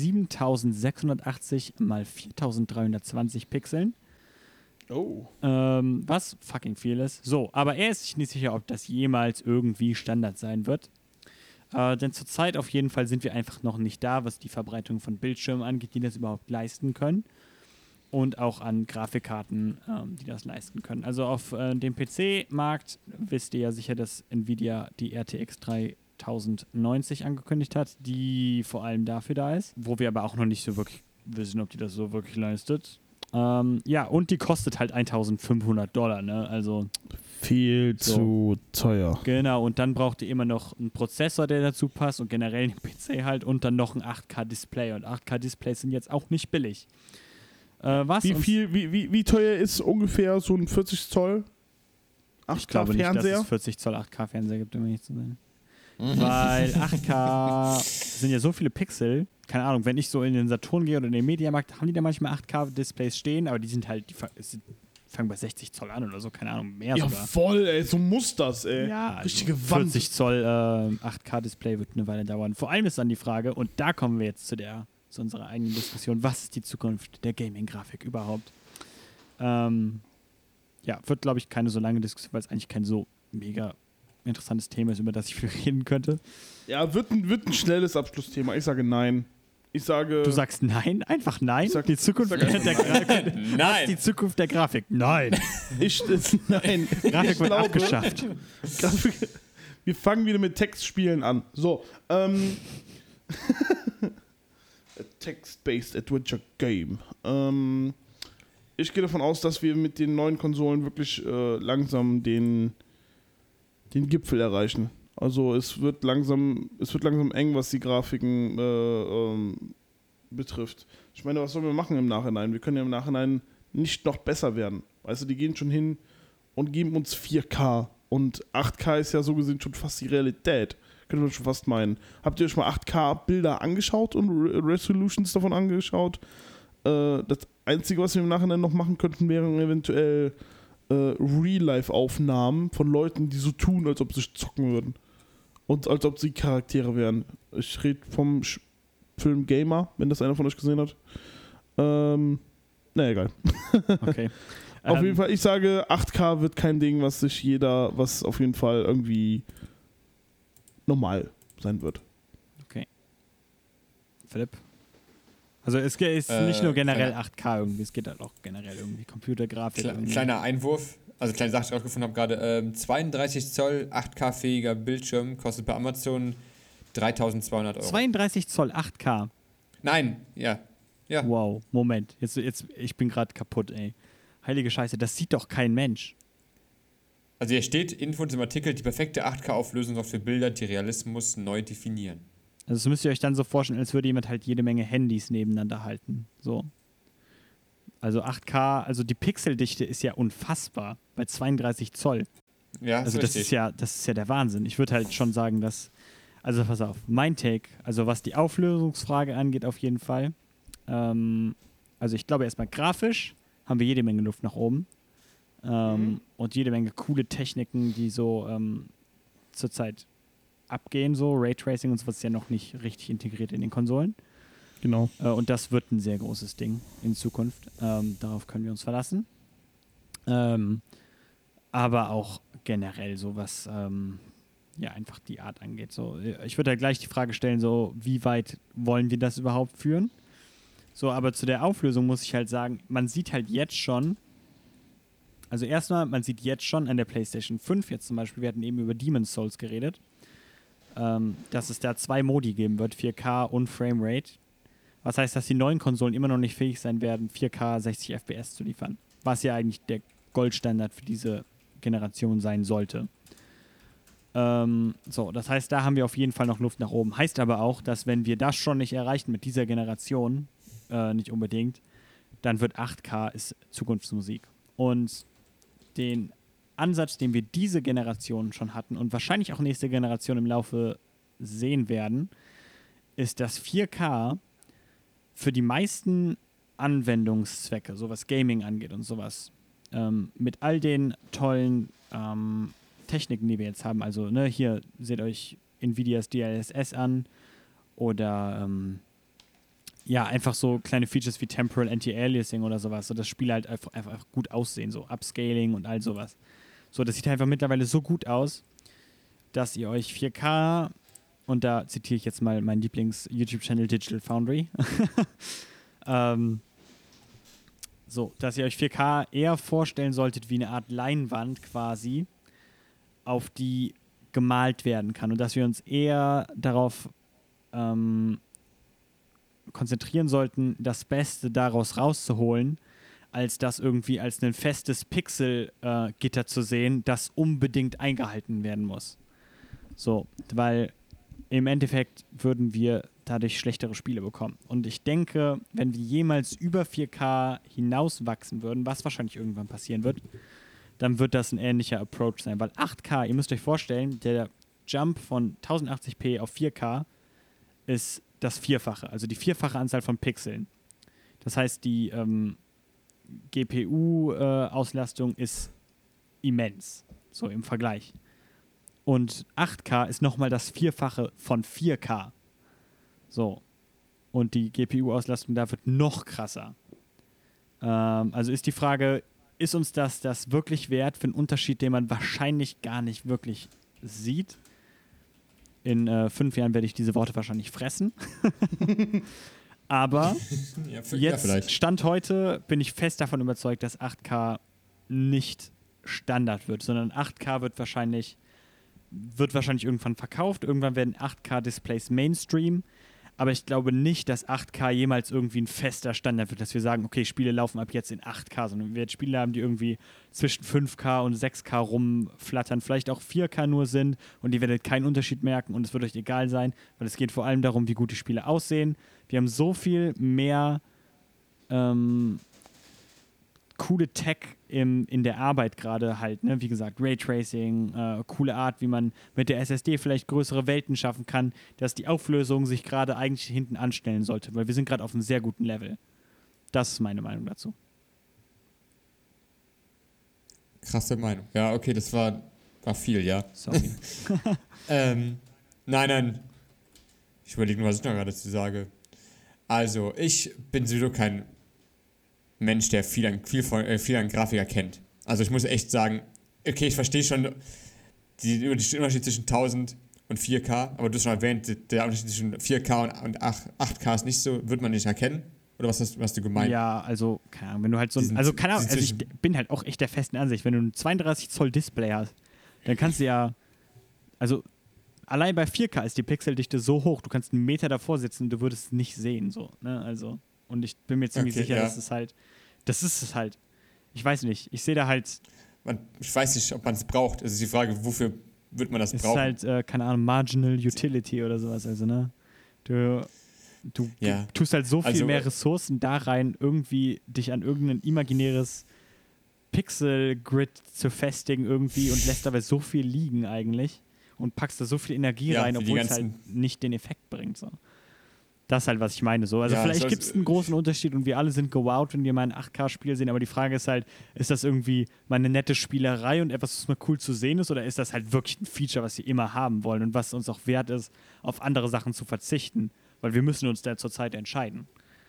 7680 mal 4320 Pixeln. Oh. Was fucking viel ist. So, aber er ist sich nicht sicher, ob das jemals irgendwie Standard sein wird. Denn zurzeit auf jeden Fall sind wir einfach noch nicht da, was die Verbreitung von Bildschirmen angeht, die das überhaupt leisten können. Und auch an Grafikkarten, die das leisten können. Also auf dem PC-Markt wisst ihr ja sicher, dass Nvidia die RTX 3090 angekündigt hat, die vor allem dafür da ist, wo wir aber auch noch nicht so wirklich wissen, ob die das so wirklich leistet. Ja, und die kostet halt $1.500, ne? Also Viel zu teuer. Genau, und dann braucht ihr immer noch einen Prozessor, der dazu passt und generell einen PC halt und dann noch ein 8K-Display. Und 8K-Displays sind jetzt auch nicht billig. Wie teuer ist ungefähr so ein 40 Zoll 8K-Fernseher? Ich glaube nicht, dass es 40 Zoll 8K-Fernseher gibt, um ehrlich zu sein. Weil 8K sind ja so viele Pixel. Keine Ahnung, wenn ich so in den Saturn gehe oder in den Mediamarkt, haben die da manchmal 8K-Displays stehen, aber die sind halt, fangen bei 60 Zoll an oder so, keine Ahnung, mehr ja, sogar. Voll, ey, so muss das, ey. Ja, richtige also Wand. 40 Zoll 8K-Display wird eine Weile dauern. Vor allem ist dann die Frage, und da kommen wir jetzt zu unserer eigenen Diskussion, was ist die Zukunft der Gaming-Grafik überhaupt? Wird, glaube ich, keine so lange Diskussion, weil es eigentlich kein so mega interessantes Thema ist, über das ich viel reden könnte. Ja, wird ein schnelles Abschlussthema. Ich sage nein. Du sagst nein? Einfach nein? Die Zukunft der Grafik. Nein. Die Zukunft der Grafik. Nein. Nein. Grafik wird abgeschafft. Wir fangen wieder mit Textspielen an. So, a text-based adventure game. Ich gehe davon aus, dass wir mit den neuen Konsolen wirklich langsam den Gipfel erreichen. Also es wird langsam eng, was die Grafiken betrifft. Ich meine, was sollen wir machen im Nachhinein? Wir können ja im Nachhinein nicht noch besser werden. Weißt du, die gehen schon hin und geben uns 4K. Und 8K ist ja so gesehen schon fast die Realität. Könnte man schon fast meinen. Habt ihr euch mal 8K-Bilder angeschaut und Resolutions davon angeschaut? Das Einzige, was wir im Nachhinein noch machen könnten, wären eventuell Real-Life-Aufnahmen von Leuten, die so tun, als ob sie zocken würden. Und als ob sie Charaktere wären. Ich rede vom Film Gamer, wenn das einer von euch gesehen hat. Egal. Okay. Auf jeden Fall, ich sage, 8K wird kein Ding, was auf jeden Fall irgendwie normal sein wird. Okay. Philipp? Also es ist nicht nur generell 8K irgendwie, es geht halt auch generell irgendwie Computergrafik. Kleiner Einwurf, also kleine Sache, die ich rausgefunden habe gerade, 32 Zoll 8K-fähiger Bildschirm kostet bei Amazon 3.200 Euro. 32 Zoll 8K? Nein, ja. Wow, Moment, jetzt ich bin gerade kaputt, ey. Heilige Scheiße, das sieht doch kein Mensch. Also hier steht, Info im Artikel, die perfekte 8K-Auflösung soll für Bilder, die Realismus neu definieren. Also das müsst ihr euch dann so vorstellen, als würde jemand halt jede Menge Handys nebeneinander halten. So. Also 8K, also die Pixeldichte ist ja unfassbar bei 32 Zoll. Ja, also das ist ja der Wahnsinn. Ich würde halt schon sagen, also pass auf, mein Take, also was die Auflösungsfrage angeht auf jeden Fall. Also ich glaube erstmal grafisch haben wir jede Menge Luft nach oben. Und jede Menge coole Techniken, die so zurzeit abgehen, so Raytracing und sowas ist ja noch nicht richtig integriert in den Konsolen. Genau. Und das wird ein sehr großes Ding in Zukunft. Darauf können wir uns verlassen. Aber auch generell so was einfach die Art angeht. So, ich würde da gleich die Frage stellen, so wie weit wollen wir das überhaupt führen? So, aber zu der Auflösung muss ich halt sagen, man sieht halt jetzt schon, also erstmal, man sieht jetzt schon an der PlayStation 5 jetzt zum Beispiel, wir hatten eben über Demon's Souls geredet, dass es da 2 Modi geben wird, 4K und Framerate. Was heißt, dass die neuen Konsolen immer noch nicht fähig sein werden, 4K 60 FPS zu liefern. Was ja eigentlich der Goldstandard für diese Generation sein sollte. Das heißt, da haben wir auf jeden Fall noch Luft nach oben. Heißt aber auch, dass wenn wir das schon nicht erreichen mit dieser Generation, nicht unbedingt, dann wird 8K ist Zukunftsmusik. Und den Ansatz, den wir diese Generation schon hatten und wahrscheinlich auch nächste Generation im Laufe sehen werden, ist, dass 4K für die meisten Anwendungszwecke, so was Gaming angeht und sowas, mit all den tollen Techniken, die wir jetzt haben, also hier seht euch Nvidias DLSS an oder einfach so kleine Features wie Temporal Anti-Aliasing oder sowas, so das Spiel halt einfach gut aussehen, so Upscaling und all sowas. So, das sieht einfach mittlerweile so gut aus, dass ihr euch 4K, und da zitiere ich jetzt mal meinen Lieblings-YouTube-Channel Digital Foundry, dass ihr euch 4K eher vorstellen solltet wie eine Art Leinwand quasi, auf die gemalt werden kann, und dass wir uns eher darauf konzentrieren sollten, das Beste daraus rauszuholen, als das irgendwie als ein festes Pixel-Gitter zu sehen, das unbedingt eingehalten werden muss. So, weil im Endeffekt würden wir dadurch schlechtere Spiele bekommen. Und ich denke, wenn wir jemals über 4K hinauswachsen würden, was wahrscheinlich irgendwann passieren wird, dann wird das ein ähnlicher Approach sein. Weil 8K, ihr müsst euch vorstellen, der Jump von 1080p auf 4K ist das Vierfache, also die vierfache Anzahl von Pixeln. Das heißt, die GPU-Auslastung ist immens, so im Vergleich. Und 8K ist nochmal das Vierfache von 4K. So. Und die GPU-Auslastung da wird noch krasser. Also ist die Frage, ist uns das wirklich wert für einen Unterschied, den man wahrscheinlich gar nicht wirklich sieht? In 5 Jahren werde ich diese Worte wahrscheinlich fressen. Aber jetzt, Stand heute, bin ich fest davon überzeugt, dass 8K nicht Standard wird, sondern 8K wird wahrscheinlich irgendwann verkauft. Irgendwann werden 8K-Displays Mainstream. Aber ich glaube nicht, dass 8K jemals irgendwie ein fester Standard wird, dass wir sagen, okay, Spiele laufen ab jetzt in 8K, sondern wir werden Spiele haben, die irgendwie zwischen 5K und 6K rumflattern, vielleicht auch 4K nur sind und die werdet keinen Unterschied merken und es wird euch egal sein, weil es geht vor allem darum, wie gut die Spiele aussehen. Wir haben so viel mehr coole Tech in der Arbeit gerade halt, ne? Wie gesagt, Raytracing, coole Art, wie man mit der SSD vielleicht größere Welten schaffen kann, dass die Auflösung sich gerade eigentlich hinten anstellen sollte, weil wir sind gerade auf einem sehr guten Level. Das ist meine Meinung dazu. Krasse Meinung. Ja, okay, das war viel, ja. Sorry. Nein. Ich überlege nur, was ich noch gerade dazu sage. Also, ich bin sowieso kein Mensch, der viel an Grafiker kennt. Also ich muss echt sagen, okay, ich verstehe schon den Unterschied zwischen 1000 und 4K, aber du hast schon erwähnt, der Unterschied zwischen 4K und 8K ist nicht so, wird man nicht erkennen? Oder was hast du gemeint? Ja, also, keine Ahnung, wenn du halt so ich bin halt auch echt der festen Ansicht, wenn du ein 32 Zoll Display hast, dann kannst du ja, also allein bei 4K ist die Pixeldichte so hoch, du kannst einen Meter davor sitzen und du würdest es nicht sehen, so, ne, also. Und ich bin mir ziemlich sicher, das ist es halt. Ich weiß nicht. Ich sehe da halt. Ich weiß nicht, ob man es braucht. Also die Frage, wofür wird man das brauchen? Ist halt, keine Ahnung, Marginal Utility oder sowas. Also, ne? Du tust halt so viel mehr Ressourcen da rein, irgendwie dich an irgendein imaginäres Pixel-Grid zu festigen irgendwie und lässt dabei so viel liegen eigentlich und packst da so viel Energie rein, obwohl es halt nicht den Effekt bringt. So. Das ist halt, was ich meine. So. Also vielleicht gibt es einen großen Unterschied und wir alle sind gewowt, wenn wir mal ein 8K-Spiel sehen, aber die Frage ist halt, ist das irgendwie mal eine nette Spielerei und etwas, was mal cool zu sehen ist, oder ist das halt wirklich ein Feature, was wir immer haben wollen und was uns auch wert ist, auf andere Sachen zu verzichten? Weil wir müssen uns da zurzeit entscheiden.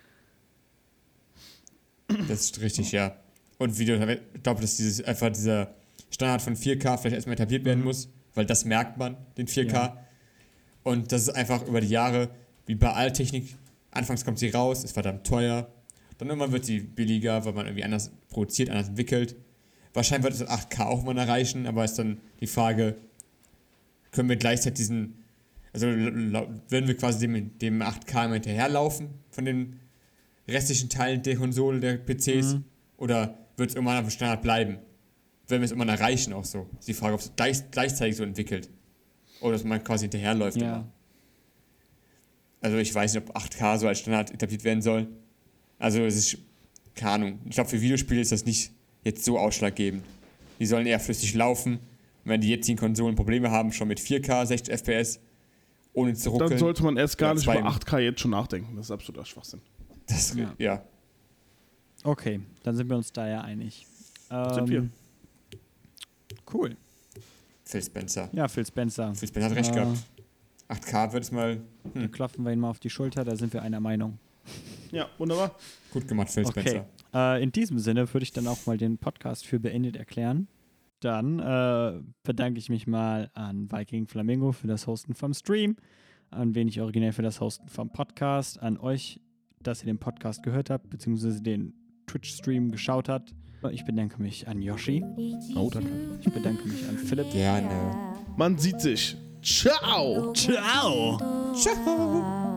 Das ist richtig, ja. Und ich glaube, dass dieser Standard von 4K vielleicht erstmal etabliert werden muss, weil das merkt man, den 4K. Ja. Und das ist einfach über die Jahre, wie bei aller Technik, anfangs kommt sie raus, ist verdammt teuer, dann irgendwann wird sie billiger, weil man irgendwie anders produziert, anders entwickelt. Wahrscheinlich wird es 8K auch mal erreichen, aber ist dann die Frage, können wir gleichzeitig werden wir quasi dem 8K immer hinterherlaufen von den restlichen Teilen der Konsole, der PCs, oder wird es irgendwann auf dem Standard bleiben? Wenn wir es irgendwann erreichen auch so. Ist die Frage, ob es gleichzeitig so entwickelt oder dass man quasi hinterherläuft immer. Also ich weiß nicht, ob 8K so als Standard etabliert werden soll. Also es ist, keine Ahnung, ich glaube für Videospiele ist das nicht jetzt so ausschlaggebend. Die sollen eher flüssig laufen. Und wenn die jetzigen Konsolen Probleme haben, schon mit 4K, 60 FPS, ohne zu ruckeln. Dann sollte man erst gar nicht über 8K jetzt schon nachdenken. Das ist absoluter Schwachsinn. Ja. Okay, dann sind wir uns da ja einig. Sind wir. Cool. Phil Spencer. Ja, Phil Spencer. Phil Spencer hat recht gehabt. 8K wird es mal... Da klopfen wir ihn mal auf die Schulter, da sind wir einer Meinung. Ja, wunderbar. Gut gemacht, Phil Spencer. In diesem Sinne würde ich dann auch mal den Podcast für beendet erklären. Dann bedanke ich mich mal an Viking Flamingo für das Hosten vom Stream, an Wenig Originell für das Hosten vom Podcast, an euch, dass ihr den Podcast gehört habt, beziehungsweise den Twitch-Stream geschaut habt. Ich bedanke mich an Yoshi. Oh, danke. Ich bedanke mich an Philipp. Gerne. Man sieht sich. Ciao. Ciao. Ciao.